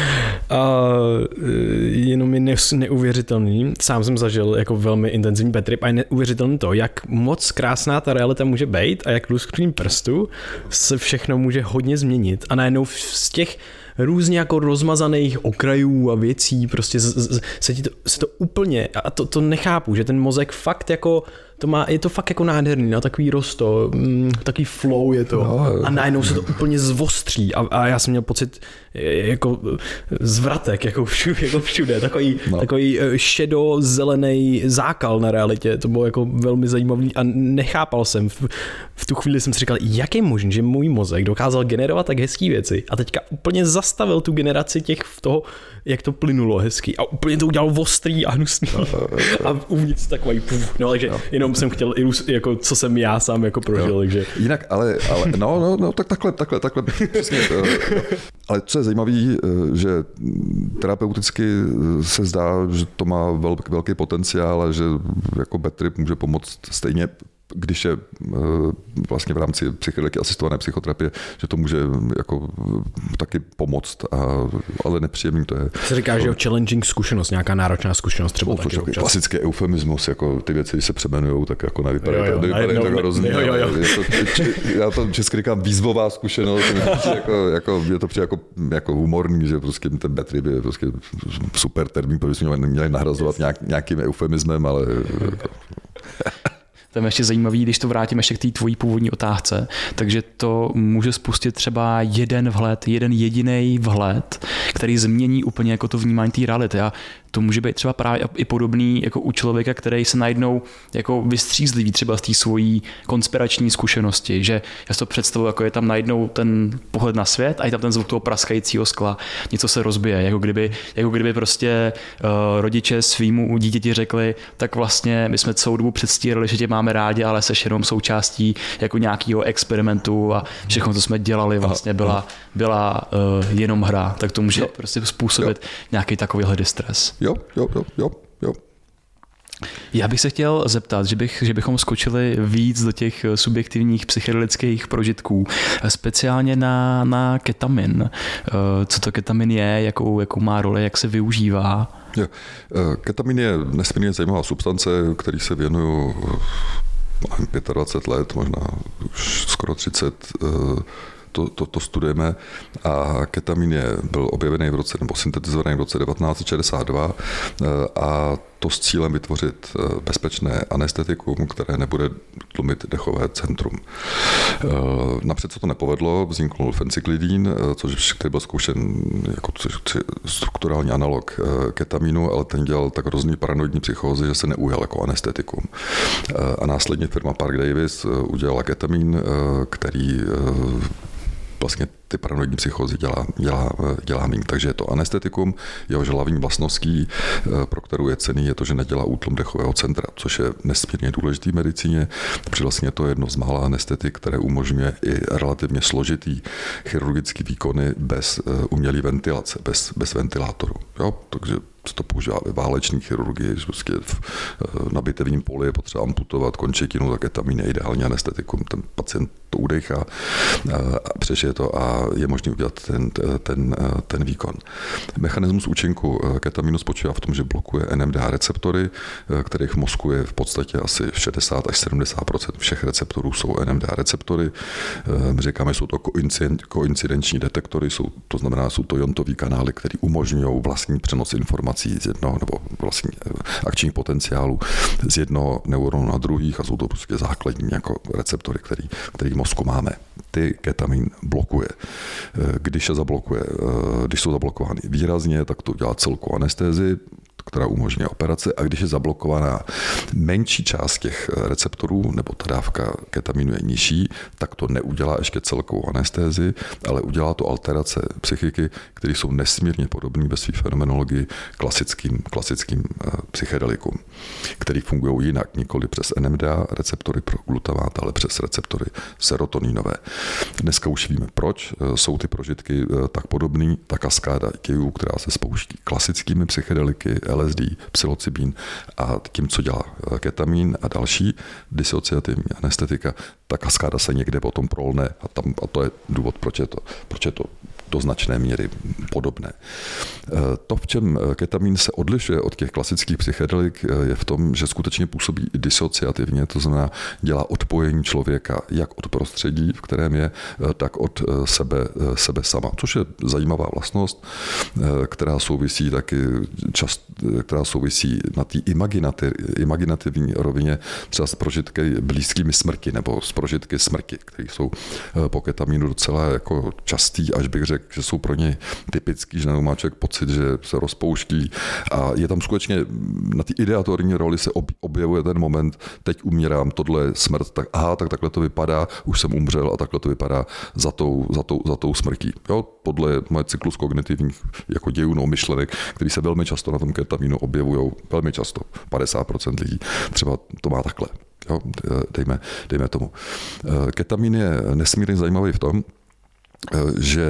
Jenom je neuvěřitelný. Sám jsem zažil jako velmi intenzivní Bad-trip a je neuvěřitelný to, jak moc krásná ta realita může být a jak lusknutím prstu se všechno může hodně změnit. A najednou z těch různě jako rozmazaných okrajů a věcí prostě se to úplně, a to nechápu, že ten mozek fakt jako je to fakt jako nádherný, no, takový rosto, takový flow je to, a najednou se to úplně zvostří a já jsem měl pocit jako zvratek, jako všude, takový šedo-zelený zákal na realitě, to bylo jako velmi zajímavý a nechápal jsem, v tu chvíli jsem si říkal, jak je možné, že můj mozek dokázal generovat tak hezký věci a teďka úplně zastavil tu generaci toho, jak to plynulo hezky a úplně to udělal ostrý a hnusný a uvnitř takový no, takže jenom jsem chtěl jako co jsem já sám jako prožil, takže. Jinak, ale tak takhle přesně. Ale co je zajímavý, že terapeuticky se zdá, že to má velký potenciál a že jako Bad-trip může pomoct stejně, když je vlastně v rámci psychedeliky asistované psychoterapie, že to může jako taky pomoct, ale nepříjemný to je. Se říká, že je challenging zkušenost, nějaká náročná zkušenost třeba taky občas. Klasický eufemismus, jako ty věci, když se přeměnujou, tak jako nevypadají tak hrozně. Já to česky říkám výzvová zkušenost, je to přijde jako humorný, že prostě ten Bad-trip je prostě super termín, protože jsme měli nahrazovat nějakým eufemismem, ale To je ještě zajímavý, když to vrátím ještě k té tvojí původní otázce, takže to může spustit třeba jeden jediný vhled, který změní úplně jako to vnímání té reality. A to může být třeba právě i podobný jako u člověka, který se najednou jako vystřízliví třeba z té svojí konspirační zkušenosti, že já si to představuji, jako je tam najednou ten pohled na svět a je tam ten zvuk toho praskajícího skla, něco se rozbije, jako kdyby prostě rodiče svýmu dítěti řekli, tak vlastně my jsme celou dobu předstírali, že tě máme rádi, ale seš jenom součástí jako nějakého experimentu a všechno, co jsme dělali, vlastně byla jenom hra, tak to může prostě způsobit nějaký takovýhle distres. Jo. Já bych se chtěl zeptat, že bychom skočili víc do těch subjektivních psychedelických prožitků, speciálně na ketamin. Co to ketamin je, jakou má roli, jak se využívá? Ketamin je nesmírně zajímavá substance, který se věnuju 25 let, možná už skoro 30, to studujeme a ketamin byl objevený nebo syntetizovaný v roce 1962 a to s cílem vytvořit bezpečné anestetikum, které nebude tlumit dechové centrum. Napřed se to nepovedlo, vzniknul fencyklidin, který byl zkoušen jako strukturální analog ketaminu, ale ten dělal tak hrozný paranoidní psychózy, že se neujal jako anestetikum. A následně firma Park Davis udělala ketamin, který vlastně ty paranoidní psychózy dělá míň. Takže je to anestetikum, jehož hlavní vlastností, pro kterou je cenný, je to, že nedělá útlum dechového centra, což je nesmírně důležitý v medicíně, protože vlastně to je jedno z mála anestetik, které umožňuje i relativně složitý chirurgický výkony bez umělé ventilace, bez ventilátoru. Jo? Takže se to používá ve váleční chirurgii, že prostě na bitevním poli je potřeba amputovat končetinu, tak ketamin je ideální anestetikum. Ten pacient to udechá a přežije to a je možné udělat ten výkon. Mechanismus účinku ketaminu spočívá v tom, že blokuje NMDA receptory, kterých v mozku je v podstatě asi 60 až 70% všech receptorů jsou NMDA receptory. My říkáme, že jsou to koincidenční detektory, to znamená, jsou to iontový kanály, které umožňují vlastní přenos informací z jednoho, nebo vlastně akčních potenciálů z jednoho neuronu na druhých a jsou to prostě základní jako receptory, který v mozku máme. Ty ketamin blokuje. Když jsou zablokovány výrazně, tak to udělá celkovou anestézi, která umožňuje operace, a když je zablokovaná menší část těch receptorů, nebo ta dávka ketaminu je nižší, tak to neudělá ještě celkovou anestézi, ale udělá to alterace psychiky, které jsou nesmírně podobné ve své fenomenologii klasickým psychedelikům, které fungují jinak, nikoli přes NMDA receptory pro glutamát, ale přes receptory serotoninové. Dneska už víme, proč jsou ty prožitky tak podobný. Ta kaskáda dějů, která se spouští klasickými psychedeliky, LSD, psilocybin a tím, co dělá ketamin a další disociativní anestetika, ta kaskáda se někde potom prolne a to je důvod, proč je to do značné míry podobné. To, v čem ketamin se odlišuje od těch klasických psychedelik, je v tom, že skutečně působí disociativně, to znamená dělá odpojení člověka jak od prostředí, v kterém je, tak od sebe sama, což je zajímavá vlastnost, která souvisí taky která souvisí na té imaginativní rovině třeba s prožitky blízkými smrti nebo s prožitky smrti, které jsou po ketaminu docela jako častý, až bych řekl, že jsou pro ně typický, že má člověk pocit, že se rozpouští a je tam skutečně na té ideatorní roli se objevuje ten moment, teď umírám, tohle je smrt, tak takhle to vypadá, už jsem umřel a takhle to vypadá za tou smrtí. Jo, podle je moje cyklus kognitivních jako dějů, myšlenek, který se velmi často na tom ketaminu objevují, velmi často, 50% lidí třeba to má takhle. Jo, dejme tomu. Ketamin je nesmírně zajímavý v tom, že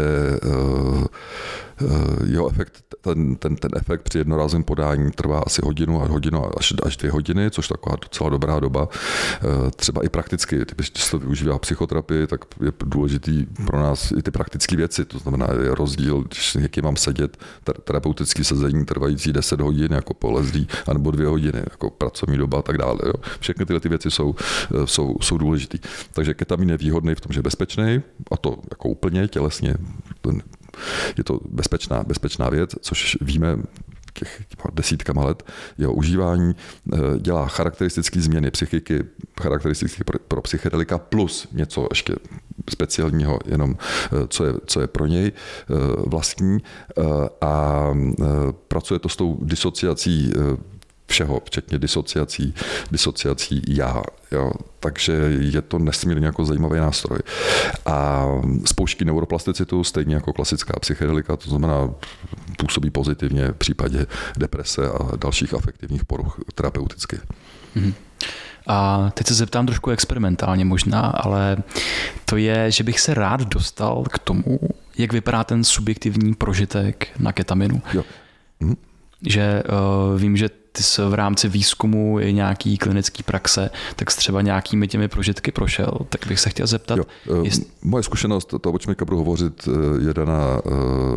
jeho efekt, ten efekt při jednorázovém podání trvá asi hodinu až 2 hodiny, což je taková docela dobrá doba. Třeba i prakticky, když se to využívá psychoterapii, tak je důležitý pro nás i ty praktické věci. To znamená, je rozdíl, když s někým mám sedět, terapeutické sezení trvající 10 hodin jako po LSD, anebo 2 hodiny jako pracovní doba a tak dále. Jo. Všechny tyhle ty věci jsou důležitý. Takže ketamin je výhodný v tom, že je bezpečný, a to jako úplně tělesně. Je to bezpečná věc, což víme těch desítkama let. Jeho užívání dělá charakteristické změny psychiky, charakteristické pro psychedelika plus něco ještě speciálního, jenom co je pro něj vlastní a pracuje to s tou disociací všeho, včetně disociací já. Jo. Takže je to nesmírně jako zajímavý nástroj. A spouští neuroplasticitu, stejně jako klasická psychedelika, to znamená působí pozitivně v případě deprese a dalších afektivních poruch terapeuticky. Mm-hmm. A teď se zeptám trošku experimentálně možná, ale to je, že bych se rád dostal k tomu, jak vypadá ten subjektivní prožitek na ketaminu. Jo. Mhm. Že vím, že ty jsi v rámci výzkumu i nějaký klinický praxe, tak jsi třeba nějakými těmi prožitky prošel, tak bych se chtěl zeptat. Moje zkušenost, to, o čem budu hovořit, je daná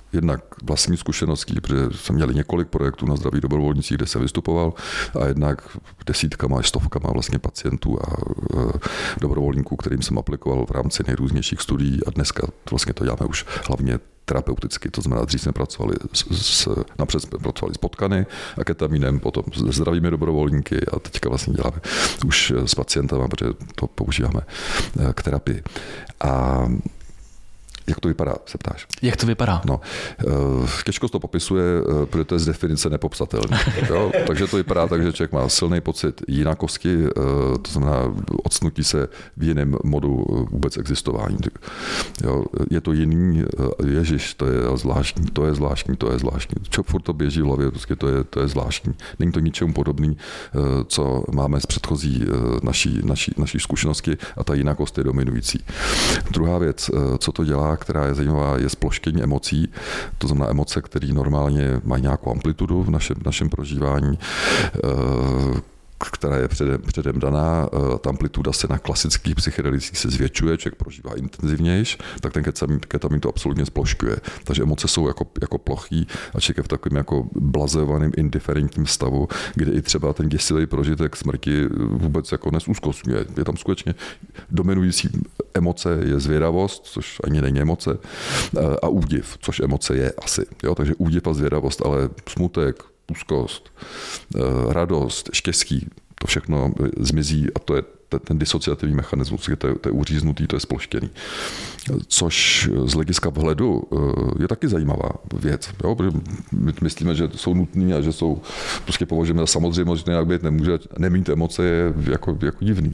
jednak vlastní zkušeností, protože jsme měli několik projektů na zdraví dobrovolnících, kde jsem vystupoval, a jednak desítkama, stovkama vlastně pacientů a dobrovolníků, kterým jsem aplikoval v rámci nejrůznějších studií, a dneska vlastně to děláme už hlavně terapeuticky, to znamená, dřív jsme pracovali napřed jsme pracovali s potkany a ketaminem, potom se zdravými dobrovolníky a teďka vlastně děláme už s pacientama, protože to používáme k terapii. A jak to vypadá, se ptáš? Jak to vypadá? No, těžko to popisuje, protože to je z definice nepopsatelné. Takže to vypadá tak, že člověk má silný pocit jinakosti, to znamená odstnutí se v jiném modu vůbec existování. Jo, je to jiný, ježiš, to je zvláštní, to je zvláštní, to je zvláštní. Furt to běží v hlavě, prostě to je zvláštní. Není to ničemu podobný, co máme z předchozí naší zkušenosti, a ta jinakost je dominující. Druhá věc, co to dělá, která je zajímavá, je sploštění emocí. To znamená emoce, které normálně mají nějakou amplitudu v našem prožívání, která je předem daná. Ta amplituda se na klasických psychedelicích se zvětšuje, člověk prožívá intenzivnější, tak ten ketamin to absolutně splošťuje. Takže emoce jsou jako plochý a člověk je v takovém jako blazovaném, indiferentním stavu, kde i třeba ten děsivý prožitek smrti vůbec jako nezúzkostňuje. Je tam skutečně dominující emoce je zvědavost, což ani není emoce, a údiv, což emoce je asi. Jo? Takže údiv a zvědavost, ale smutek, úzkost, radost, štěstí, to všechno zmizí a to je ten disociativní mechanismus, to je uříznutý, to je sploštěný. Což z hlediska vhledu je taky zajímavá věc. Jo? Protože my myslíme, že jsou nutný a že jsou, prostě považujeme za samozřejmost, že to nějak být nemůže, nemít emoce je jako divný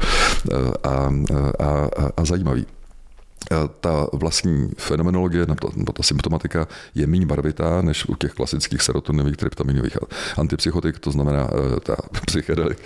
a zajímavý. Ta vlastní fenomenologie, nebo ta symptomatika je méně barvitá než u těch klasických serotoninových triptaminových antipsychotik, to znamená ta psychedelik.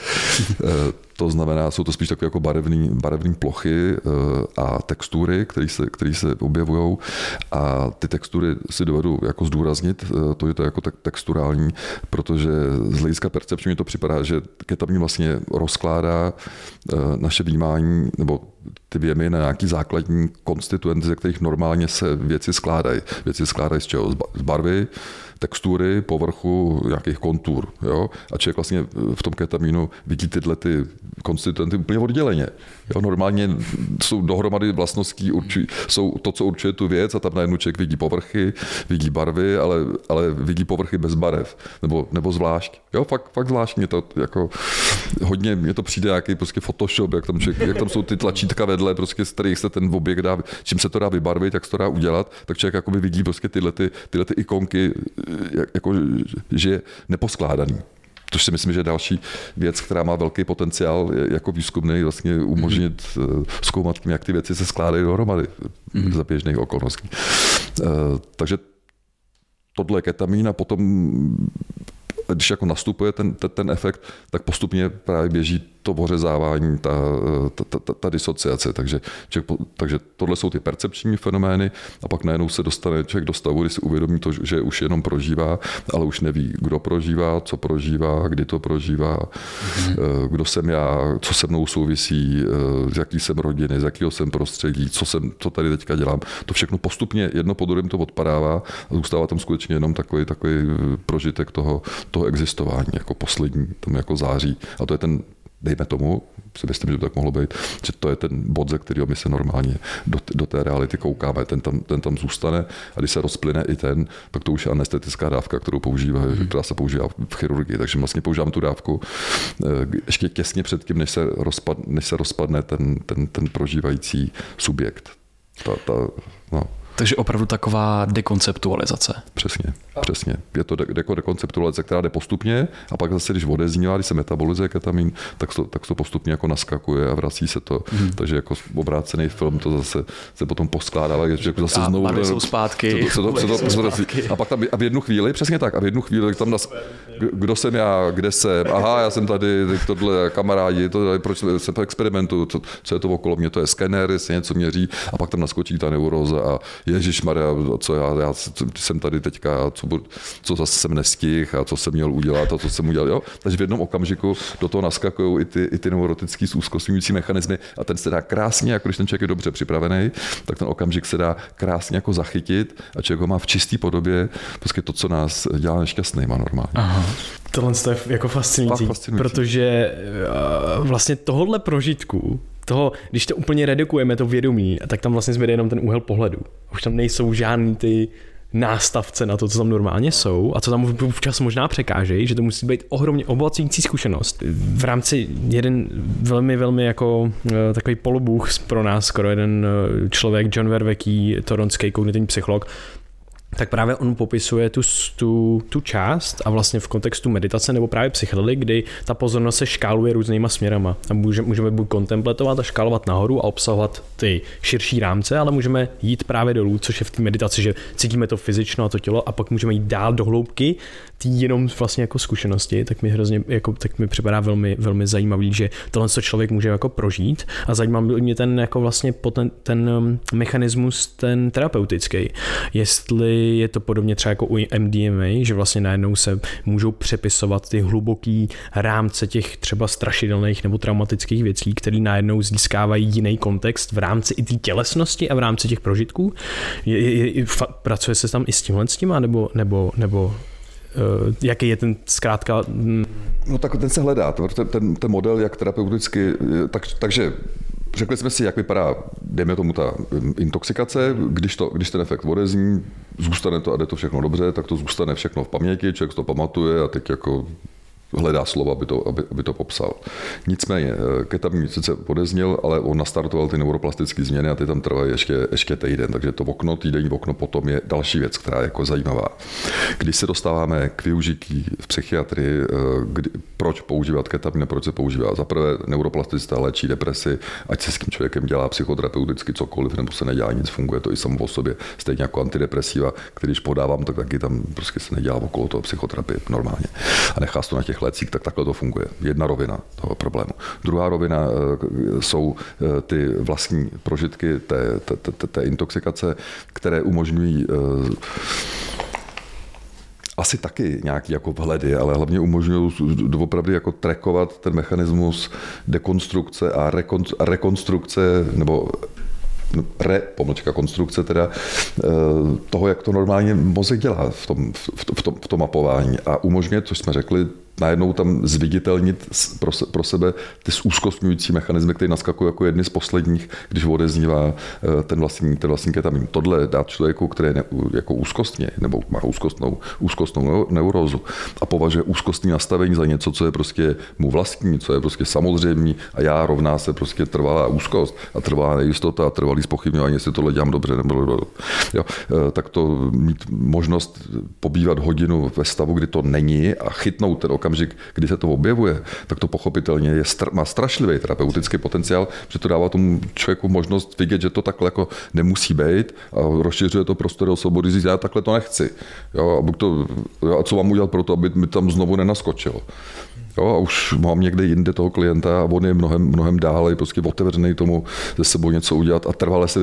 To znamená, jsou to spíš takové jako barevné plochy a textury, které se objevují, a ty textury si dovedu jako zdůraznit, to je to jako texturální, protože z hlediska percepčně to připadá, že ketamin vlastně rozkládá naše vnímání nebo ty věmy na nějaký základní konstituenty, ze kterých normálně se věci skládají. Věci skládají z čeho? Z barvy, textury, povrchu, nějakých kontur. Jo? A člověk vlastně v tom ketamínu vidí tyhle ty konstituenty úplně odděleně. Jo? Normálně jsou dohromady vlastností, jsou to, co určuje tu věc, a tam najednou člověk vidí povrchy, vidí barvy, ale vidí povrchy bez barev. Nebo zvlášť. Jo? Fakt zvláštně to jako hodně, mně to přijde nějaký prostě Photoshop, jak tam jsou ty tlačítka vedle, prostě, z kterých se ten objekt dá, čím se to dá vybarvit, jak se to dá udělat, tak člověk jakoby vidí prostě tyhle ikonky, jako, že je neposkládaný. Což si myslím, že je další věc, která má velký potenciál jako výzkumný, vlastně umožnit zkoumat tím, jak ty věci se skládají dohromady za běžných okolností. Takže tohle je ketamin, a potom, když jako nastupuje ten efekt, tak postupně právě běží to ořezávání, ta disociace. Takže tohle jsou ty percepční fenomény, a pak najednou se dostane člověk do stavu, kdy si uvědomí to, že už jenom prožívá, ale už neví, kdo prožívá, co prožívá, kdy to prožívá, kdo jsem já, co se mnou souvisí, z jaký jsem rodiny, z jakého jsem prostředí, co tady teďka dělám. To všechno postupně jedno po druhém to odpadává a zůstává tam skutečně jenom takový prožitek toho existování, jako poslední, tam jako září. A to je ten, dejme tomu, si myslím, že to tak mohlo být, že to je ten bod, ze kterého my se normálně do té reality koukáme. Ten tam zůstane, a když se rozplyne i ten, tak to už je anestetická dávka, která se používá v chirurgii. Takže vlastně používám tu dávku ještě těsně před tím, než se rozpadne ten prožívající subjekt. No. Takže opravdu taková dekonceptualizace. Přesně. Je to dekonceptualizace, která jde postupně, a pak zase, když odeznívá, když se metabolizuje ketamin, tak to postupně jako naskakuje a vrací se to. Takže jako obrácený film to zase se potom poskládá, že jako zase znovu. A jsou zpátky. A pak tam, a v jednu chvíli, přesně tak, a v jednu chvíli tam kdo jsem já, kde jsem, aha, já jsem tady, tohle kamarádi, proč jsem v experimentu, co je to okolo mě, to je skener, jestli něco měří, a pak tam naskočí ta neuróza a ježišmarja, co já jsem tady teďka, co zase jsem nestihl a co jsem měl udělat a co jsem udělal. Jo? Takže v jednom okamžiku do toho naskakují i ty neurotický úzkostňující mechanismy a ten se dá krásně, jako když ten člověk je dobře připravený, tak ten okamžik se dá krásně jako zachytit a člověk ho má v čisté podobě, prostě to, co nás dělá nešťastnýma normálně. Aha. Tohle je jako fascinující, protože vlastně tohodle prožitku, když to úplně redukujeme, to vědomí, tak tam vlastně zbyde jenom ten úhel pohledu. Už tam nejsou žádný ty nástavce na to, co tam normálně jsou a co tam včas možná překážejí, že to musí být ohromně obohacující zkušenost. V rámci jeden velmi, velmi jako takový polobůh pro nás, skoro jeden člověk, John Vervaeke, toronský kognitivní psycholog, tak právě on popisuje tu část a vlastně v kontextu meditace nebo právě psychedelie, kdy ta pozornost se škáluje různýma směrama. A můžeme buď kontempletovat a škálovat nahoru a obsahovat ty širší rámce, ale můžeme jít právě dolů, což je v té meditaci, že cítíme to fyzično a to tělo a pak můžeme jít dál do hloubky, jenom vlastně jako zkušenosti, tak mi připadá velmi, velmi zajímavý, že tohle člověk může jako prožít a zajímá mě ten jako vlastně ten mechanismus, ten terapeutický. Jestli je to podobně třeba jako u MDMA, že vlastně najednou se můžou přepisovat ty hluboký rámce těch třeba strašidelných nebo traumatických věcí, které najednou získávají jiný kontext v rámci i té tělesnosti a v rámci těch prožitků. Pracuje se tam i s tímhle s tím, nebo jaký je ten zkrátka... No tak ten se hledá, ten model, jak terapeuticky, takže řekli jsme si, jak vypadá, dejme tomu, ta intoxikace, když ten efekt odezní, zůstane to a jde to všechno dobře, tak to zůstane všechno v paměti, člověk to pamatuje a teď jako hledá slova, aby to popsal. Nicméně, ketamin sice odeznil, ale on nastartoval ty neuroplastické změny a ty tam trvají ještě týden, takže to týdenní okno potom je další věc, která je jako zajímavá. Když se dostáváme k využití v psychiatrii, proč používat ketamin, proč se používá? Za prvé, neuroplasticita léčí depresi, ať se s tím člověkem dělá psychoterapeuticky cokoliv, nebo se nedělá nic, funguje to i samo o sobě, stejně jako antidepresiva, když podávám, tak taky tam prostě se nedělá okolo toho psychoterapie normálně. A nechá to na těch lécích, tak takhle to funguje. Jedna rovina toho problému. Druhá rovina jsou ty vlastní prožitky té intoxikace, které umožňují asi taky nějaký jako vhledy, ale hlavně umožňují doopravdy jako trackovat ten mechanismus dekonstrukce a rekonstrukce nebo konstrukce teda toho, jak to normálně mozek dělá v tom mapování a umožňuje, což jsme řekli, najednou tam zviditelnit pro sebe ty úzkostňující mechanismy, které naskakují jako jedny z posledních, když odeznívá ten vlastní ketamin. Tohle dát člověku, který je jako úzkostně, nebo má úzkostnou neurózu a považuje úzkostní nastavení za něco, co je prostě mu vlastní, co je prostě samozřejmý a já rovná se prostě trvalá úzkost a trvalá nejistota a trvalý zpochybňování, jestli tohle dělám dobře nebo jo, tak to mít možnost pobývat hodinu ve stavu, kdy to není a chytnout ten okamžik, kdy se to objevuje, tak to pochopitelně má strašlivý terapeutický potenciál, že to dává tomu člověku možnost vidět, že to takhle jako nemusí být a rozšiřuje to prostor do svobody říct, já takhle to nechci. Jo, a co mám udělat pro to, aby mi tam znovu nenaskočilo. Jo, a už mám někde jinde toho klienta a on je mnohem dále, prostě otevřený tomu ze sebou něco udělat a trvale se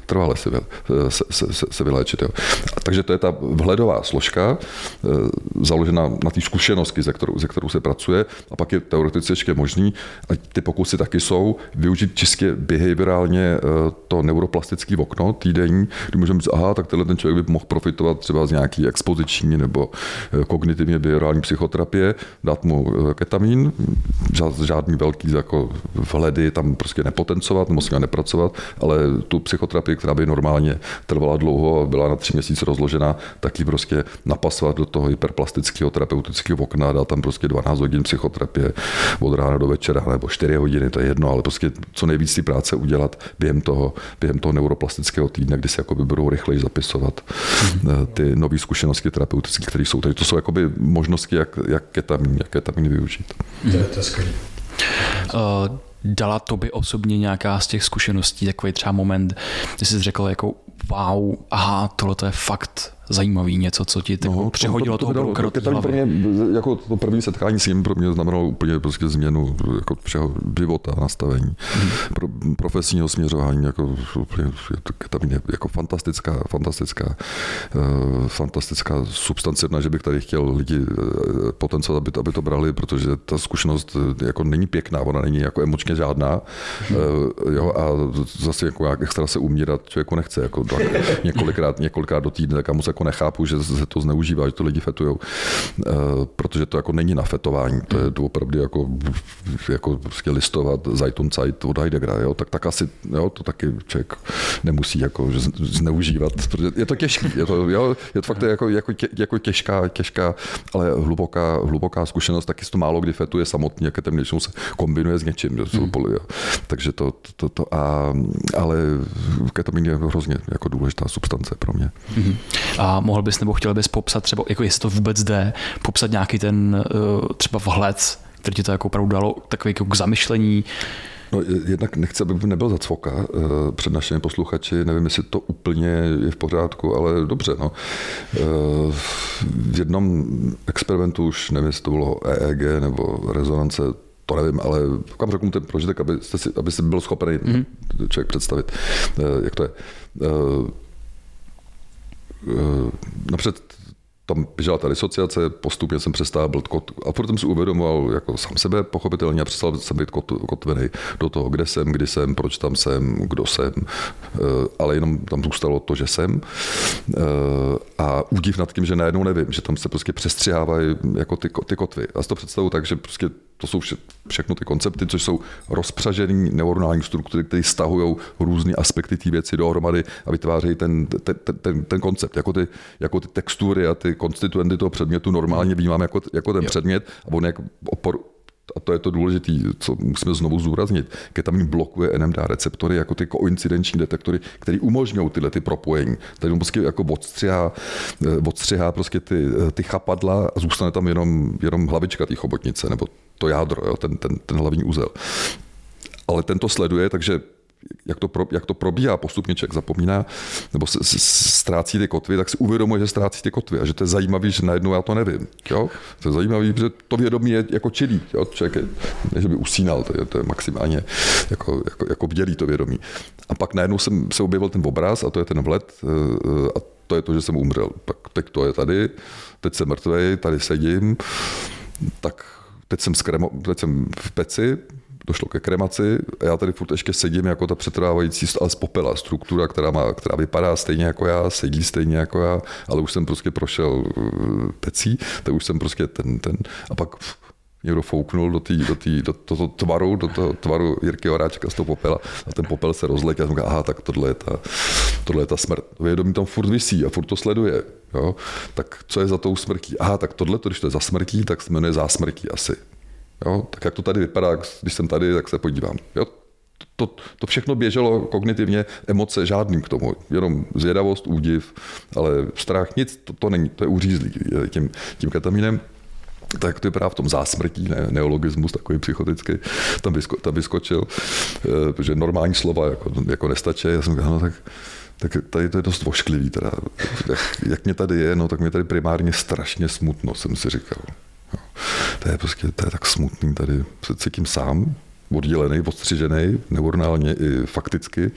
vyléčit. Jo. Takže to je ta vhledová složka, založená na té zkušenosti, ze kterou se pracuje a pak je teoreticky ještě možný, a ty pokusy taky jsou, využít čistě behaviorálně to neuroplastické okno týdenní, kdy můžeme říct, aha, tak tenhle ten člověk by mohl profitovat třeba z nějaký expoziční nebo kognitivně behaviorální psychoterapie, dát mu ketamin, žádný velký jako vhledy tam prostě nepotencovat, nebo s ním nepracovat, ale tu psychoterapii, která by normálně trvala dlouho a byla na 3 měsíce rozložená, tak ji prostě napasovat do toho hyperplastického terapeutického okna, dát tam prostě 12 hodin psychoterapie od rána do večera, nebo 4 hodiny, to je jedno, ale prostě co nejvíc ty práce udělat během toho neuroplastického týdne, kdy se jakoby budou rychleji zapisovat ty nové zkušenosti terapeutické, které jsou tady. To jsou jakoby možnosti, jak ketamin využít. To je skvělé. Dala tobě osobně nějaká z těch zkušeností takový třeba moment, kdy jsi řekl jako wow, aha, tohle to je fakt zajímavý, něco, co ti přehodilo toho pro mě, jako to první setkání s ním pro mě znamenalo úplně prostě změnu jako všeho života, nastavení, profesního směřování, jako jako fantastická substance, že bych tady chtěl lidi potenciál, aby to brali, protože ta zkušenost jako není pěkná, ona není jako emočně žádná, jo, a zase jako jak extra se umírat člověku nechce, jako několikrát do týdne, tak já moc jako nechápu, že se to zneužívá, že to lidi fetujou, protože to jako není na fetování, to je opravdu jako prostě listovat Zeitung Zeit od Heideggera, jo, tak asi, jo, to taky člověk nemusí jako zneužívat, protože je to těžký, je to fakt jako těžká, ale hluboká zkušenost, taky se to málo kdy fetuje samotně, jak ten většinou se kombinuje s něčím, takže ale ketamin je hrozně jako důležitá substance pro mě. A mohl bys nebo chtěl bys popsat třeba, jako jestli to vůbec jde, popsat nějaký ten třeba vhled, který ti to jako opravdu dalo takový jako k zamyšlení? No, jednak nechci, aby nebyl zacvoka před našimi posluchači, nevím, jestli to úplně je v pořádku, ale dobře. No. V jednom experimentu už nevím, jestli to bylo EEG nebo rezonance, to nevím, ale kam řeknu ten prožitek, aby si byl schopen člověk představit, jak to je. Napřed tam běžela ta disociace, postupně jsem přestal být a furt jsem si uvědomoval jako sám sebe pochopitelně a přestal jsem být kotvený do toho, kde jsem, kdy jsem, proč tam jsem, kdo jsem, ale jenom tam zůstalo to, že jsem a údiv nad tím, že najednou nevím, že tam se prostě přestřihávají jako ty kotvy. A si to představuji tak, že prostě to jsou všechno ty koncepty, což jsou rozpřažené neuronální struktury, které stahují různé aspekty té věci dohromady a vytvářejí ten koncept, jako ty textury a ty konstituenty toho předmětu normálně vnímáme jako ten předmět a on jako a to je to důležité, co musíme znovu zúraznit. Ketamin blokuje NMDA receptory jako ty koincidenční detektory, které umožňují tyhle ty propojení. Takže on prostě jako odstřihá prostě ty chapadla a zůstane tam jenom hlavička té chobotnice, nebo to jádro, jo, ten hlavní úzel. Ale ten to sleduje, takže jak to probíhá, postupně člověk zapomíná, nebo ztrácí ty kotvy, tak si uvědomuje, že ztrácí ty kotvy a že to je zajímavý, že najednou já to nevím. Jo? To je zajímavý, že to vědomí je jako čilý. Jo? Člověk ne, že by usínal, to je maximálně jako bdělý to vědomí. A pak najednou se objevil ten obraz a to je ten vhled a to je to, že jsem umřel. Tak teď to je tady, teď jsem mrtvej, tady sedím, tak teď jsem v peci, došlo ke kremaci a já tady furt ještě sedím jako ta přetrvávající, ale z popela struktura, která vypadá stejně jako já, sedí stejně jako já, ale už jsem prostě prošel pecí, tak už jsem prostě ten a pak někdo fouknul do toho tvaru Jirky Horáčka z toho popela a ten popel se rozletěl a jsem říkal, aha, tak tohle je ta smrt. Vědomí tam furt visí a furt to sleduje. Jo? Tak co je za tou smrtí? Aha, tak tohle, když to je za smrtí, tak se jmenuje zásmrtí asi. Jo, tak jak to tady vypadá, když jsem tady, tak se podívám. Jo, to všechno běželo kognitivně, emoce žádným k tomu, jenom zvědavost, údiv, ale strach, nic, to není, to je uřízlý tím ketaminem. Tak to je právě v tom zásmrtí, neologismus takový psychotický, tam vyskočil, protože normální slova jako nestačí. Já jsem říkal, no tak tady to je dost vošklivý, teda. Jak mě tady je, no tak mě tady primárně strašně smutno, jsem si říkal. To je tak smutný, tady se cítím sám, oddělený, odstřižený, neuronálně i fakticky.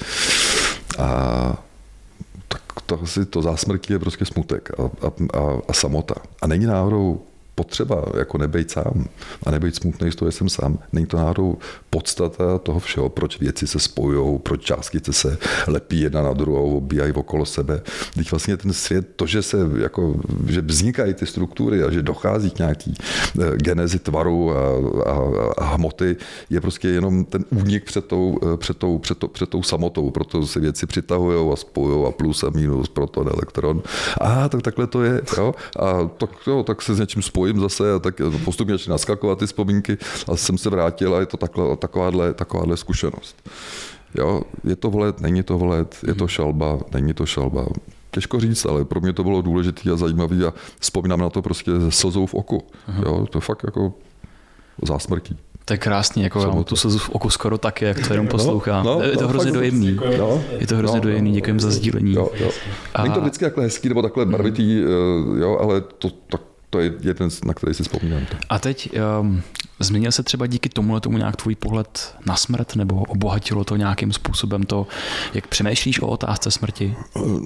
A tak to zásmrtí je prostě smutek a samota. A není náhodou potřeba jako nebejt sám a nebejt smutný z toho, že jsem sám. Není to náhodou podstata toho všeho, proč věci se spojujou, proč částice se lepí jedna na druhou, obíjají okolo sebe. Teď vlastně ten svět, to, že že vznikají ty struktury a že dochází k nějaký genezi tvaru a hmoty, je prostě jenom ten únik před tou samotou. Proto se věci přitahujou a spojujou a plus a minus, proton, elektron. Tak takhle to je. Jo? A tak se s něčím spojím zase a tak postupně začne naskakovat ty vzpomínky a jsem se vrátil a je to takováhle zkušenost. Jo, je to vhled, není to vhled, je to šalba, není to šalba. Těžko říct, ale pro mě to bylo důležité a zajímavé a vzpomínám na to prostě se slzou v oku. Jo, to je fakt jako zásmrtí. To je krásný, jako já mám tu slzu v oku skoro taky, jak to jenom poslouchám. Je to hrozně dojemný. Je to hrozně dojemný, děkujem za sdílení. Není to vždycky takhle hezký nebo takhle barvitý, jo, ale to je jeden, na který si vzpomínám. A teď změnil se třeba díky tomu nějak tvůj pohled na smrt, nebo obohatilo to nějakým způsobem to, jak přemýšlíš o otázce smrti?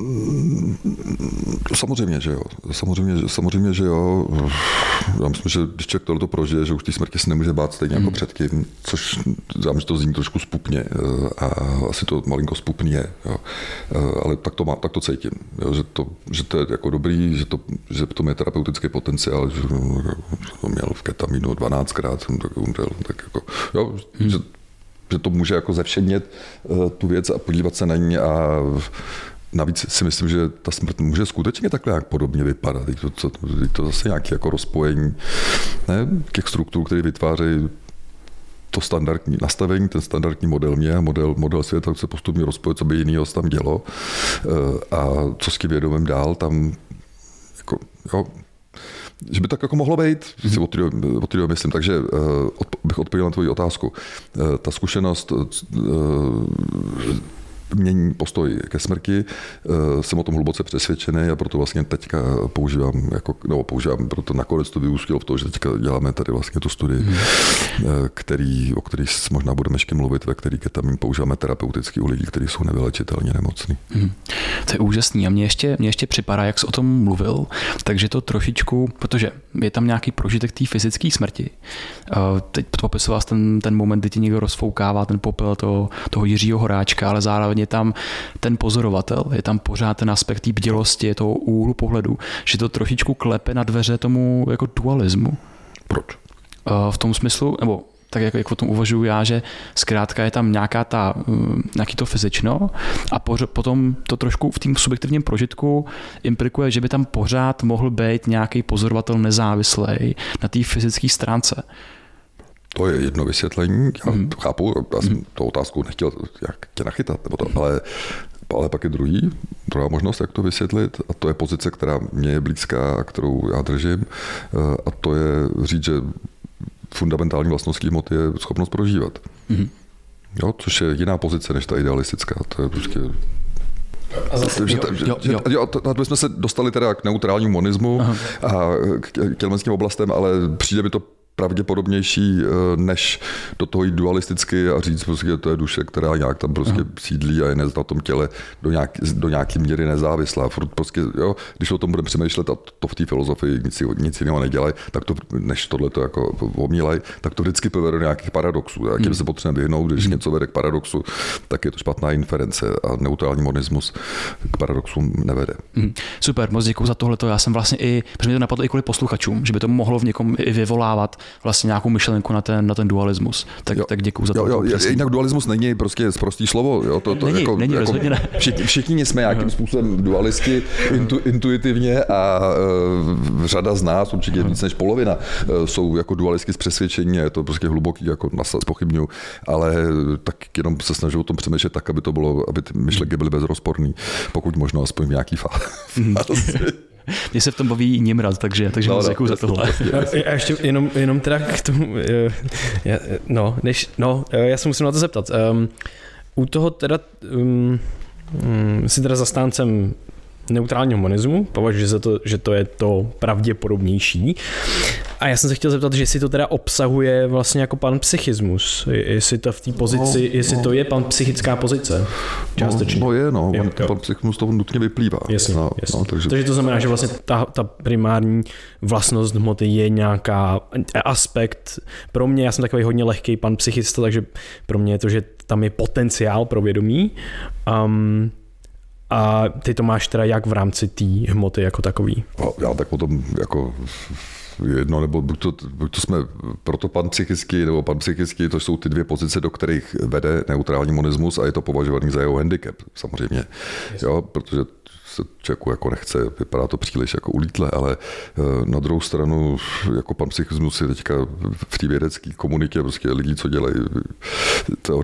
Samozřejmě, že jo. Samozřejmě, že jo. Já myslím, že když člověk tohleto prožije, že už té smrti se nemůže bát stejně jako předtím, což znamená, že to zní trošku zpupně a asi to malinko zpupný je. Jo. Ale tak to cítím. Jo. Že to je jako dobrý, že v tom je terapeutický potenciál, že to měl v ketaminu 12krát, tak umřel. Tak jako, jo, že to může jako zevšednět tu věc a podívat se na ní a navíc si myslím, že ta smrt může skutečně takhle jak podobně vypadat. To zase nějaké jako rozpojení těch struktur, které vytvářejí to standardní nastavení, ten standardní model mě a model světa se postupně rozpoje, co by jinýho tam dělo a co s tím vědomím dál, tam jako, jo, že by tak jako mohlo být, od toho myslím, takže bych odpověděl na tvoji otázku. Ta zkušenost mění postoj ke smrti, jsem o tom hluboce přesvědčený a proto vlastně teďka používám, proto nakonec to vyústilo v to, že teďka děláme tady vlastně tu studii, o který možná budeme ještě mluvit, ve který ketamin používáme terapeuticky u lidí, kteří jsou nevylečitelně nemocní. To je úžasný a mě ještě připadá, jak jsi o tom mluvil, takže to trošičku, protože je tam nějaký prožitek té fyzické smrti. Teď popisoval ten moment, kdy ti někdo rozfoukává ten popel toho Jiřího Horáčka, ale zároveň je tam ten pozorovatel, je tam pořád ten aspekt té bdělosti, toho úhlu pohledu, že to trošičku klepe na dveře tomu jako dualismu. Proč? V tom smyslu, nebo tak jak o tom uvažuji já, že zkrátka je tam nějaký to fyzično a potom to trošku v tom subjektivním prožitku implikuje, že by tam pořád mohl být nějaký pozorovatel nezávislý na té fyzické stránce. To je jedno vysvětlení, já chápu, já jsem tou otázkou nechtěl tě nachytat, ale pak je druhá možnost, jak to vysvětlit, a to je pozice, která mě je blízká a kterou já držím, a to je říct, že fundamentální vlastností hmoty je schopnost prožívat. Jo, což je jiná pozice než ta idealistická, to je prostě... My jsme se dostali teda k neutrálnímu monismu a k tělmenským oblastem, ale přijde mi to pravděpodobnější, než do toho jít dualisticky a říct, prostě, to je duše, která nějak tam prostě sídlí a je na tom těle do nějaké míry nezávislá. Prostě, jo, když o tom budeme přemýšlet a to v té filozofii nic jiného nedělají, tak to, než tohle to jako omílají, tak to vždycky povede do nějakých paradoxů. A tím se potřebujeme vyhnout, když něco vede k paradoxu, tak je to špatná inference a neutrální monismus k paradoxům nevede. Super, moc děkuji za tohleto. Já jsem vlastně protože mě to napadlo i kvůli posluchačům, že by to mohlo v někom i vyvolávat vlastně nějakou myšlenku na ten dualismus. Tak děkuju za to. Jinak dualismus není prostě prostý slovo. Jo? Není, rozhodně ne. Všichni jsme nějakým způsobem dualisti intuitivně a řada z nás, určitě víc než polovina, jsou jako dualisti z přesvědčení a je to prostě hluboký, jako zpochybňuji, ale tak jenom se snažím o tom přemýšlet tak, aby ty myšlenky byly bezrozporný, pokud možno aspoň v nějaký fázi. Mně se v tom baví Nimrod, takže moc děkuju za tohle. A ještě jenom teda k tomu, já se musím na to zeptat. U toho teda jsi teda zastáncem neutrálního monismu, považuji za to, že to je to pravděpodobnější. A já jsem se chtěl zeptat, že jestli to teda obsahuje vlastně jako panpsychismus, jestli to v té pozici, jestli to je panpsychická pozice. Částečně. Panpsychismus to nutně vyplývá. Jasně. Takže to znamená, že vlastně ta primární vlastnost hmoty je nějaká aspekt. Pro mě, já jsem takový hodně lehký panpsychista, takže pro mě je to, že tam je potenciál pro vědomí. A ty to máš teda jak v rámci té hmoty jako takový? Já tak potom jako jedno, nebo buď to jsme proto panpsychický, nebo panpsychický, to jsou ty dvě pozice, do kterých vede neutrální monismus a je to považovaný za jeho handicap, samozřejmě. Jo, protože se člověku jako nechce, vypadá to příliš jako ulítle, ale na druhou stranu jako panpsychismus je teďka v té vědecké komunitě prostě lidi, co dělají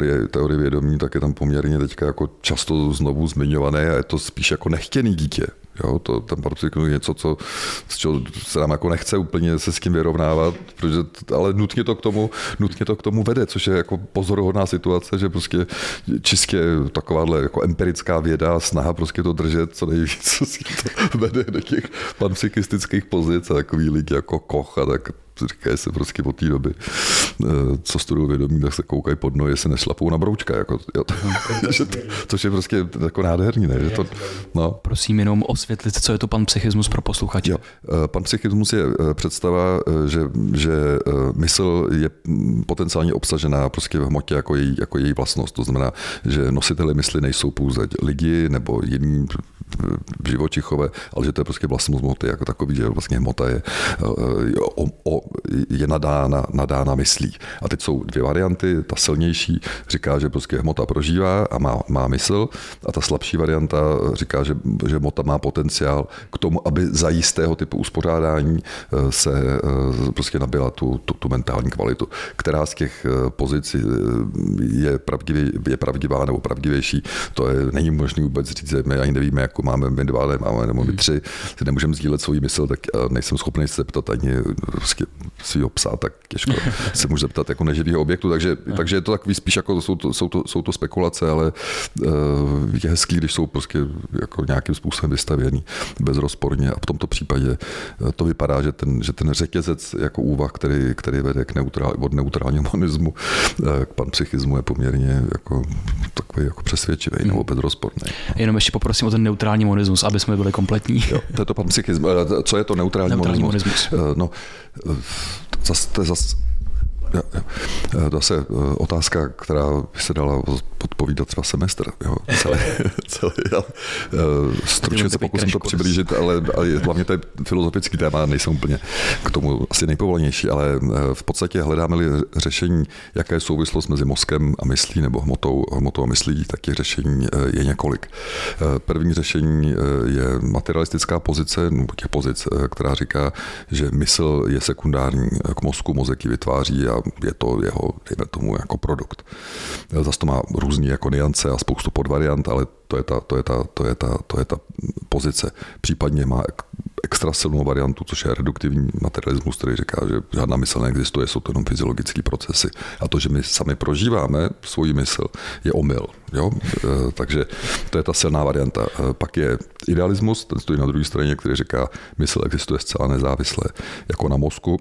teorie vědomí, tak je tam poměrně teďka jako často znovu zmiňované a je to spíš jako nechtěný dítě. Jo, ten parapsychismus je něco, z čeho se nám jako nechce úplně se s tím vyrovnávat, ale nutně to k tomu vede, což je jako pozoruhodná situace, že prostě čistě takováhle jako empirická věda, snaha prostě to držet co nejvíc, co si to vede do těch panpsychistických pozic a takový lidi jako Koch a tak říkají se prostě od té doby, co studují vědomí, tak se koukají pod nohy, se nešlapou na broučka. Jako, což je prostě jako nádherný. Ne? No. Prosím jenom osvětlit, co je to panpsychismus pro posluchače. Jo. Panpsychismus je představa, že mysl je potenciálně obsažená prostě v hmotě jako její vlastnost. To znamená, že nositeli mysli nejsou pouze lidi nebo jiní živočichové, ale že to je prostě vlastnost hmoty jako takový, že vlastně hmota je nadána myslí. A teď jsou dvě varianty. Ta silnější říká, že prostě hmota prožívá a má mysl, a ta slabší varianta říká, že hmota má potenciál k tomu, aby za jistého typu uspořádání se prostě nabila tu mentální kvalitu. Která z těch pozic je pravdivá nebo pravdivější, to není možné vůbec říct, my ani nevíme, jako máme my dva, máme nebo my tři, si nemůžeme sdílet svou mysl, tak nejsem schopný se ptat ani svýho psa, tak těžko se může zeptat jako neživého objektu, takže je to takový spíš jako jsou to spekulace, ale je hezký, když jsou prostě jako nějakým způsobem vystavěný bezrozporně, a v tomto případě to vypadá, že ten řetězec jako úvah, který vede od neutrálního monismu k panpsychismu, je poměrně jako takový jako přesvědčivý nebo bezrozporný. Jenom ještě poprosím o ten neutrální monismus, aby jsme byli kompletní. Jo, to je to panpsychismus. Co je to neutrální monismus? No, to je zase otázka, která by se dala odpovídat třeba semestr. Jo. Stručně se pokusím to přiblížit, ale hlavně to je filozofický téma, nejsem úplně k tomu asi nejpovolanější, ale v podstatě hledáme-li řešení, jaká je souvislost mezi mozkem a myslí, nebo hmotou a myslí, tak těch řešení je několik. První řešení je materialistická pozice, těch pozic, která říká, že mysl je sekundární k mozku, mozek ji vytváří a je to jeho, dejme tomu, jako produkt. Zase to má různý jako niance a spoustu podvariant, ale to je ta pozice. Případně má extra silnou variantu, což je reduktivní materialismus, který říká, že žádná mysl neexistuje, jsou to jenom fyziologické procesy. A to, že my sami prožíváme svoji mysl, je omyl. Jo? Takže to je ta silná varianta. Pak je idealismus, ten stojí na druhé straně, který říká, mysl existuje zcela nezávisle, jako na mozku.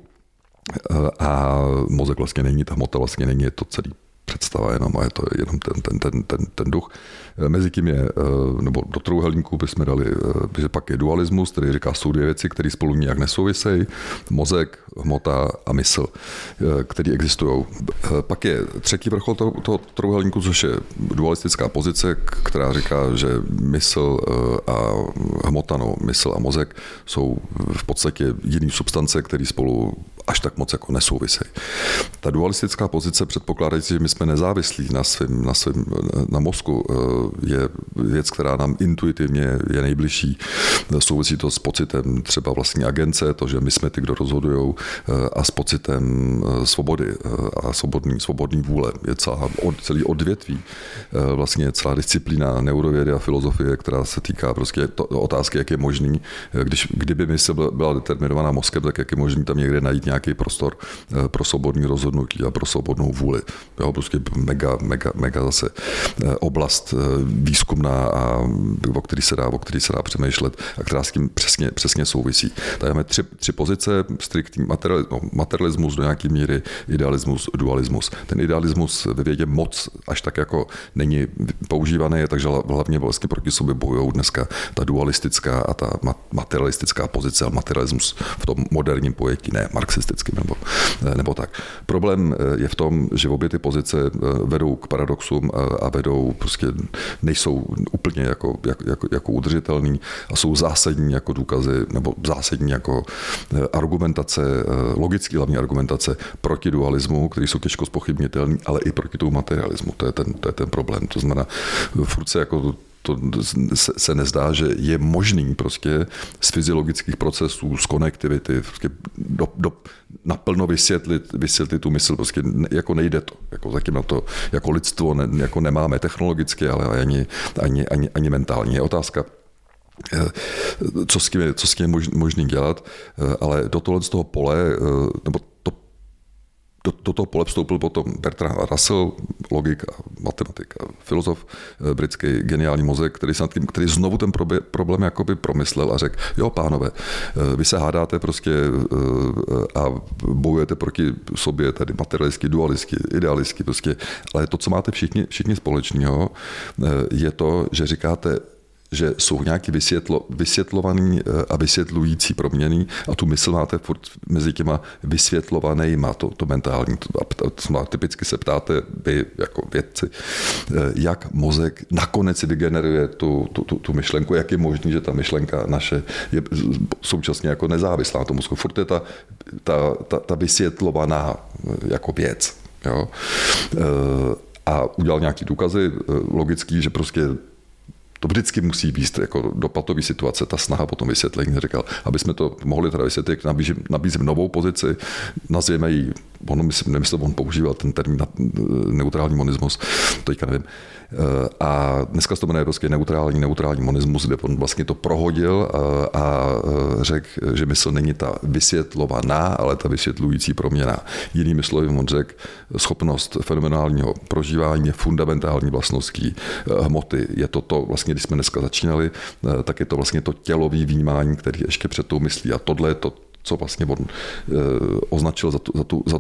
A mozek vlastně není, ta hmota vlastně není, je to celý představa jenom, a je to jenom ten duch. Mezi tím je, nebo do trojúhelníku bychom dali, že pak je dualismus, který říká, jsou dvě věci, které spolu nijak nesouvisejí, mozek, hmota a mysl, které existují. Pak je třetí vrchol toho trojúhelníku, což je dualistická pozice, která říká, že mysl a hmota, mysl a mozek jsou v podstatě jiný substance, které spolu až tak moc jako nesouvisejí. Ta dualistická pozice předpokládající, že my jsme nezávislí na mozku, je věc, která nám intuitivně je nejbližší. Souvisí to s pocitem třeba vlastní agence, to, že my jsme ty, kdo rozhodujou, a s pocitem svobody a svobodný vůle. Je celý odvětví, vlastně celá disciplína neurovědy a filozofie, která se týká prostě otázky, jak je možný, kdyby mysl byla determinovaná mozkem, tak jak je možný tam někde najít nějaký prostor pro svobodný rozhodnutí a pro svobodnou vůli. Jo, prostě mega zase oblast výzkumná, a o který se dá přemýšlet a která s tím přesně souvisí. Tady máme tři pozice, striktní materialismus do nějaké míry, idealismus, dualismus. Ten idealismus ve vědě moc až tak jako není používaný, takže hlavně vlastně proti sobě bojují dneska ta dualistická a ta materialistická pozice, ale materialismus v tom moderním pojetí, ne marxistickým nebo tak. Problém je v tom, že obě ty pozice vedou k paradoxům a vedou prostě nejsou úplně jako udržitelný a jsou zásadní jako důkazy nebo zásadní jako argumentace, logický hlavní argumentace proti dualismu, který jsou těžko zpochybnitelný, ale i proti tomu materialismu. To je ten problém. To znamená, furt se jako to se nezdá, že je možný prostě z fyziologických procesů, z konektivity prostě naplno vysvětlit tu mysl, prostě jako nejde to. Jako zatím na to jako lidstvo jako nemáme technologicky, ale ani mentálně. Je otázka, co s tím je možný dělat, ale do tohle z toho pole, nebo do toho pole vstoupil potom Bertrand Russell, logik a matematik a filozof britský, geniální mozek, který znovu ten problém jakoby promyslel a řekl, jo pánové, vy se hádáte prostě a bojujete proti sobě, tady materialisticky, dualisticky, idealisticky prostě, ale to, co máte všichni společného, je to, že říkáte, že jsou nějaký vysvětlovaný a vysvětlující proměny a tu mysl máte furt mezi těma vysvětlovanýma, to mentální. Typicky se ptáte vy jako vědci, jak mozek nakonec si vygeneruje tu myšlenku, jak je možné, že ta myšlenka naše je současně jako nezávislá na tom mozku. Furt je ta vysvětlovaná jako věc. Jo? A udělal nějaký důkazy logický, že prostě to vždycky musí být jako do patové situace, ta snaha potom vysvětlení, říkal, aby jsme to mohli teda vysvětlit, nabízím novou pozici, nazvěme ji, on používal ten termín neutrální monismus, teďka nevím. A dneska se to jmenuje prostě neutrální monismus, kde on vlastně to prohodil a řekl, že mysl není ta vysvětlovaná, ale ta vysvětlující proměna. Jinými slovy on řekl, schopnost fenomenálního prožívání je fundamentální vlastností hmoty. Je to vlastně, když jsme dneska začínali, tak je to vlastně to tělový vnímání, který ještě před tou myslí. A tohle je to, co vlastně on označil za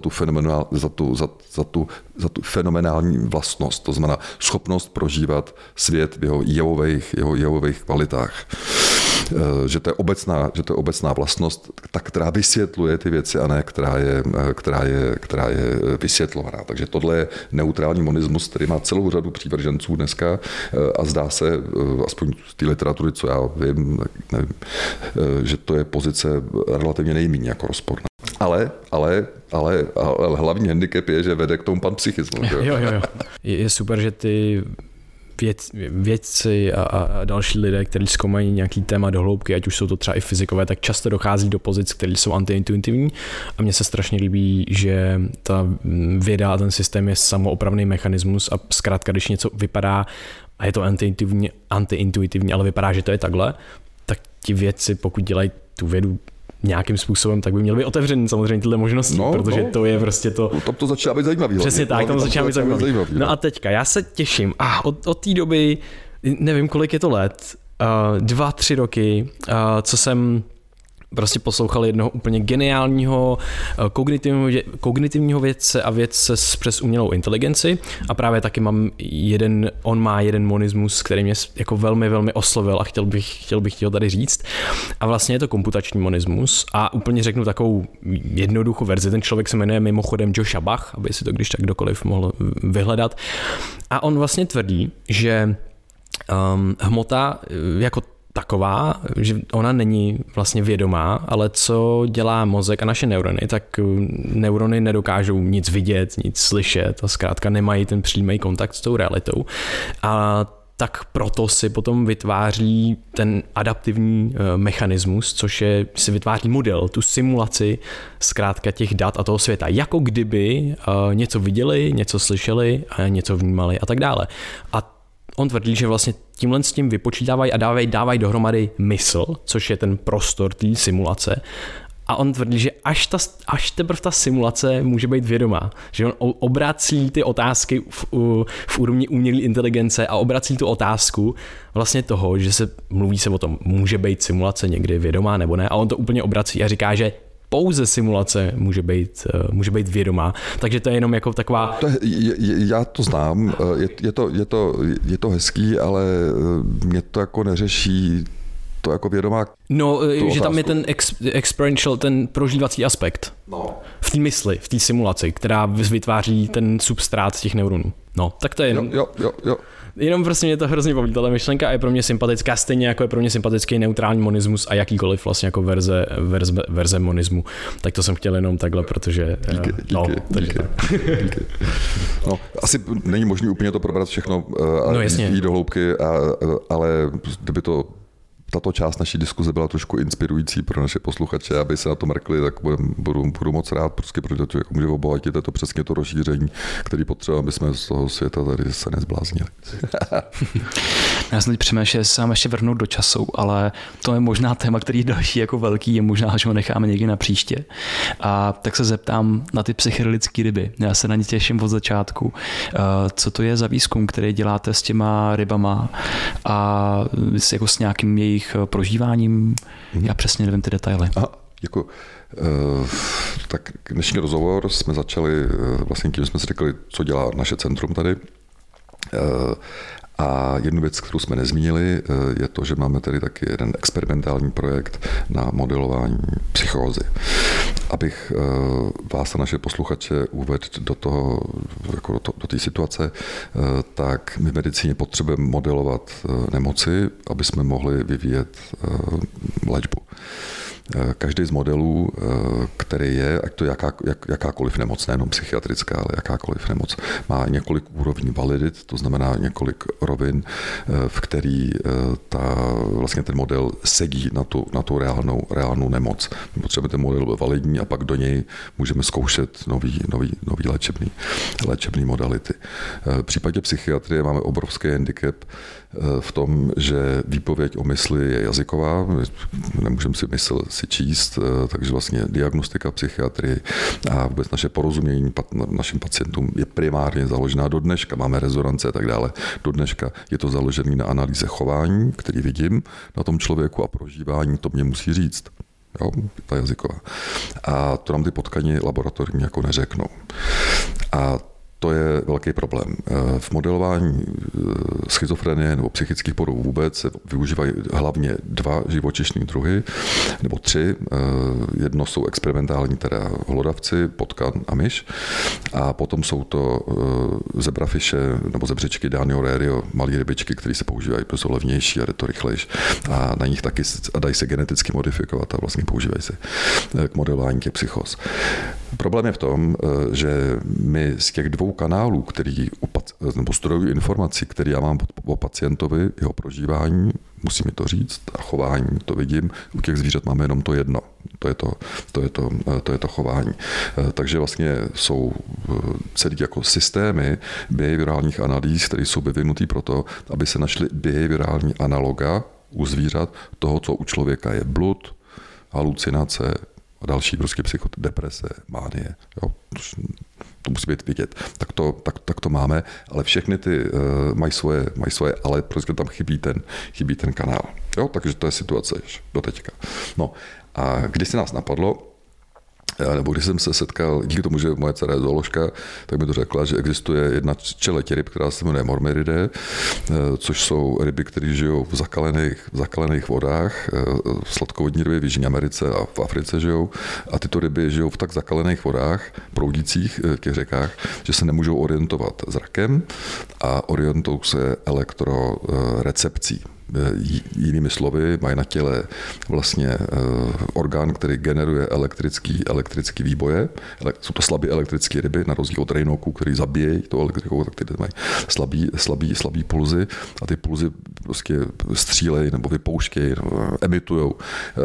tu fenomenální vlastnost, to znamená schopnost prožívat svět v jeho jevových kvalitách. Že to je obecná vlastnost, ta, která vysvětluje ty věci a ne která je vysvětlovaná. Takže tohle je neutrální monismus, který má celou řadu přívrženců dneska a zdá se, aspoň z té literatury, co já vím, nevím, že to je pozice relativně nejméně jako rozporná. Ale hlavní handicap je, že vede k tomu panpsychismu. Jo. Je super, že ty vědci a další lidé, kteří zkoumají nějaký téma do hloubky, ať už jsou to třeba i fyzikové, tak často dochází do pozic, které jsou antiintuitivní a mně se strašně líbí, že ta věda a ten systém je samoopravný mechanismus a zkrátka, když něco vypadá a je to antiintuitivní, ale vypadá, že to je takhle, tak ti vědci, pokud dělají tu vědu nějakým způsobem, tak by měl být otevřený samozřejmě tyhle možnosti, protože to je prostě to... Tam to začíná být zajímavý. Přesně tak, tam začíná být zajímavý. No a teďka, já se těším, od té doby, nevím, kolik je to let, 2-3 roky, co jsem prostě poslouchal jednoho úplně geniálního kognitivního vědce a vědce přes umělou inteligenci a právě taky on má jeden monismus, který mě jako velmi, velmi oslovil a chtěl bych ho tady říct. A vlastně je to komputační monismus a úplně řeknu takovou jednoduchou verzi. Ten člověk se jmenuje mimochodem Joshua Bach, aby si to když tak kdokoliv mohl vyhledat. A on vlastně tvrdí, že hmota jako taková, že ona není vlastně vědomá, ale co dělá mozek a naše neurony, tak neurony nedokážou nic vidět, nic slyšet a zkrátka nemají ten přímý kontakt s tou realitou. A tak proto si potom vytváří ten adaptivní mechanismus, což je, si vytváří model, tu simulaci zkrátka těch dat a toho světa, jako kdyby něco viděli, něco slyšeli a něco vnímali a tak dále. A on tvrdí, že vlastně tímhle s tím vypočítávají a dávají dohromady mysl, což je ten prostor té simulace. A on tvrdí, že až teprve ta simulace může být vědomá. Že on obrací ty otázky v úrovni umělé inteligence a obrací tu otázku vlastně toho, že mluví se o tom, může být simulace někdy vědomá nebo ne. A on to úplně obrací a říká, že pouze simulace může být vědomá. Takže to je jenom jako taková... Já to znám, je to hezký, ale mě to jako neřeší to jako vědomá... No, že tam je ten experiential, ten prožívací aspekt. No. V té mysli, v té simulaci, která vytváří ten substrát těch neuronů. No, tak to je jenom... Jo. Jenom prostě mě to hrozně baví, tato myšlenka je pro mě sympatická, stejně jako je pro mě sympatický neutrální monismus a jakýkoliv vlastně jako verze monismu. Tak to jsem chtěl jenom takhle, protože... Díky. No, asi není možné úplně to probrat všechno a jít do hloubky, ale kdyby to tato část naší diskuze byla trošku inspirující pro naše posluchače, aby se na to mrkli, tak budu moc rád, prostě, protože to může obohatit, je to přesně to rozšíření, který potřebujeme, aby jsme z toho světa tady se nezbláznili. Já jsem teď přemýšlel, že se sám ještě vrhnout do času, ale to je možná téma, který další jako velký, je možná, že ho necháme někdy na příště. A tak se zeptám na ty psychedelické ryby. Já se na ně těším od začátku. Co to je za výzkum, který děláte s těma rybama a jako s nějakým jejich prožíváním? Já přesně nevím ty detaily. Tak dnešní rozhovor jsme začali vlastně tím, jsme si řekli, co dělá naše centrum tady. A jednu věc, kterou jsme nezmínili, je to, že máme tady taky jeden experimentální projekt na modelování psychózy. Abych vás a naše posluchače uvedl do toho, jako do té situace, tak my v medicíně potřebujeme modelovat nemoci, aby jsme mohli vyvíjet léčbu. Každý z modelů, který je, ať to jakákoliv nemoc, nejenom psychiatrická, ale jakákoliv nemoc, má několik úrovní validit, to znamená několik rovin, v který vlastně ten model sedí na tu reálnou nemoc. My potřebujeme ten model validní a pak do něj můžeme zkoušet nový léčebný modality. V případě psychiatrie máme obrovský handicap v tom, že výpověď o mysli je jazyková, nemůžeme si mysl si číst, takže vlastně diagnostika psychiatrie a vůbec naše porozumění našim pacientům je primárně založená do dneška, máme rezonance a tak dále. Do dneška je to založené na analýze chování, který vidím na tom člověku a prožívání, to mě musí říct. Jo, ta jazyková. A to nám ty potkani laboratorní jako neřeknou. A to je velký problém. V modelování schizofrenie nebo psychických poruch vůbec se využívají hlavně 2 živočišní druhy, nebo 3. Jedno jsou experimentální, teda hlodavci, potkan a myš. A potom jsou to zebrafiše nebo zebřičky Danio rerio, malé rybičky, které se používají, protože jsou levnější a jde to rychlejší. A na nich taky dají se geneticky modifikovat a vlastně používají se k modelování těch psychóz. Problém je v tom, že my z těch 2 kanálů, nebo zdrojů informací, které já mám o pacientovi, jeho prožívání, musím mi to říct, a chování, to vidím, u těch zvířat máme jenom to jedno. To je to chování. Takže vlastně jsou celý jako systémy behaviorálních analýz, které jsou vyvinutý proto, aby se našly behaviorální analoga u zvířat toho, co u člověka je blud, halucinace a další prostě deprese, mánie. Jo? To musí být vidět. Tak to máme, ale všechny ty mají svoje, ale prostě tam chybí ten kanál. Jo? Takže to je situace do teďka. No a když se nás napadlo, nebo když jsem se setkal, díky tomu, že moje dcera je zooložka, tak mi to řekla, že existuje jedna čeletě ryb, která se jmenuje mormyridae, což jsou ryby, které žijou v zakalených vodách, sladkovodní ryby v Jižní Americe a v Africe žijou. A tyto ryby žijou v tak zakalených vodách, proudících v těch řekách, že se nemůžou orientovat zrakem a orientují se elektrorecepcí. Jinými slovy, mají na těle vlastně orgán, který generuje elektrický výboje. Jsou to slabé elektrické ryby, na rozdíl od rejnoků, který zabíjejí tou elektrikou, tak ty mají slabý pulzy a ty pulzy prostě střílejí nebo vypouštějí, emitujou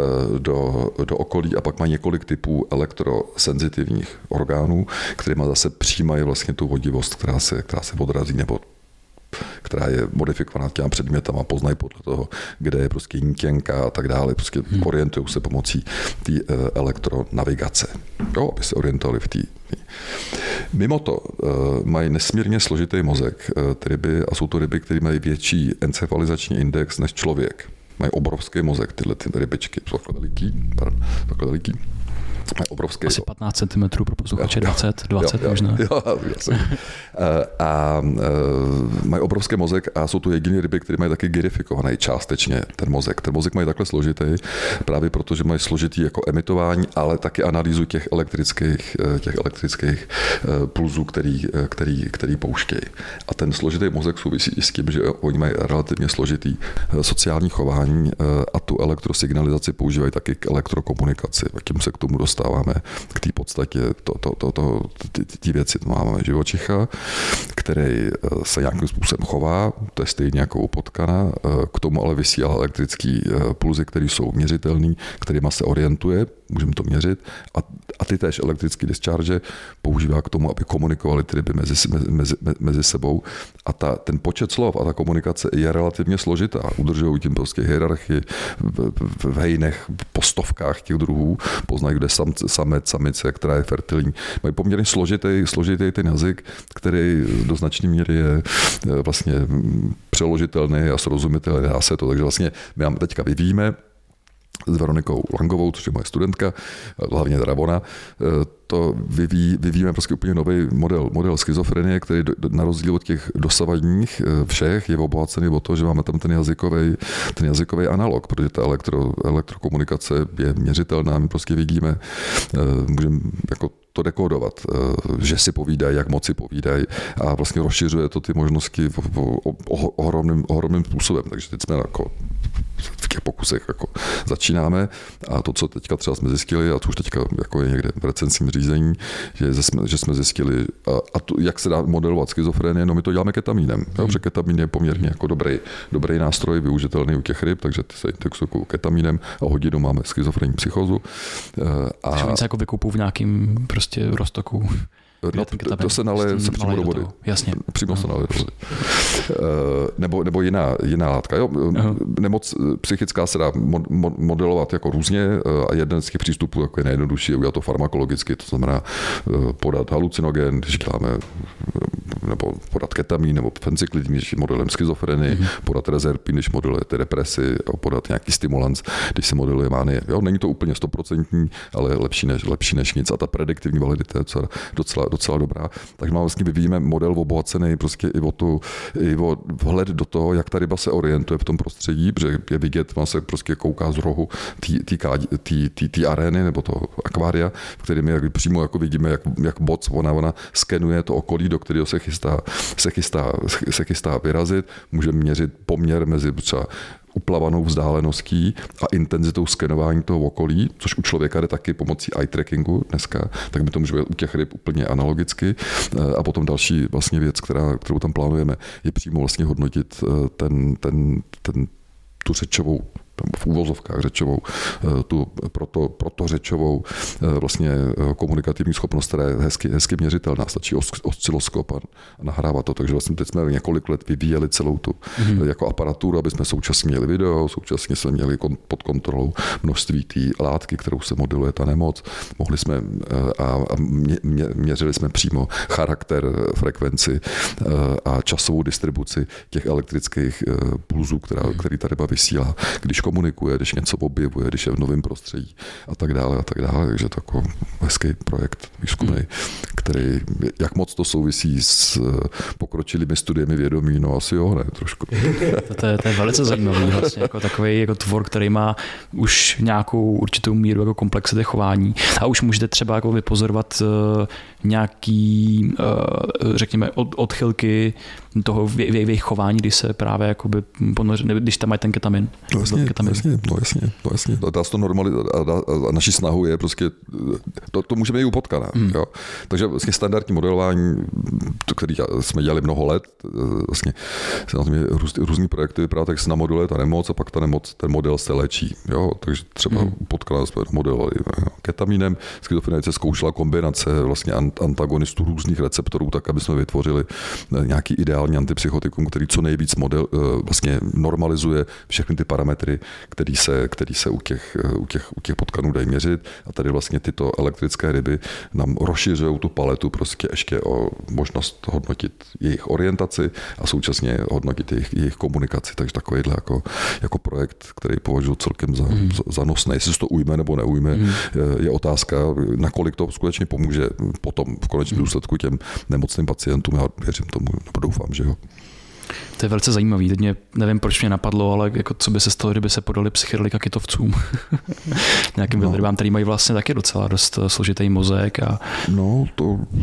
do okolí a pak mají několik typů elektrosenzitivních orgánů, kterými zase přijímají vlastně tu vodivost, která se odrazí nebo která je modifikovaná těma předmětama, poznají podle toho, kde je prostě nítěnka a tak dále, prostě orientují se pomocí té elektronavigace, jo, aby se orientovali v té. Mimo to mají nesmírně složitý mozek ty ryby a jsou to ryby, které mají větší encefalizační index než člověk. Mají obrovský mozek, tyhle rybičky, jsou takhle veliký. Obrovský. Asi 15 cm pro posluchače, 20 možná. A mají obrovský mozek a jsou to jediné ryby, které mají taky gyrifikovaný částečně ten mozek. Ten mozek mají takhle složitý, právě protože mají složitý jako emitování, ale taky analýzu těch elektrických pulzů, který pouštějí. A ten složitý mozek souvisí i s tím, že oni mají relativně složitý sociální chování a tu elektrosignalizaci používají taky k elektrokomunikaci. A tím se k tomu dostává dostáváme k té podstatě ty věci. Máme živočicha, který se nějakým způsobem chová, to je stejně jako u potkana, k tomu ale vysílá elektrický pulzy, které jsou měřitelné, kterýma se orientuje, můžeme to měřit, a ty též elektrické discharge používá k tomu, aby komunikovali ty ryby mezi sebou. A ten počet slov a ta komunikace je relativně složitá. Udržují tím prostě hierarchii v hejnech, po stovkách těch druhů, poznají, kde samec, samice, která je fertilní. Mají poměrně složitý ten jazyk, který do značné míry je vlastně přeložitelný a srozumitelný, dá se to. Takže vlastně my teďka vyvíjíme s Veronikou Langovou, což je moje studentka, hlavně teda ona, to vyvíjíme prostě úplně nový model schizofrenie, který na rozdíl od těch dosavadních všech je obohacený o to, že máme tam ten jazykový analog, protože ta elektrokomunikace je měřitelná, my prostě vidíme, můžeme jako to dekodovat, že si povídají, jak moc si povídají a vlastně rozšiřuje to ty možnosti ohromným způsobem. Takže teď jsme jako v těch pokusech jako začínáme a to, co teďka třeba jsme zjistili, a to už teďka jako je někde v recenzním řízení, že jsme zjistili, a to, jak se dá modelovat schizofrenie, no my to děláme ketamínem, protože ketamín je poměrně jako dobrý nástroj, využitelný u těch ryb, takže se intoxikují ketamínem a hodinu máme schizofrenní psychózu. Takže oni se jako vykoupou v nějakým prostě roztoku. No, to se naleje se přímo do vody. Jasně. Přímo se naleje do vody. Nebo jiná látka. Jo? Nemoc psychická se dá modelovat jako různě a jeden z těch přístupů jako je nejjednodušší, je udělat to farmakologicky, to znamená podat halucinogen, když děláme, nebo podat ketamín, nebo fencyklidin, když je modelem schizofrenii, podat rezerpin, když modelujete depresi, a podat nějaký stimulans, když se modeluje mánie. Jo? Není to úplně 100%, ale lepší než nic. A ta prediktivní validita je docela dobrá. Takže máme vlastně vyvíjíme model obohacený prostě i o vhled do toho, jak ta ryba se orientuje v tom prostředí, protože je vidět, má se prostě kouká z rohu té arény nebo toho akvária, v kterém my přímo jako vidíme, jak boc ona skenuje to okolí, do kterého se chystá vyrazit. Můžeme měřit poměr mezi třeba uplavanou vzdáleností a intenzitou skenování toho okolí, což u člověka jde taky pomocí eye trackingu dneska, tak my to můžeme u těch ryb úplně analogicky. A potom další vlastně věc, kterou tam plánujeme, je přímo vlastně hodnotit tu řečovou, v úvozovkách řečovou, tu protořečovou vlastně komunikativní schopnost, která je hezky měřitelná. Stačí osciloskop a nahrává to. Takže vlastně teď jsme několik let vyvíjeli celou tu jako aparaturu, aby jsme současně měli video, současně jsme měli pod kontrolou množství té látky, kterou se modeluje ta nemoc. Mohli jsme a měřili jsme přímo charakter, frekvenci a časovou distribuci těch elektrických pulzů, který ta ryba vysílá, když komunikuje, když něco objevuje, když je v novém prostředí a tak dále. Takže takový hezký projekt výzkumný, který, jak moc to souvisí s pokročilými studiemi vědomí, no asi jo, ne, trošku. To je velice zajímavý vlastně, jako takový jako tvor, který má už nějakou určitou míru jako komplexity chování a už můžete třeba jako vypozorovat nějaký, řekněme, odchylky toho v jejich chování, když se právě jakoby když tam mají ten ketamin. No jasně. Dá se to normalizovat a naší snahu je prostě, to můžeme i u potkana. Jo? Takže vlastně standardní modelování, který jsme dělali mnoho let, vlastně různý projekty vypadá, tak se namodeluje ta nemoc a pak ta nemoc, ten model se léčí. Jo? Takže třeba u potkana jsme modelovali ketaminem, schizofrenie se zkoušela kombinace vlastně antagonistů různých receptorů, tak aby jsme vytvořili nějaký ideální antipsychotikum, který co nejvíc vlastně normalizuje všechny ty parametry, který se u těch potkanů dají měřit. A tady vlastně tyto elektrické ryby nám rozšiřují tu paletu prostě ještě o možnost hodnotit jejich orientaci a současně hodnotit jejich komunikaci. Takže takovýhle jako projekt, který považuji celkem za nosný. Jestli se to ujme nebo neujme, je otázka, nakolik to skutečně pomůže potom v konečném důsledku těm nemocným pacientům. Já věřím tomu, nebo doufám, že jo. To je velice zajímavý. Teď nevím, proč mě napadlo, ale jako co by se z toho, kdyby se podali psychedelika kytovcům. Nějakým rybám, který mají vlastně taky docela dost složitý mozek. No, to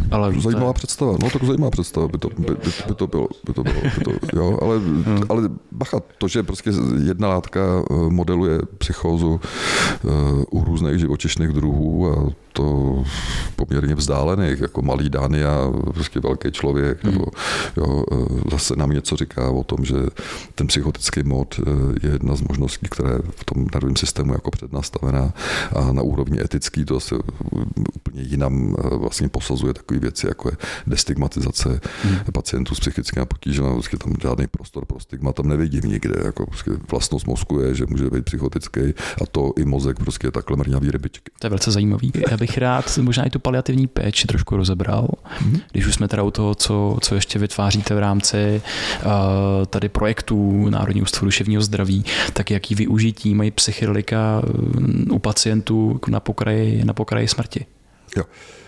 Ale zajímavá představa, no tak zajímavá představa by to bylo, jo, ale bacha, to, že prostě jedna látka modeluje psychózu u různých živočišných druhů a to poměrně vzdálených, jako malý Dania, prostě velký člověk, nebo jo, zase nám něco říká o tom, že ten psychotický mod je jedna z možností, která je v tom nervovém systému jako přednastavená a na úrovni etický to se úplně jinam vlastně posazuje takové věci, jako je destigmatizace pacientů s psychickými potížemi, vlastně tam žádný prostor pro stigma tam nevidím nikde, jako prostě vlastnost mozku je, že může být psychotický a to i mozek prostě je takhle mrňavý rybičky. To je velice zajímavý. Já bych rád možná i tu paliativní péči trošku rozebral, když už jsme teda u toho, co ještě vytváříte v rámci tady projektů Národního ústavu duševního zdraví, tak jaký využití mají psychedelika u pacientů na pokraji smrti? Jo.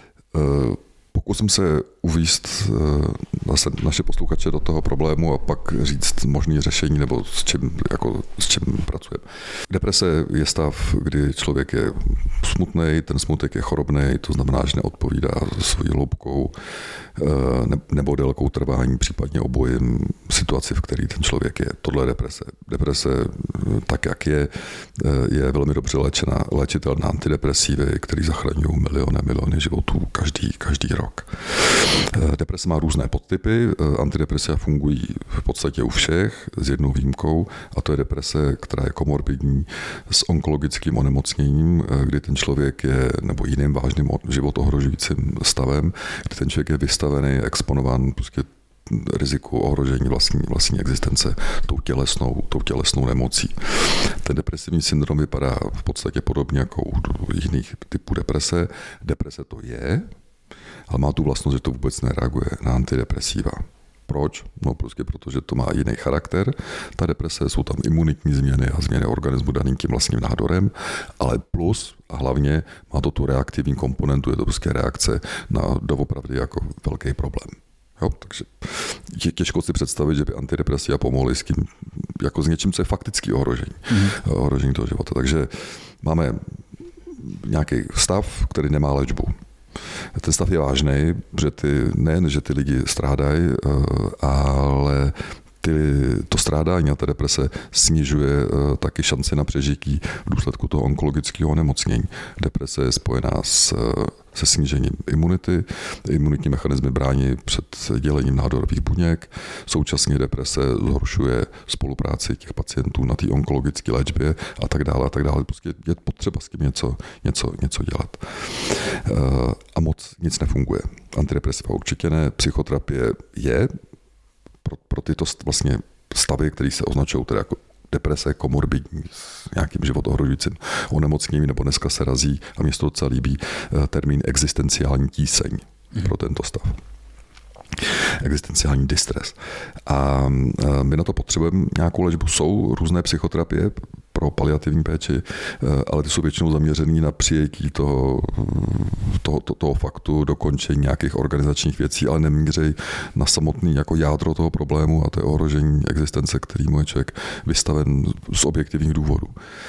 Pokusím se uvést naše posluchače do toho problému a pak říct možný řešení nebo s čím pracujeme. Deprese je stav, kdy člověk je smutný, ten smutek je chorobný, to znamená, že neodpovídá svojí hloubkou nebo délkou trvání, případně obojem situaci, v které ten člověk je. Tohle je deprese. Deprese, tak jak je velmi dobře léčitelná antidepresivy, které zachraňují miliony životů každý rok. Deprese má různé podtypy, antidepresiva fungují v podstatě u všech, s jednou výjimkou, a to je deprese, která je komorbidní s onkologickým onemocněním, kdy ten člověk je, nebo jiným vážným životohrožujícím stavem, kdy ten člověk je vystavený, exponován prostě riziku ohrožení vlastní existence tou tělesnou nemocí. Ten depresivní syndrom vypadá v podstatě podobně jako u jiných typů deprese. Deprese to je, ale má tu vlastnost, že to vůbec nereaguje na antidepresiva. Proč? No prostě protože to má jiný charakter. Ta deprese, jsou tam imunitní změny a změny organismu daným tím vlastním nádorem, ale plus a hlavně má to tu reaktivní komponentu, je to prostě reakce na doopravdy jako velký problém. Jo, takže těžko si představit, že by antidepresiva pomohly s tím, jako s něčím, co je faktický ohrožení toho života. Takže máme nějaký stav, který nemá léčbu. Ten stav je vážný, protože nejen, že ty lidi strádají, ale to strádání a ta deprese snižuje taky šanci na přežití v důsledku toho onkologického onemocnění. Deprese je spojená se snížením imunity. Imunitní mechanismy brání před dělením nádorových buněk. Současně deprese zhoršuje spolupráci těch pacientů na té onkologické léčbě a tak dále. Prostě je potřeba s tím něco dělat. A moc nic nefunguje. Antidepresiva určitě ne, psychoterapie je pro tyto vlastně stavy, které se označují tedy jako deprese komorbidní s nějakým životohrožujícím onemocněním, nebo dneska se razí, a mně se to docela líbí, termín existenciální tíseň pro tento stav. Existenciální distres. A my na to potřebujeme nějakou léčbu. Jsou různé psychoterapie pro paliativní péči, ale ty jsou většinou zaměřený na přijetí toho faktu, dokončení nějakých organizačních věcí, ale nemířejí na samotný jako jádro toho problému, a to je ohrožení existence, kterýmu je člověk vystaven z objektivních důvodů.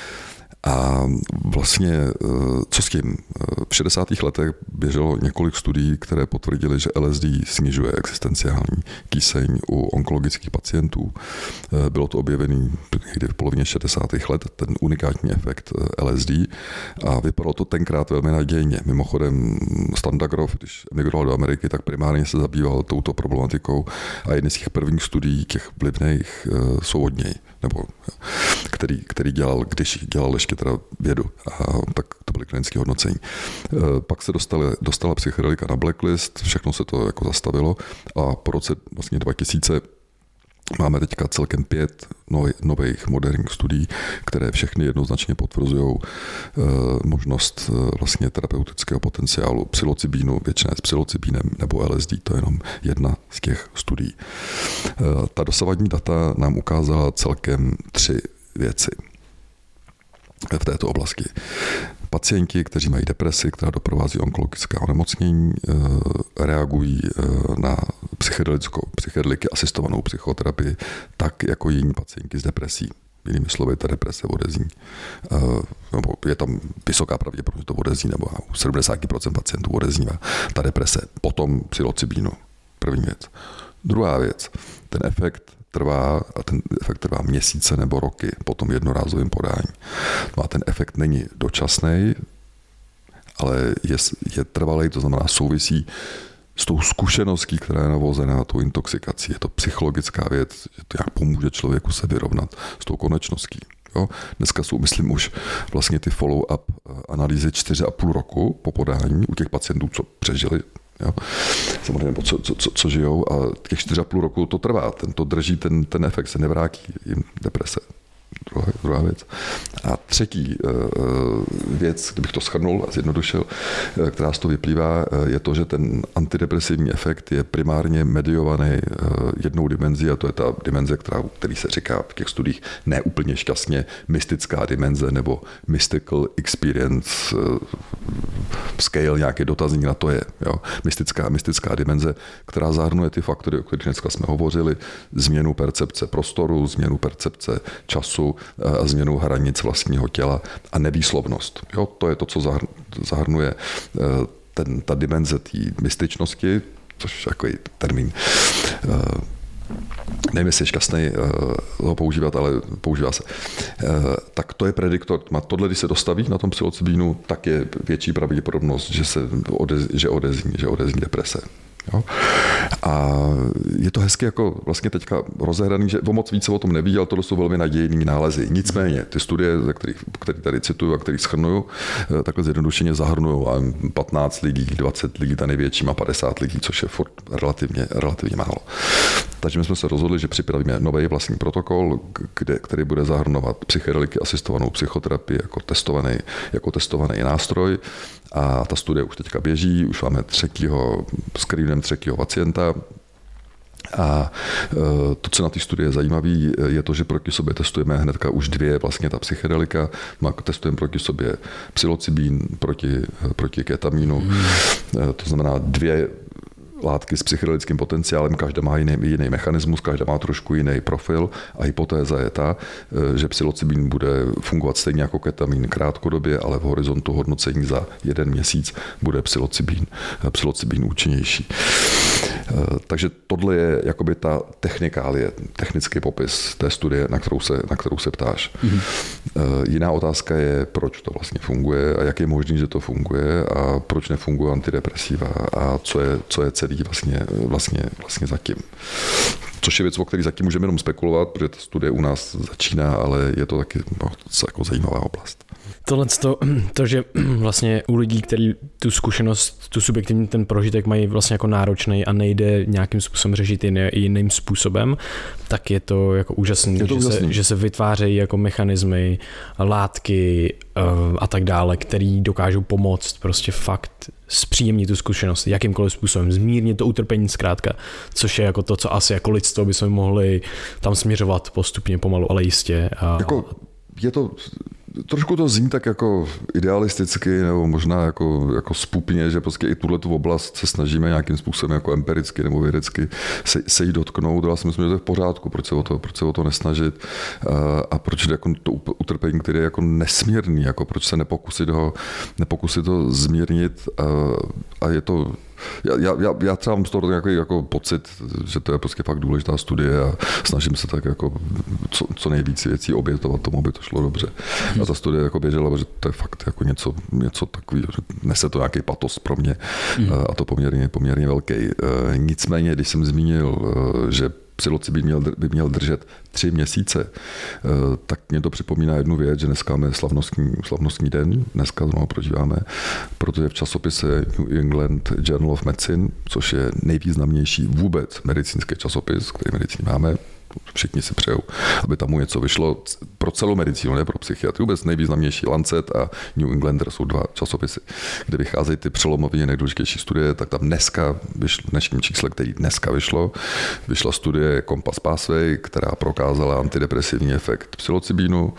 A vlastně, co s tím? V 60. letech běželo několik studií, které potvrdily, že LSD snižuje existenciální tíseň u onkologických pacientů. Bylo to objevené někdy v polovině 60. let, ten unikátní efekt LSD, a vypadalo to tenkrát velmi nadějně. Mimochodem Stan Dagroff, když emigroval do Ameriky, tak primárně se zabýval touto problematikou a jedny z těch prvních studií, těch vlivných, jsou od něj, nebo který dělal, když dělal ještě teda vědu, a tak to byly klinické hodnocení. Pak se dostala psychedelika na blacklist, všechno se to jako zastavilo, a po roce vlastně 2000 máme teďka celkem 5 nových moderních studií, které všechny jednoznačně potvrzují možnost vlastně terapeutického potenciálu psilocybínu, většinou s psilocybínem, nebo LSD, to je jenom jedna z těch studií. Ta dosavadní data nám ukázala celkem 3 věci v této oblasti. Pacienti, kteří mají depresi, která doprovází onkologická onemocnění, reagují na psychedeliky asistovanou psychoterapii tak jako jiní pacienti s depresí. Jinými slovy, ta deprese odezní. Nebo je tam vysoká pravděpodobnost, že to odezní, nebo u 70% pacientů odeznívá ta deprese. Potom psilocybínu. První věc. Druhá věc, ten efekt trvá měsíce nebo roky po tom jednorázovém podání. No a ten efekt není dočasný, ale je trvalý, to znamená souvisí s tou zkušeností, která je navozená na tu intoxikaci. Je to psychologická věc, že to jak pomůže člověku se vyrovnat s tou konečností. Jo? Dneska jsou, myslím, už vlastně ty follow-up analýzy 4,5 roku po podání u těch pacientů, co přežili. Jo? Samozřejmě, co žijou, a těch 4,5 roku to trvá. To drží ten efekt, se nevrátí jim deprese. Druhá věc. A třetí věc, kdybych to shrnul a zjednodušil, která z toho vyplývá, je to, že ten antidepresivní efekt je primárně mediovaný jednou dimenzí, a to je ta dimenze, který se říká v těch studiích neúplně šťastně mystická dimenze nebo mystical experience scale, nějaký dotazník na to je. Jo? Mystická dimenze, která zahrnuje ty faktory, o kterých dneska jsme hovořili, změnu percepce prostoru, změnu percepce času a změnu hranic vlastního těla a nevýslovnost. Jo? To je to, co zahrnuje ta dimenze té mystičnosti, což je takový termín. Nevím, jestli je šťastný ho používat, ale používá se. Tak to je prediktor. Tohle, když se dostaví na tom psilocybínu, tak je větší pravděpodobnost, že odezní deprese. Jo? A je to hezky jako vlastně teďka rozehraný, že o moc více o tom neví, ale tohle jsou velmi nadějný nálezy. Nicméně ty studie, které tady cituju a které shrnuju, takhle zjednodušeně zahrnují 15 lidí, 20 lidí, ta největší má 50 lidí, což je furt relativně málo. Takže my jsme se rozhodli, že připravíme nový vlastní protokol, který bude zahrnovat psychedeliky asistovanou psychoterapii jako testovaný nástroj. A ta studie už teďka běží, už máme screenem třetího pacienta. A to, co na té studii je zajímavé, je to, že proti sobě testujeme hnedka už 2 vlastně ta psychedelika. Testujeme proti sobě psilocybín proti ketamínu. To znamená 2 látky s psychedelickým potenciálem, každá má jiný mechanismus, každá má trošku jiný profil a hypotéza je ta, že psilocybín bude fungovat stejně jako ketamin krátkodobě, ale v horizontu hodnocení za 1 měsíc bude psilocybín účinnější. Takže tohle je jakoby ta technický popis té studie, na kterou se ptáš. Jiná otázka je, proč to vlastně funguje a jak je možné, že to funguje a proč nefungují antidepresiva a co je celý vlastně zatím. Což je věc, o které zatím můžeme jenom spekulovat, protože ta studie u nás začíná, ale je to taky jako zajímavá oblast. To, že vlastně u lidí, kteří tu zkušenost, tu subjektivní ten prožitek mají vlastně jako náročný a nejde nějakým způsobem řešit jiným způsobem, tak je to jako úžasný, že se vytvářejí jako mechanismy, látky a tak dále, který dokážou pomoct prostě fakt zpříjemnit tu zkušenost jakýmkoliv způsobem, zmírnit to utrpení zkrátka, což je jako to, co asi jako lidstvo bychom mohli tam směřovat postupně pomalu, ale jistě. Je to trošku to zní tak jako idealisticky nebo možná jako spupně, že prostě i tuhletu oblast se snažíme nějakým způsobem jako empiricky nebo vědecky se jí dotknout. Já si myslím, že to je v pořádku, proč se o to nesnažit a proč jako to utrpení, které je jako nesmírný, jako proč se nepokusit ho zmírnit a je to Já třeba mám z toho nějaký jako pocit, že to je prostě fakt důležitá studie a snažím se tak jako co nejvíc věcí obětovat tomu, aby to šlo dobře. A ta studie jako běžela, že to je fakt jako něco takového, že nese to nějaký patos pro mě a to poměrně velký. Nicméně, když jsem zmínil, že psilocybin by měl držet 3 měsíce, tak mě to připomíná jednu věc, že dneska máme slavnostní den, dneska znovu prožíváme, protože v časopise New England Journal of Medicine, což je nejvýznamnější vůbec medicínský časopis, který medicíně máme, všichni si přejou, aby tam mu něco vyšlo pro celou medicínu, ne pro psychiatrii. Vůbec nejvýznamnější Lancet a New Englander jsou 2 časopisy, kde vycházejí ty přelomové nejdůležitější studie, tak tam dneska vyšlo, v dnešním čísle, který dneska vyšla studie Compass Pathway, která prokázala antidepresivní efekt psilocybínu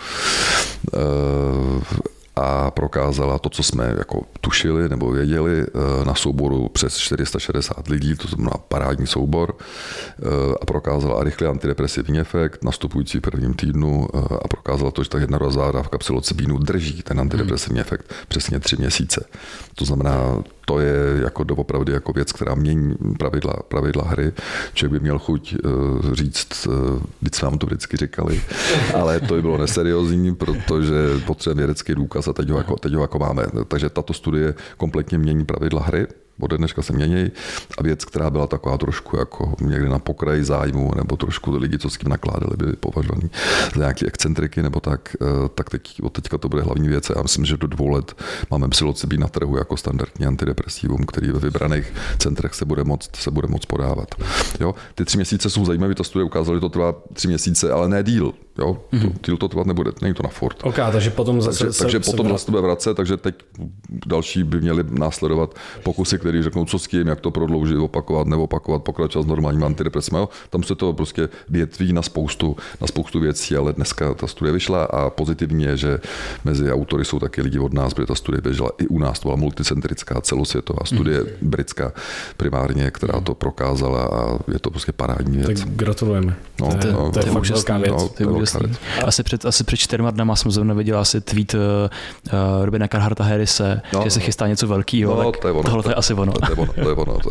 a prokázala to, co jsme jako tušili nebo věděli na souboru přes 460 lidí, to znamená parádní soubor, a prokázala rychlý antidepresivní efekt, nastupující v prvním týdnu a prokázala to, že ta jednorazová dávka psilocybínu drží ten antidepresivní efekt přesně 3 měsíce. To znamená, to je jako doopravdy jako věc, která mění pravidla hry. Člověk by měl chuť říct, vždyť jsme vám to vždycky říkali, ale to by bylo neseriózní, protože potřebujeme vědecký důkaz a teď ho jako máme. Takže tato studie kompletně mění pravidla hry. Ode dneška se mění a věc, která byla taková trošku jako někde na pokraji zájmu nebo trošku lidi, co s tím nakládali, byli považovaní za nějaký excentriky nebo tak teďka to bude hlavní věc. Já myslím, že do 2 let máme psilocybin na trhu jako standardní antidepresivum, který ve vybraných centrech se bude moct podávat. Jo? Ty 3 měsíce jsou zajímavé, ta studie ukázala, že to trvá 3 měsíce, ale ne díl. Jo? Díl to trvat nebude, není to na furt. Takže potom zase potom to bude vracet, takže teď další by měli následovat pokusy, který řeknou, co s tím, jak to prodloužit, opakovat, neopakovat, pokračovat s normálním antidepresivem. Tam se to prostě větví na spoustu věcí, ale dneska ta studie vyšla a pozitivní je, že mezi autory jsou taky lidi od nás, protože ta studie běžela i u nás, to byla multicentrická celosvětová studie britská primárně, která to prokázala a je to prostě parádní věc. Tak gratulujeme. To je fakt velká věc. Asi před 4 dnama jsem zrovna viděl asi tweet Robina Carharta Harrise, že se chystá něco velkého, tak tohle je asi ono. To je ono.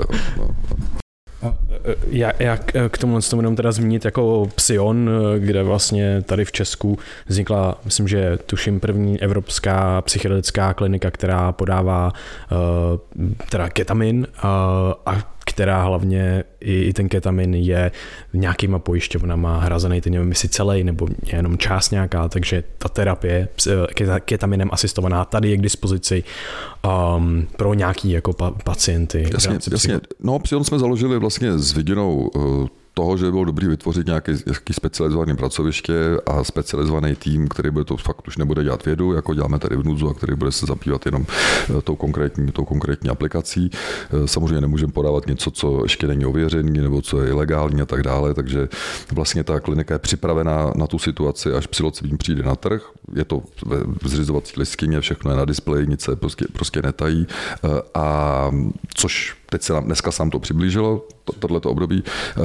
Já k tomu jenom teda zmínit jako Psion, kde vlastně tady v Česku vznikla, myslím, že tuším první evropská psychedelická klinika, která podává teda ketamin a která hlavně i ten ketamin je nějakýma pojišťovnama hrazený, teď nevím, jestli celý nebo jenom část nějaká, takže ta terapie ketaminem asistovaná tady je k dispozici pro nějaký jako pacienty. Jasně. No, Psion jsme založili vlastně s vidinou toho, že by bylo dobré vytvořit nějaké specializované pracoviště a specializovaný tým, který bude to fakt už nebude dělat vědu, jako děláme tady v NUDZu, a který bude se zabývat jenom tou konkrétní aplikací. Samozřejmě nemůžeme podávat něco, co ještě není ověřený, nebo co je ilegální a tak dále, takže vlastně ta klinika je připravená na tu situaci, až psilocybin přijde na trh. Je to v zřizovací listině, všechno je na displeji, nic se prostě netají. A což teď dneska se nám to přiblížilo, tohleto období,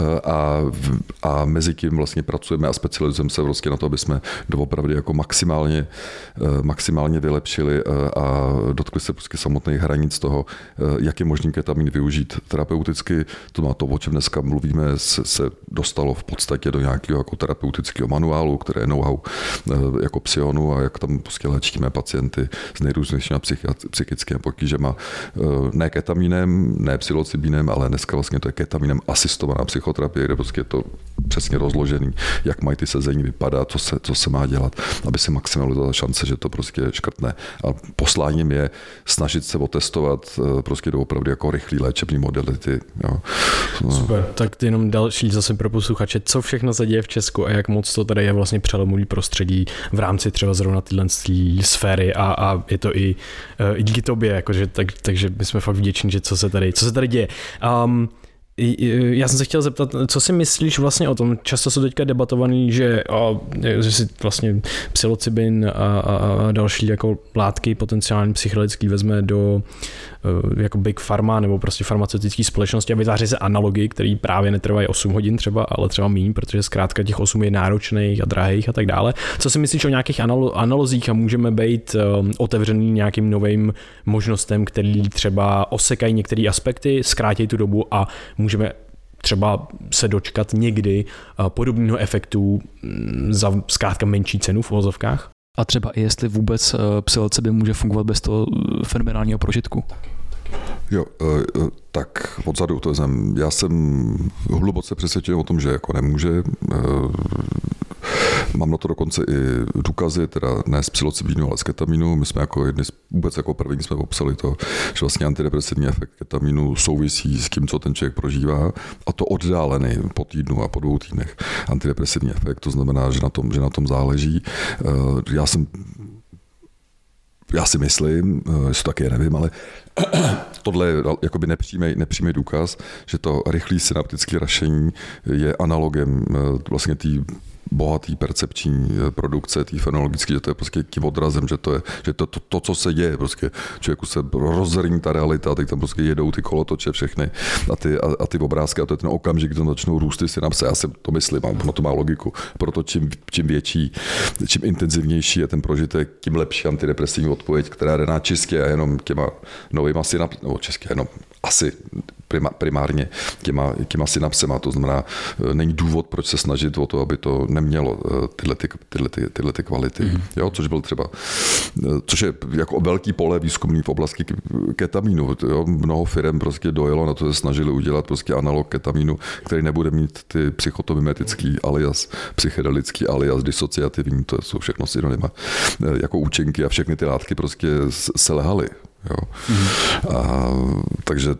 a mezi tím vlastně pracujeme a specializujeme se vlastně na to, aby jsme doopravdy jako maximálně vylepšili a dotkli se prostě samotných hranic toho, jak je možný ketamin využít terapeuticky. To, o čem dneska mluvíme, se dostalo v podstatě do nějakého jako terapeutického manuálu, které je know-how jako Psionu a jak tam prostě léčíme pacienty s nejrůznějšími psychickými potížema. Ne ketaminem, ne psilocybinem, ale dneska vlastně to je ketaminem asistovaná psychoterapie, kde prostě je to přesně rozložený, jak mají ty sezení vypadat, co se má dělat, aby se maximalizovala šance, že to prostě škrtne. A posláním je snažit se otestovat prostě doopravdy jako rychlý léčebný modality. Jo. Super, tak jenom další zase pro posluchače, co všechno se děje v Česku a jak moc to tady je vlastně přelomový prostředí v rámci třeba zrovna tyhle sféry a je to i díky tobě, jakože, takže my jsme fakt vděční, že co se tady děje. Já jsem se chtěl zeptat, co si myslíš vlastně o tom, často jsou teďka debatovaný, že si vlastně psilocybin a další jako látky potenciálně psychedelický vezme do jako Big Pharma nebo prostě farmaceutické společnosti a vytváří se analogy, které právě netrvají 8 hodin třeba, ale třeba míň, protože zkrátka těch 8 je náročných a drahých a tak dále. Co si myslíš o nějakých analozích a můžeme být otevřený nějakým novým možnostem, který třeba osekají některé aspekty, zkrátí tu dobu a můžeme třeba se dočkat někdy podobného efektu za zkrátka menší cenu v uvozovkách? A třeba i jestli vůbec psilocybin může fungovat bez toho fenomenálního prožitku. Jo, tak odzadu to znám. Já jsem hluboce přesvědčen o tom, že jako nemůže. Mám na to dokonce i důkazy, teda ne z psilocybinu, ale z ketaminu. My jsme jako vůbec jako první jsme popsali to, že vlastně antidepresivní efekt ketaminu souvisí s tím, co ten člověk prožívá, a to oddálený po týdnu a po 2 týdnech antidepresivní efekt, to znamená, že na tom záleží. Já si myslím, že to taky nevím, ale tohle je jakoby nepřímý důkaz, že to rychlé synaptické rašení je analogem vlastně té bohatý percepční produkce, tý fenologický, že to je prostě tím odrazem, že to, co se děje, prostě člověku se rozrní ta realita, a teď tam prostě jedou ty kolotoče všechny a ty obrázky, a to je ten okamžik, kdy tam začnou růst ty synapse. Já si to myslím, ono to má logiku. Proto čím větší, čím intenzivnější je ten prožitek, tím lepší antidepresivní odpověď, která jde na čistě a jenom těma novýma synapsama, nebo čistě jenom asi primárně těma synapsema. To znamená, není důvod, proč se snažit o to, aby to nemělo tyhle ty kvality. Jo, což je jako velký pole výzkumný v oblasti ketamínu. Jo, mnoho firem prostě dojelo na to, se snažili udělat prostě analog ketamínu, který nebude mít ty psychotomimetický alias psychedelický alias disociativní, to jsou všechno synonyma, jako účinky a všechny ty látky prostě selhaly. Jo. Takže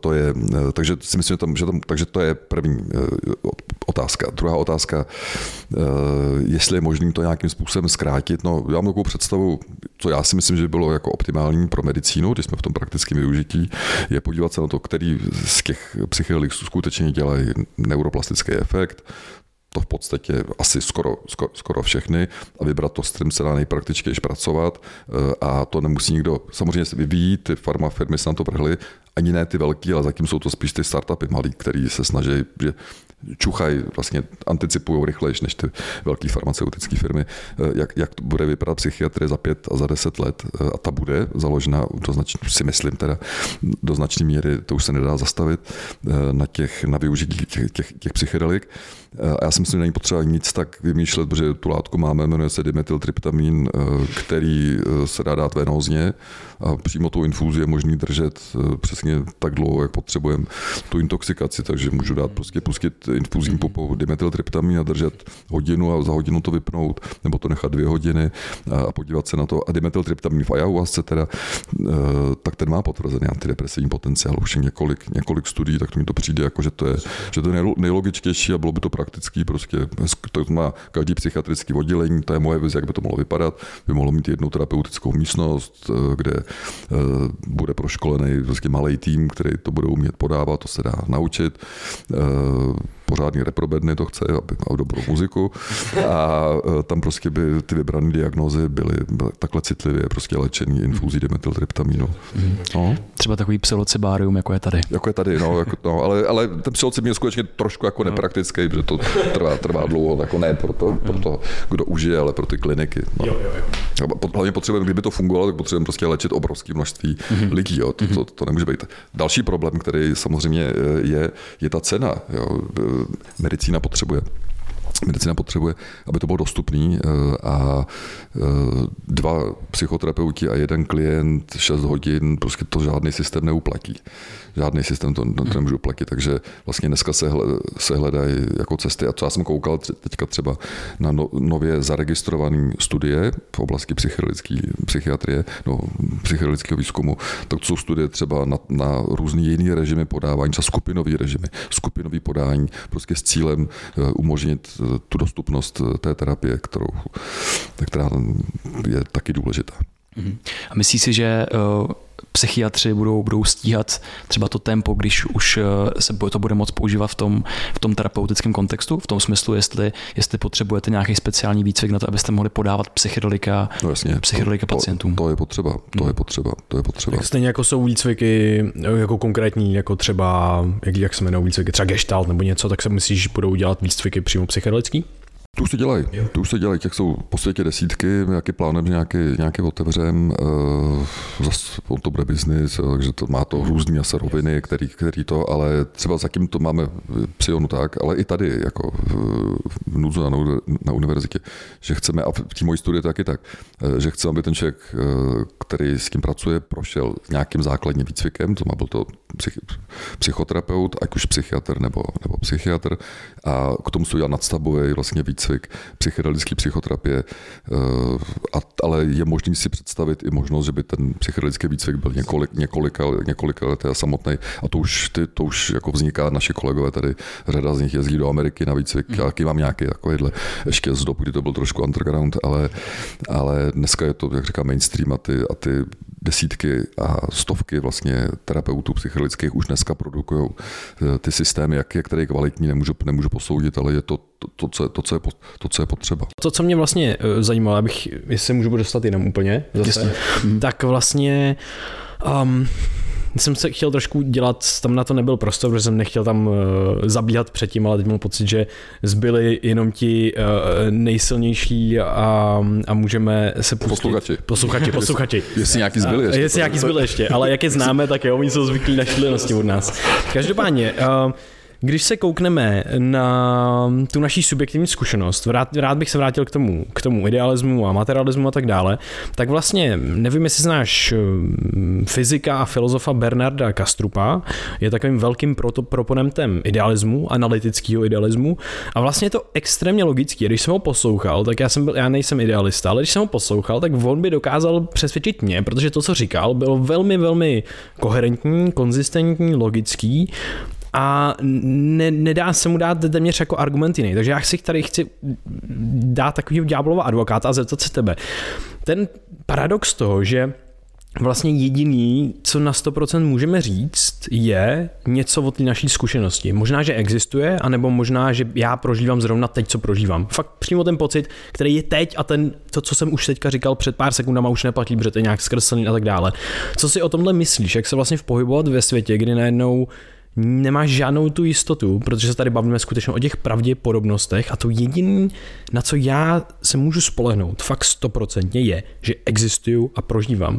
si myslím, že to je první otázka. Druhá otázka, jestli je možné to nějakým způsobem zkrátit. No, já mám takovou představu, co já si myslím, že bylo jako optimální pro medicínu, když jsme v tom praktickém využití, je podívat se na to, který z těch psychedelik skutečně dělají neuroplastický efekt, to v podstatě asi skoro všechny a vybrat to, s kterým se dá nejpraktičtěji pracovat a to nemusí nikdo, samozřejmě se vyvíjí, ty farmafirmy se na to vrhly, ani ne ty velký, ale zatím jsou to spíš ty startupy malý, který se snaží, že čuchají, vlastně anticipují rychlejš než ty velké farmaceutické firmy, jak to bude vypadat psychiatrie za 5 a za 10 let a ta bude založena, si myslím teda, do značné míry, to už se nedá zastavit, na využití těch psychedelik. A já si myslím, že není potřeba nic tak vymýšlet, protože tu látku máme, jmenuje se dimethyltryptamin, který se dá dát venózně a přímo tou infúzi je možný držet přesně tak dlouho, jak potřebujeme tu intoxikaci, takže můžu dát prostě pustit infúzní pupou dimethyltryptamin a držet hodinu a za hodinu to vypnout, nebo to nechat 2 hodiny a podívat se na to. A dimethyltryptamin v ayahuasce teda, tak ten má potvrzený antidepresivní potenciál. Už je několik studií, tak to mi to přijde, jako, že to je nejlogičtější a bylo by to praktický, prostě to má každý psychiatrický oddělení, to je moje vize, jak by to mohlo vypadat, by mohlo mít jednu terapeutickou místnost, kde bude proškolený prostě malý tým, který to bude umět podávat, to se dá naučit. Pořádný reprobedny to chce, aby měl dobrou muziku a tam prostě by ty vybrané diagnózy byly takhle citlivě prostě léčený infúzí dimethyltryptaminu. No. Třeba takový psilocybarium, jako je tady. Jako je tady, ale ten psilocybin je skutečně trošku jako nepraktický, protože to trvá dlouho, jako ne pro to, kdo užije, ale pro ty kliniky. No. Jo. Hlavně potřebujeme, kdyby to fungovalo, tak potřebujeme prostě léčit obrovské množství lidí. Jo. To nemůže být. Další problém, který samozřejmě je ta cena. Jo. Medicína potřebuje, aby to bylo dostupný a 2 psychoterapeuti a 1 klient 6 hodin, prostě to žádný systém neuplatí. Žádný systém to nemůže uplatit, takže vlastně dneska se hledají jako cesty. A co já jsem koukal teďka třeba na nově zaregistrované studie v oblasti psychiatrie, psychedelického výzkumu, tak to jsou studie třeba na různý jiný režimy podávání, třeba skupinový podání, prostě s cílem umožnit tu dostupnost té terapie, která je taky důležitá. A myslíš si, že psychiatři budou stíhat třeba to tempo, když už se to bude moct používat v tom terapeutickém kontextu? V tom smyslu, jestli potřebujete nějaký speciální výcvik na to, abyste mohli podávat psychedelika pacientům? To je potřeba. Tak stejně jako jsou výcviky jako konkrétní, jako třeba, jak se jmenují výcviky, třeba Gestalt nebo něco, tak se myslíš, že budou dělat výcviky přímo psychedelický? To už se dělají, těch jsou po světě desítky, jaký plánem, že nějaký otevřem, zase to bude biznis, takže to má to různý asi roviny, který to, ale třeba zatím to máme psionu tak, ale i tady, jako v NUZu na univerzitě, že chceme, a v té mojí studii taky tak, že chceme, aby ten člověk, který s tím pracuje, prošel nějakým základním výcvikem, to má byl to psychoterapeut, ať už psychiatr nebo psychiatr, a k tomu se udělal nadstavbový vlastně výcvik psychedelické psychoterapie, ale je možný si představit i možnost, že by ten psychedelický výcvik byl několika let samotný, a to už jako vzniká, naši kolegové tady, řada z nich jezdí do Ameriky na výcvik, já taky mám nějaký takovýhle ještě z dob, kdy to byl trošku underground, ale dneska je to, jak říkám, mainstream a ty desítky a stovky vlastně terapeutů psychedelických už dneska produkují ty systémy, jak je který kvalitní, nemůžu posoudit, ale je to, co je potřeba. To, co mě vlastně zajímalo, jestli můžu dostat jenom úplně zase, tak vlastně jsem se chtěl trošku dělat, tam na to nebyl prostor, protože jsem nechtěl tam zabíhat předtím, ale teď mám pocit, že zbyli jenom ti nejsilnější a můžeme se pustit. Posluchači. Jestli nějaký zbyli ještě. Ale jak je známe, tak jo, oni jsou zvyklí na šílenosti od nás. Každopádně, když se koukneme na tu naší subjektivní zkušenost, rád bych se vrátil k tomu idealismu a materialismu a tak dále, tak vlastně nevím, jestli znáš fyzika a filozofa Bernarda Kastrupa, je takovým velkým proponentem idealismu, analytického idealismu a vlastně je to extrémně logický. Když jsem ho poslouchal, tak já nejsem idealista, ale když jsem ho poslouchal, tak on by dokázal přesvědčit mě, protože to, co říkal, bylo velmi, velmi koherentní, konzistentní, logický, a nedá se mu dát téměř jako argument jiný. Takže já chci dát takovýho ďáblova advokáta a zeptat se tebe. Ten paradox toho, že vlastně jediný, co na 100% můžeme říct, je něco od té naší zkušenosti. Možná, že existuje, anebo možná, že já prožívám zrovna teď, co prožívám. Fakt přímo ten pocit, který je teď a to, co jsem už teďka říkal před pár sekundama, už neplatí, protože to je nějak zkreslený a tak dále. Co si o tomhle myslíš? Jak se vlastně pohybovat ve světě, kdy najednou nemáš žádnou tu jistotu, protože se tady bavíme skutečně o těch pravděpodobnostech a to jediné, na co já se můžu spolehnout, fakt 100% je, že existuju a prožívám.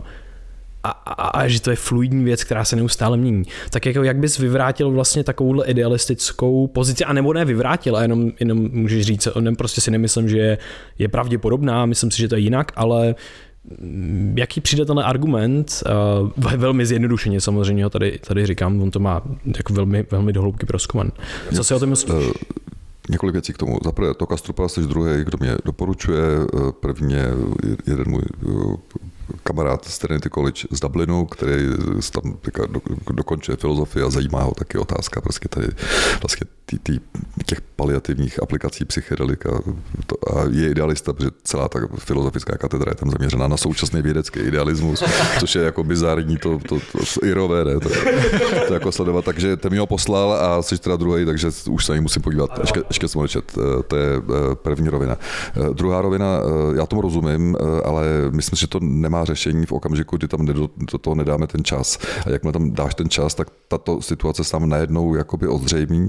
A že to je fluidní věc, která se neustále mění. Tak jako jak bys vyvrátil vlastně takovouhle idealistickou pozici, anebo ne vyvrátil, a jenom můžeš říct, prostě si nemyslím, že je pravděpodobná, myslím si, že to je jinak, ale jaký přijde tenhle argument, velmi zjednodušeně samozřejmě ho tady říkám, on to má jako velmi, velmi dohloubky prozkouman. Co si o tom myslíš? Několik věcí k tomu. Za prvé, to Kastrupa jsi druhý, kdo mě doporučuje. Prvně jeden můj kamarád z Trinity College z Dublinu, který tam dokončuje filozofii a zajímá ho taky otázka prostě tady vlastně těch paliativních aplikací psychedelika a je idealista, protože celá ta filozofická katedra je tam zaměřená na současný vědecký idealismus, což je jako bizarní, to irové, ne? To jako sledovat, takže ten mi ho poslal a jsi teda druhý, takže už se na něj musím podívat, ještě jsem ho nečet, to je první rovina. Druhá rovina, já tomu rozumím, ale myslím, že to nemá řešení v okamžiku, kdy tam do toho nedáme ten čas. A jakmile tam dáš ten čas, tak tato situace se tam najednou jakoby odzřejmí.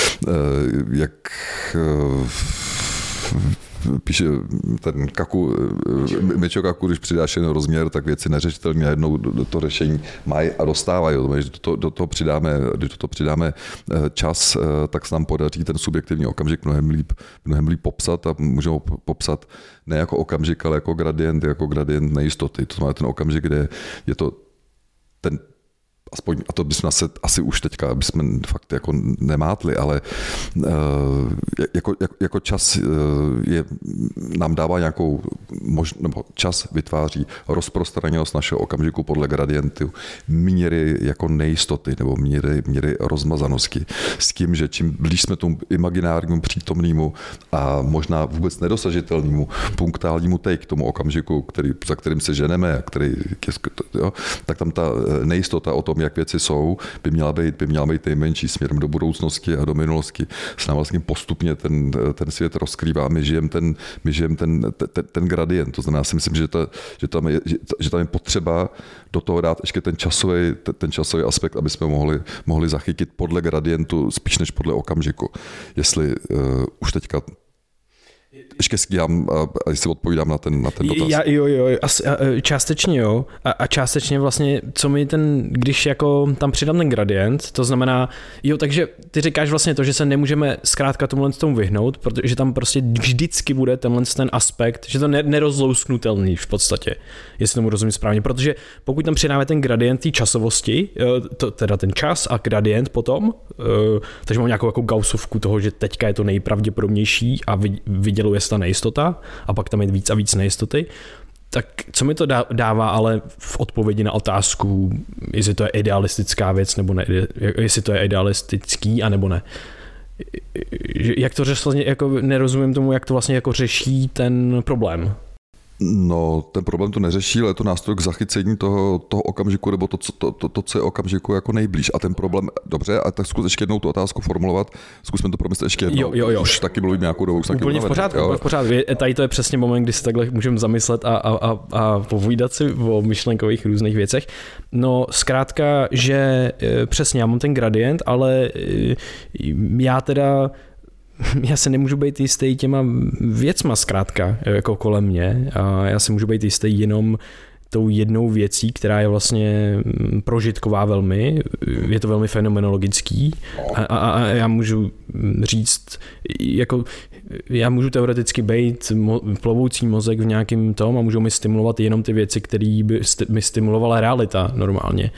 Jak píše ten Michio Kaku, když přidáš jen rozměr, tak věci neřešitelně najednou to řešení mají a dostávají. Když do toho přidáme čas, tak se nám podaří ten subjektivní okamžik mnohem líp popsat a můžeme ho popsat ne jako okamžik, ale jako gradient nejistoty. To znamená ten okamžik, kde je to ten aspoň, a to bychom asi už teďka bychom fakt jako nemátli, ale jako čas nám dává nějakou nebo čas vytváří rozprostraněnost našeho okamžiku podle gradientu míry jako nejistoty nebo míry rozmazanosti. S tím, že čím blíž jsme tomu imaginárnímu přítomnému a možná vůbec nedosažitelnému punktálnímu take, tomu okamžiku, za kterým se ženeme, a tak tam ta nejistota o tom, jak věci jsou, by měla být nejmenší směrem do budoucnosti a do minulosti. S nám vlastně postupně ten svět rozkrývá, my žijeme ten gradient. To znamená, já si myslím, že tam je potřeba do toho dát ještě ten časový aspekt, aby jsme mohli zachytit podle gradientu spíš než podle okamžiku. Jestli už teďka ještě skýhám a jestli odpovídám na ten dotaz. Jo, částečně jo. A částečně vlastně, co mi když jako tam přidám ten gradient, to znamená, takže ty říkáš vlastně to, že se nemůžeme zkrátka tomu vyhnout, protože tam prostě vždycky bude ten aspekt, že to nerozlousknutelný v podstatě, jestli tomu rozumím správně, protože pokud tam přidáme ten gradient té časovosti, teda ten čas a gradient potom, takže mám nějakou jako gaussovku toho, že teďka je to nejpravděpodobnější a vyděluje se ta nejistota a pak tam je víc a víc nejistoty, tak co mi to dává ale v odpovědi na otázku, jestli to je idealistická věc nebo ne, jestli to je idealistický a nebo ne. Jak to vlastně jako nerozumím tomu, jak to vlastně jako řeší ten problém. No, ten problém to neřeší, ale je to nástroj k zachycení toho okamžiku, nebo to, co je okamžiku jako nejblíž. A ten problém, dobře, a tak zkus ještě jednou tu otázku formulovat, zkusme to promyslet ještě jednou. Jo. Už taky mluvím nějakou dobu. Úplně v pořádku. Tady to je přesně moment, kdy se takhle můžeme zamyslet a povídat si o myšlenkových různých věcech. No, zkrátka, že přesně, já mám ten gradient, ale já se nemůžu být jistý těma věcma zkrátka, jako kolem mě. A já se můžu být jistý jenom tou jednou věcí, která je vlastně prožitková velmi, je to velmi fenomenologický a já můžu říct, jako já můžu teoreticky být plovoucí mozek v nějakým tom a můžou mi stimulovat jenom ty věci, které by mi stimulovala realita normálně.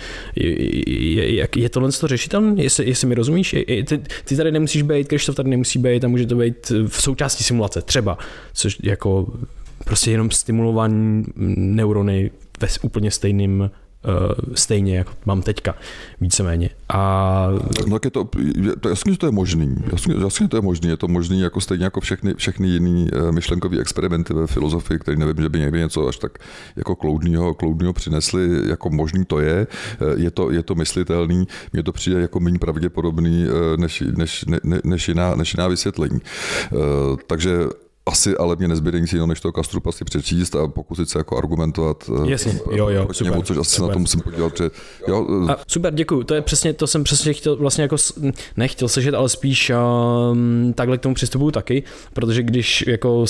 Je tohle to řešitelné? Jestli mi rozumíš? Ty tady nemusíš být, Krištof tady nemusí být a může to být v součástí simulace třeba, což jako prostě jenom stimulování neurony ve úplně stejně, jako mám teďka, víceméně. No tak je to jasně, že to je možný. Jasně, to je možný. Je to možný jako stejně jako všechny jiný myšlenkové experimenty ve filozofii, které nevím, že by někdy něco až tak jako kloudnýho přinesli, jako možný to je. Je to myslitelný. Mně to přijde jako méně pravděpodobný než jiná vysvětlení. Takže asi ale mě nezbyde nic jiného, než toho Kastrupa si přečíst a pokusit se jako argumentovat. Jasně, jo, super. Němu, což asi super. Na to musím podívat, že jo. Super, děkuju. To jsem přesně chtěl vlastně jako nechtěl sežet, ale spíš takhle k tomu přistupuju taky, protože když jako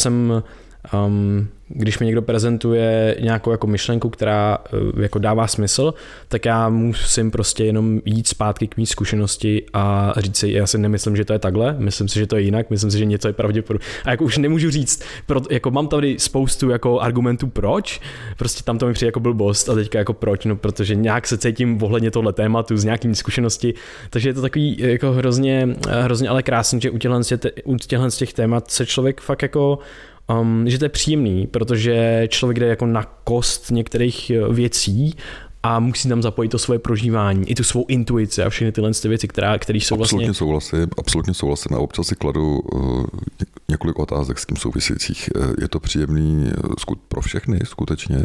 když mi někdo prezentuje nějakou jako myšlenku, která jako dává smysl, tak já musím prostě jenom jít zpátky k mý zkušenosti a říct si, já si nemyslím, že to je takhle, myslím si, že to je jinak, myslím si, že něco je pravděpodobně. A jako už nemůžu říct, jako mám tady spoustu jako argumentů proč, prostě tam to mi přijde jako blbost a teďka jako proč, no protože nějak se cítím ohledně tohle tématu z nějakými zkušenosti, takže je to takový jako hrozně ale krásný, že u těchto těch témat se člověk fakt jako že to je příjemný, protože člověk jde jako na kost některých věcí a musí tam zapojit to svoje prožívání, i tu svou intuici a všechny tyhle věci, které jsou vlastně... Absolutně souhlasím a občas si kladu několik otázek s tím souvisejících. Je to příjemný pro všechny, skutečně.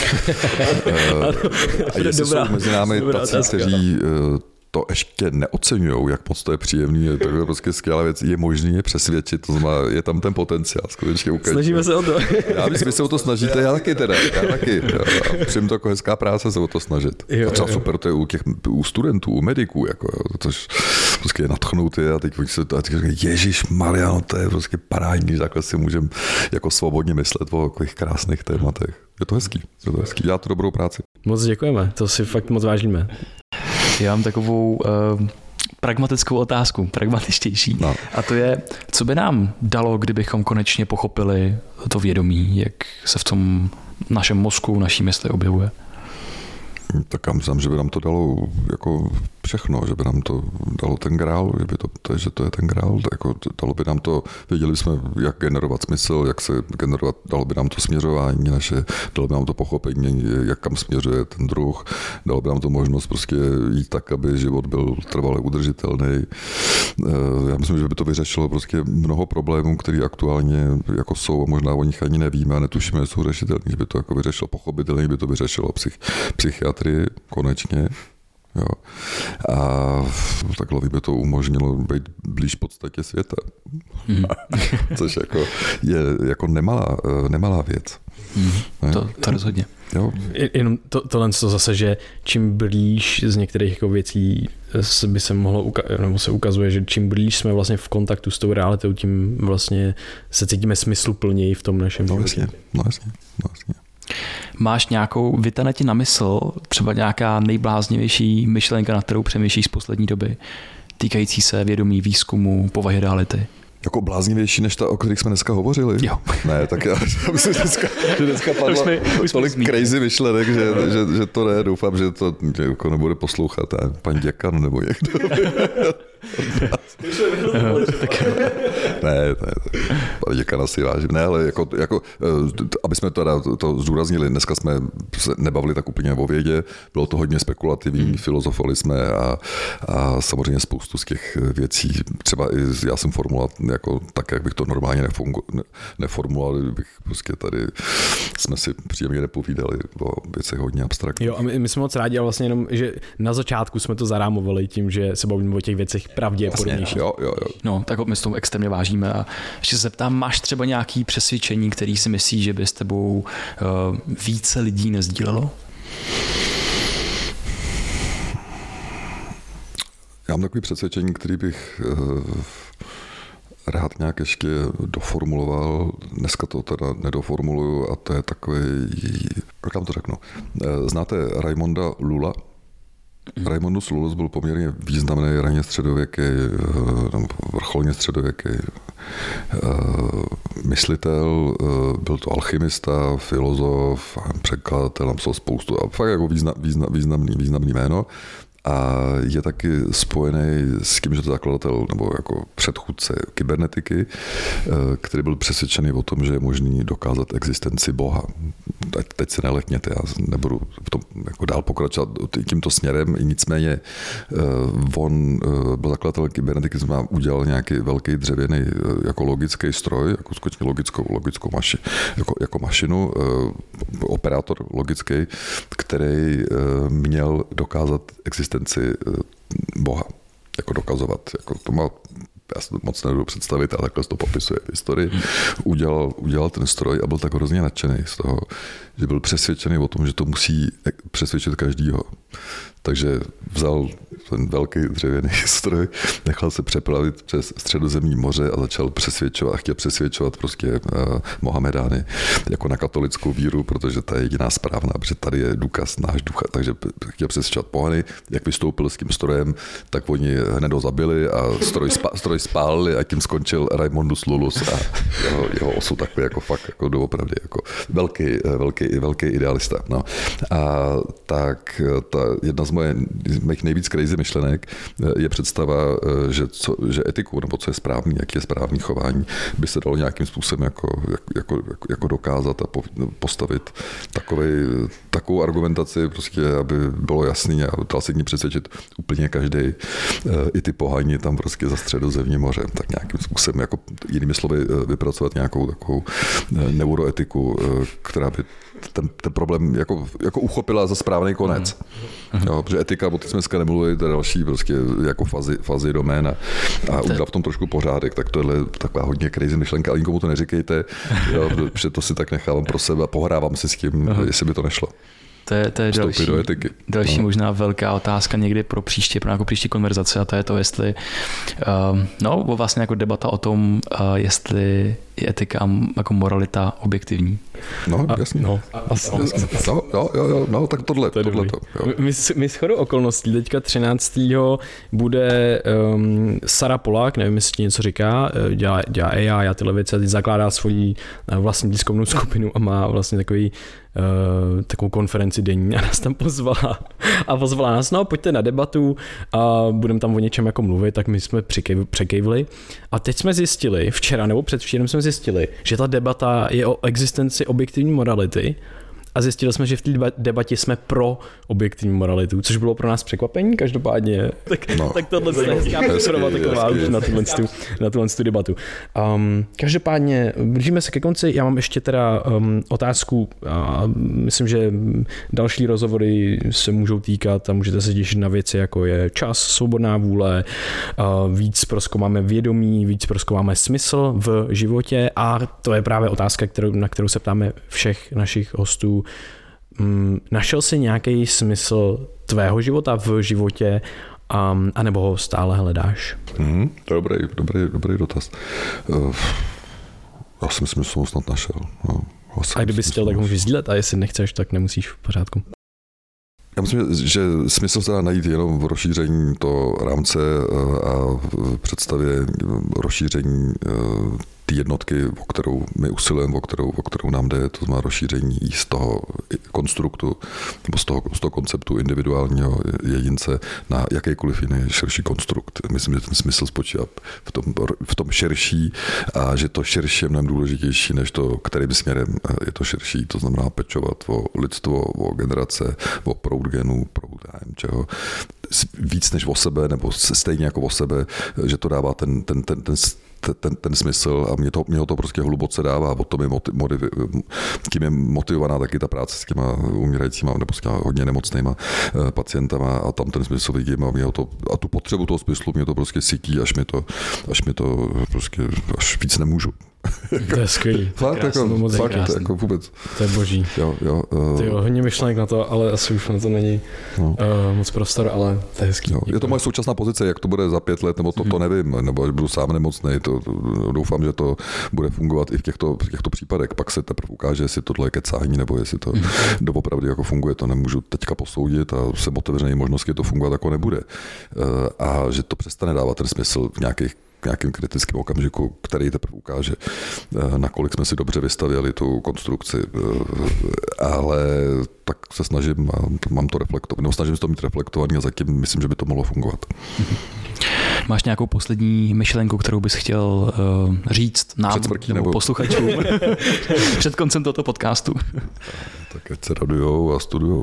A jestli jsou mezi námi tací, kteří to ještě neoceňují, jak moc to je příjemný, je to prostě skvělá věc, je možný je přesvědčit, to znamená, je tam ten potenciál, skutečně ukážu. Snažíme se o to. Já myslím, že se o to snažíte, já taky. Přijím to jako hezká práce se o to snažit. A třeba super to je u studentů, u mediků, jako, což prostě je natchnout a teď oni se říkají, ježišmarja, no to je prostě parádní, že takhle si můžeme jako svobodně myslet o takových krásných tématech. Je to hezký, dělá to dobrou práci. Moc děkujeme, to si fakt moc vážíme. Já mám takovou pragmatickou otázku, pragmatičtější. No. A to je, co by nám dalo, kdybychom konečně pochopili to vědomí, jak se v tom našem mozku, naší mysli objevuje? Tak já myslím, že by nám to dalo jako všechno, že by nám to dalo ten grál, že to je ten grál, jako dalo by nám to, věděli jsme, jak generovat smysl, jak se generovat, dalo by nám to směřování naše, dalo by nám to pochopení, jak kam směřuje ten druh, dalo by nám to možnost prostě jít tak, aby život byl trvale udržitelný. Já myslím, že by to vyřešilo prostě mnoho problémů, které aktuálně jako jsou a možná o nich ani nevíme a netušíme, že jsou řešitelné, že by to jako vyřešilo pochopitelně, by to vyřešilo psychiatrii konečně. Jo. A takhle by to umožnilo být blíž podstatě světa. Což jako je jako nemalá věc. To rozhodně. Jo. Jenom tohle zase, že čím blíž z některých jako věcí by se mohlo nebo se ukazuje, že čím blíž jsme vlastně v kontaktu s tou realitou, tím vlastně se cítíme smysluplněji v tom našem životě. No jasně. Máš nějakou, vytane ti na mysl třeba nějaká nejbláznivější myšlenka, na kterou přemýšlíš z poslední doby, týkající se vědomí, výzkumu, povahy reality? Jako bláznivější než ta, o kterých jsme dneska hovořili? Jo. Ne, tak já myslím, že dneska padlo tolik crazy myšlenek, že to ne, doufám, že to jako nebude poslouchat pan děkan nebo někdo. Ne, pana děkana si vážím. Ne, ale jako aby jsme to zdůraznili, dneska jsme se nebavili tak úplně o vědě, bylo to hodně spekulativní, filozofovali jsme a samozřejmě spoustu z těch věcí, třeba i já jsem formulovat jako tak, jak bych to normálně neformuloval, bych prostě tady jsme si příjemně nepovídali o věcech hodně abstraktních. Jo, a my jsme moc rádi, a vlastně jenom, že na začátku jsme to zarámovali tím, že se bavíme o těch věcech pravděpodobnějších. Jo. No, tak my s tomu extrémně vážíme a ještě se zeptám, máš třeba nějaký přesvědčení, který si myslíš, že by s tebou více lidí nezdílelo? Já mám takový přesvědčení, který bych rád nějak ještě doformuloval. Dneska to teda nedoformuluju a to je takový, jak vám to řeknu. Znáte Raimonda Lula? Raimondus Lullus byl poměrně významný raně středověký, vrcholně středověký myslitel, byl to alchymista, filozof, překladatel, napsal spoustu a fakt jako významný jméno. A je taky spojený s tím, že to zakladatel nebo jako předchůdce kybernetiky, který byl přesvědčený o tom, že je možný dokázat existenci Boha. Teď se nelekněte, já nebudu v tom jako dál pokračovat tímto směrem, nicméně on byl zakladatel kybernetiky, znamená udělal nějaký velký dřevěný jako logický stroj, jako skutečně logickou jako mašinu, operátor logický, který měl dokázat existenci Boha, jako dokazovat. Jako to má, já si to moc nebudu představit, ale takhle to popisuje v historii. Udělal ten stroj a byl tak hrozně nadšený z toho, že byl přesvědčený o tom, že to musí přesvědčit každýho. Takže vzal ten velký dřevěný stroj, nechal se přepravit přes Středozemní moře a chtěl přesvědčovat prostě Mohamedány jako na katolickou víru, protože ta je jediná správná, protože tady je důkaz náš ducha, takže chtěl přesvědčovat pohany, jak vystoupil s tím strojem, tak oni hned ho zabili a stroj spálili a tím skončil Raimondus Lullus a jeho osud takový jako fakt jako doopravdy jako velký idealista. No. A tak jedna z mých nejvíc crazy myšlenek je představa, že etiku, nebo co je správný, jaký je správný chování, by se dalo nějakým způsobem jako dokázat a postavit takovou argumentaci, prostě, aby bylo jasný a dal se k ní přesvědčit úplně každý, i ty pohani tam prostě za Středozemním mořem, tak nějakým způsobem, jako jinými slovy, vypracovat nějakou takovou neuroetiku, která by ten problém jako uchopila za správný konec. Jo, protože etika, o té jsme dneska nemluvili, to je další prostě jako fazy doména a udělat v tom trošku pořádek, tak tohle je taková hodně crazy myšlenka, ale nikomu to neříkejte, jo, protože to si tak nechávám pro sebe a pohrávám si s tím, jestli by to nešlo. To je další možná velká otázka někdy pro nějakou příští konverzaci a to je to, jestli vlastně jako debata o tom, jestli je etika jako moralita objektivní. No, jasně. No, tak tohle. My shodou okolností teďka 13. bude Sarah Polák, nevím, jestli ti něco říká, dělá AI a tyhle věci a teď zakládá svoji vlastní tiskovnou skupinu a má vlastně takovou konferenci denní a nás tam pozvala nás, pojďte na debatu a budeme tam o něčem jako mluvit, tak my jsme překejvli a teď jsme zjistili, včera nebo předvčírem jsme zjistili, že ta debata je o existenci objektivní morality a zjistili jsme, že v té debatě jsme pro objektivní moralitu, což bylo pro nás překvapení, každopádně. Tak tohle je hezká představovat taková už na tuhle debatu. Každopádně, blížíme se ke konci, já mám ještě teda otázku, myslím, že další rozhovory se můžou týkat a můžete se těšit na věci, jako je čas, svobodná vůle, víc prozkoumáme vědomí, víc prozkoumáme smysl v životě a to je právě otázka, na kterou se ptáme všech našich hostů. Našel jsi nějaký smysl tvého života v životě, anebo ho stále hledáš? To je dobrý dotaz. Já si myslím, že jsem ho snad našel. No, a kdyby chtěl, tak můžeš sdílet a jestli nechceš, tak nemusíš, v pořádku. Já myslím, že smysl se dá najít jenom v rozšíření toho rámce a v představě rozšíření ty jednotky, o kterou my usilujeme, o kterou nám jde, to znamená rozšíření z toho konstruktu nebo z toho konceptu individuálního jedince na jakýkoliv jiný širší konstrukt. Myslím, že ten smysl spočívá v tom širší a že to širší je mnohem důležitější, než to, kterým směrem je to širší. To znamená pečovat o lidstvo, o generace, o proud genů, proud čeho. Víc než o sebe, nebo stejně jako o sebe, že to dává ten smysl a mě to prostě hluboce dává. O tom tím je motivovaná taky ta práce s těma umírajícíma nebo s těma hodně nemocnýma pacientama a tam ten smysl vidím a tu potřebu toho smyslu mě to prostě sytí, až mi to prostě až víc nemůžu. To je skvělý. Fakt, jako vůbec. To je boží. Jo, hodně myšlenek na to, ale asi už na to není moc prostor, ale to je hezký. Je to moje současná pozice, jak to bude za 5 let, nebo to nevím, nebo až budu sám nemocnej, to doufám, že to bude fungovat i v těchto případech. Pak se teprve ukáže, jestli tohle je kecání, nebo jestli to doopravdy jako funguje, to nemůžu teďka posoudit a jsem otevřený možnosti, to fungovat jako nebude. A že to přestane dávat ten smysl v nějakým kritickém okamžiku, který teprve ukáže, nakolik jsme si dobře vystavěli tu konstrukci. Ale tak se snažím, mám to reflektovat, nebo snažím se to mít reflektovaný a zatím myslím, že by to mohlo fungovat. Máš nějakou poslední myšlenku, kterou bys chtěl říct nám nebo posluchačům před koncem tohoto podcastu? Tak ať se radujou a studujou.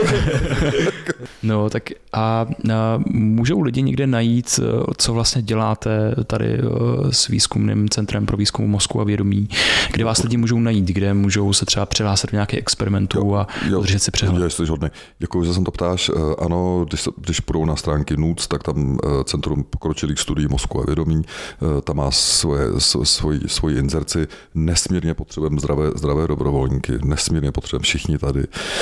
No tak a můžou lidi někde najít, co vlastně děláte tady s výzkumným centrem pro výzkum mozku a vědomí, kde vás lidi můžou najít, kde můžou se třeba přihlásit do nějakých experimentů a udržet si přehled. Děkuji, že se to ptáš. Ano, když půjdou na stránky NUC, tak tam Centrum pokročilých studií mozku a vědomí, tam má svoji inzerci. Nesmírně potřebujeme zdravé dobrovolníky, nesmírně potřebujeme všichni tady.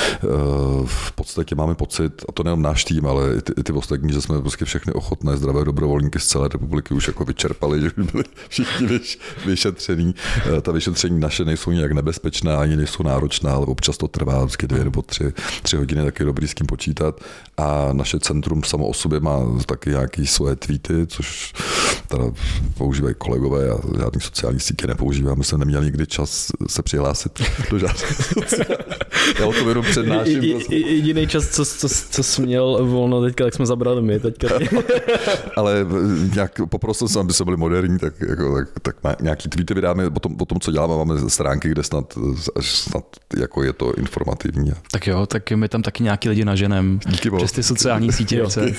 V podstatě máme pocit, a to nejenom náš tým, ale i ty ostatní, že jsme prostě všechny ochotné zdravé dobrovolníky z celé republiky už jako vyčerpali, že by byli všichni vyšetření. Ta vyšetření naše nejsou nějak nebezpečná, ani nejsou náročná, ale občas to trvá vždycky 2 nebo 3 hodiny, tak je dobrý s tím počítat. A naše centrum samo o sobě má taky nějaké svoje tweety, což teda používají kolegové a žádný sociální sítě nepoužíváme, jsme neměli nikdy čas se přihlásit do žádných. Já o tom jenom přednáším. Jediný čas, co jsi měl volno teďka, tak jsme zabrali my teďka. Ale nějak poprosil jsem, aby se byli moderní, tak nějaký tweety vydáme o tom, co děláme, máme stránky, kde snad jako je to informativní. Tak jo, tak my tam taky nějaký lidi naženem přes ty sociální sítě.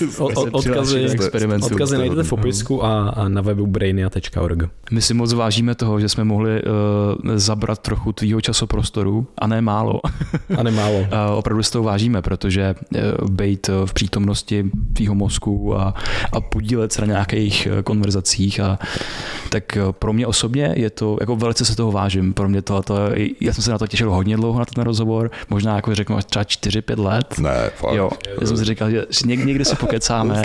Odkazy najdete v popisku a na webu brainia.org. My si moc vážíme toho, že jsme mohli zabrat trochu tvýho časoprostoru a ne málo. Opravdu s toho vážíme, protože být v přítomnosti tvýho mozku a podílet se na nějakých konverzacích tak pro mě osobně je to, jako velice se toho vážím. Pro mě já jsem se na to těšil hodně dlouho na ten rozhovor, možná jako řeknu třeba 4-5 let. Ne, fakt. Jo, já jsem si říkal, že někdy si pokecáme.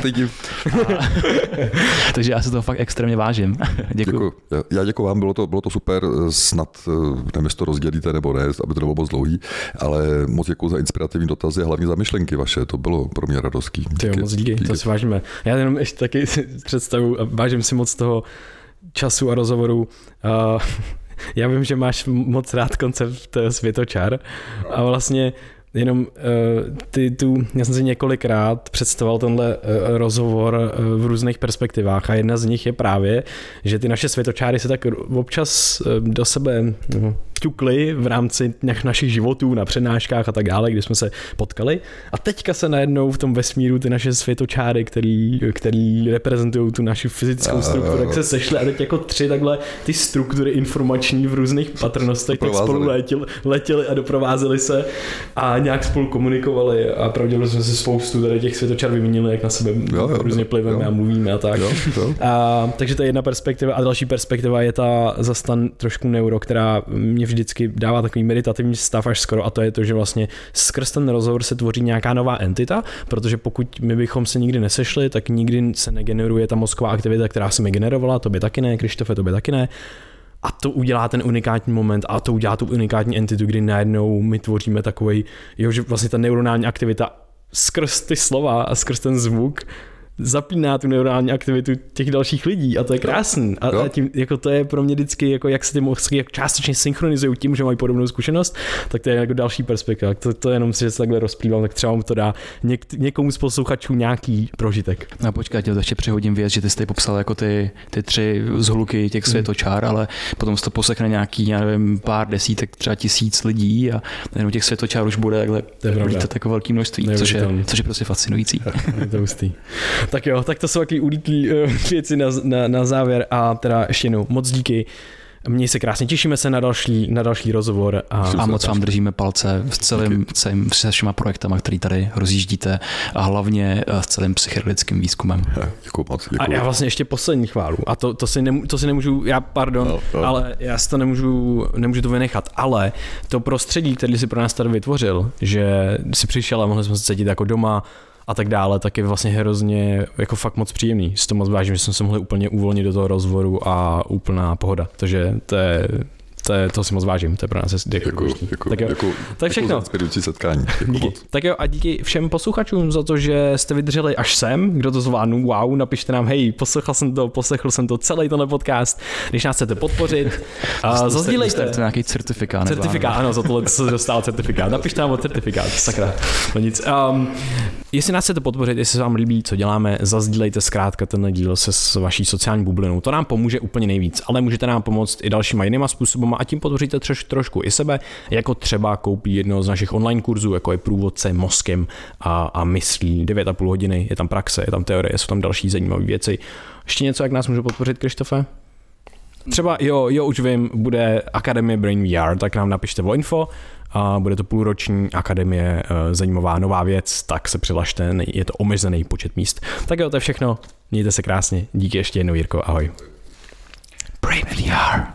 Takže já se toho fakt extrémně vážím. Děkuju. Já děkuju vám, bylo to super, snad nevím, jestli to rozdělíte nebo ne, aby to nebylo moc dlouhý, ale moc děkuju za inspirativní dotazy a hlavně za myšlenky vaše, to bylo pro mě radostný. Moc díky, to si vážíme. Já jenom ještě taky představu, vážím si moc toho času a rozhovoru. Já vím, že máš moc rád koncept světočar a vlastně jenom já jsem si několikrát představoval tenhle rozhovor v různých perspektivách a jedna z nich je právě, že ty naše světočáry se tak občas do sebe vťukly v rámci našich životů na přednáškách a tak dále, kdy jsme se potkali a teďka se najednou v tom vesmíru ty naše světočáry, který reprezentují tu naši fyzickou strukturu, tak se sešly a teď jako 3 takhle ty struktury informační v různých patrnostech tak spolu letěli a doprovázeli se a nějak spolu komunikovali a pravděpodobně jsme si spoustu tady těch světočar vyměnili, jak na sebe různě pliveme a mluvíme a tak. Takže to je jedna perspektiva a další perspektiva je ta zastan trošku neuro, která mě vždycky dává takový meditativní stav až skoro a to je to, že vlastně skrz ten rozhovor se tvoří nějaká nová entita, protože pokud my bychom se nikdy nesešli, tak nikdy se negeneruje ta mozková aktivita, která se mi generovala, to by taky ne, Krištofe, to by taky ne. A to udělá ten unikátní moment a to udělá tu unikátní entitu, kdy najednou my tvoříme takovej, že vlastně ta neuronální aktivita skrz ty slova a skrz ten zvuk zapíná tu neurální aktivitu těch dalších lidí a to je krásný. A tím, jako to je pro mě vždycky, jako jak se ty mozky jak částečně synchronizují tím, že mají podobnou zkušenost, tak to je jako další perspektiva. To je jenom si, že se takhle rozplývám, tak třeba mu to dá někomu z posluchačů nějaký prožitek. No počkej, to ještě přehodím věc, že ty jsi tady popsal jako ty 3 zhluky těch světočár, ale potom se to posekne nějaký, já nevím, pár desítek, třeba 1000 lidí a jenom těch světočár už bude takhle lítat jako velký množství, což je prostě fascinující. Je to hustý. Tak jo, tak to jsou takový ulítlý věci na závěr a teda ještě jednou moc díky. Měj se krásně, těšíme se na další rozhovor. A moc vám držíme palce se všema projektama, který tady rozjíždíte a hlavně s celým psychedelickým výzkumem. Děkuju moc. A já vlastně ještě poslední chválu. A to si nemůžu, ale já si to nemůžu to vynechat. Ale to prostředí, který si pro nás tady vytvořil, že si přišel a mohli jsme se cítit jako doma, a tak dále, tak je vlastně hrozně jako fakt moc příjemný. Si to moc vážím, že jsme se mohli úplně uvolnit do toho rozhovoru a úplná pohoda. Takže to si moc vážím, to je pro nás Děkuji. Tak všechno. Inspirující setkání. Tak jo a díky všem posluchačům za to, že jste vydrželi až sem, kdo to zvládnu, wow, napište nám, hej, poslechl jsem to celý tenhle podcast, když nás chcete podpořit, zazdílejte. To je nějaký certifikát. Ano, za tohle se dostal certifikát. Napište nám o certifikát, sakra. No nic. Jestli nás chcete podpořit, jestli se vám líbí, co děláme, zazdílejte zkrátka tenhle díl se vaší sociální bublinou. To nám pomůže úplně nejvíc, ale můžete nám pomoct i dalšíma jinýma způsoby a tím podpoříte trošku i sebe, jako třeba koupí jedno z našich online kurzů, jako je Průvodce mozkem a myslí 9,5 hodiny, je tam praxe, je tam teorie, jsou tam další zajímavé věci. Ještě něco, jak nás může podpořit, Krištofe? Třeba, jo, už vím, bude Akademie Brain VR, tak nám napište o info, a bude to půlroční akademie, zajímavá nová věc, tak se přihlašte, je to omezený počet míst. Tak jo, to je všechno, mějte se krásně, díky ještě jednou, Jirko, ahoj. Brain VR.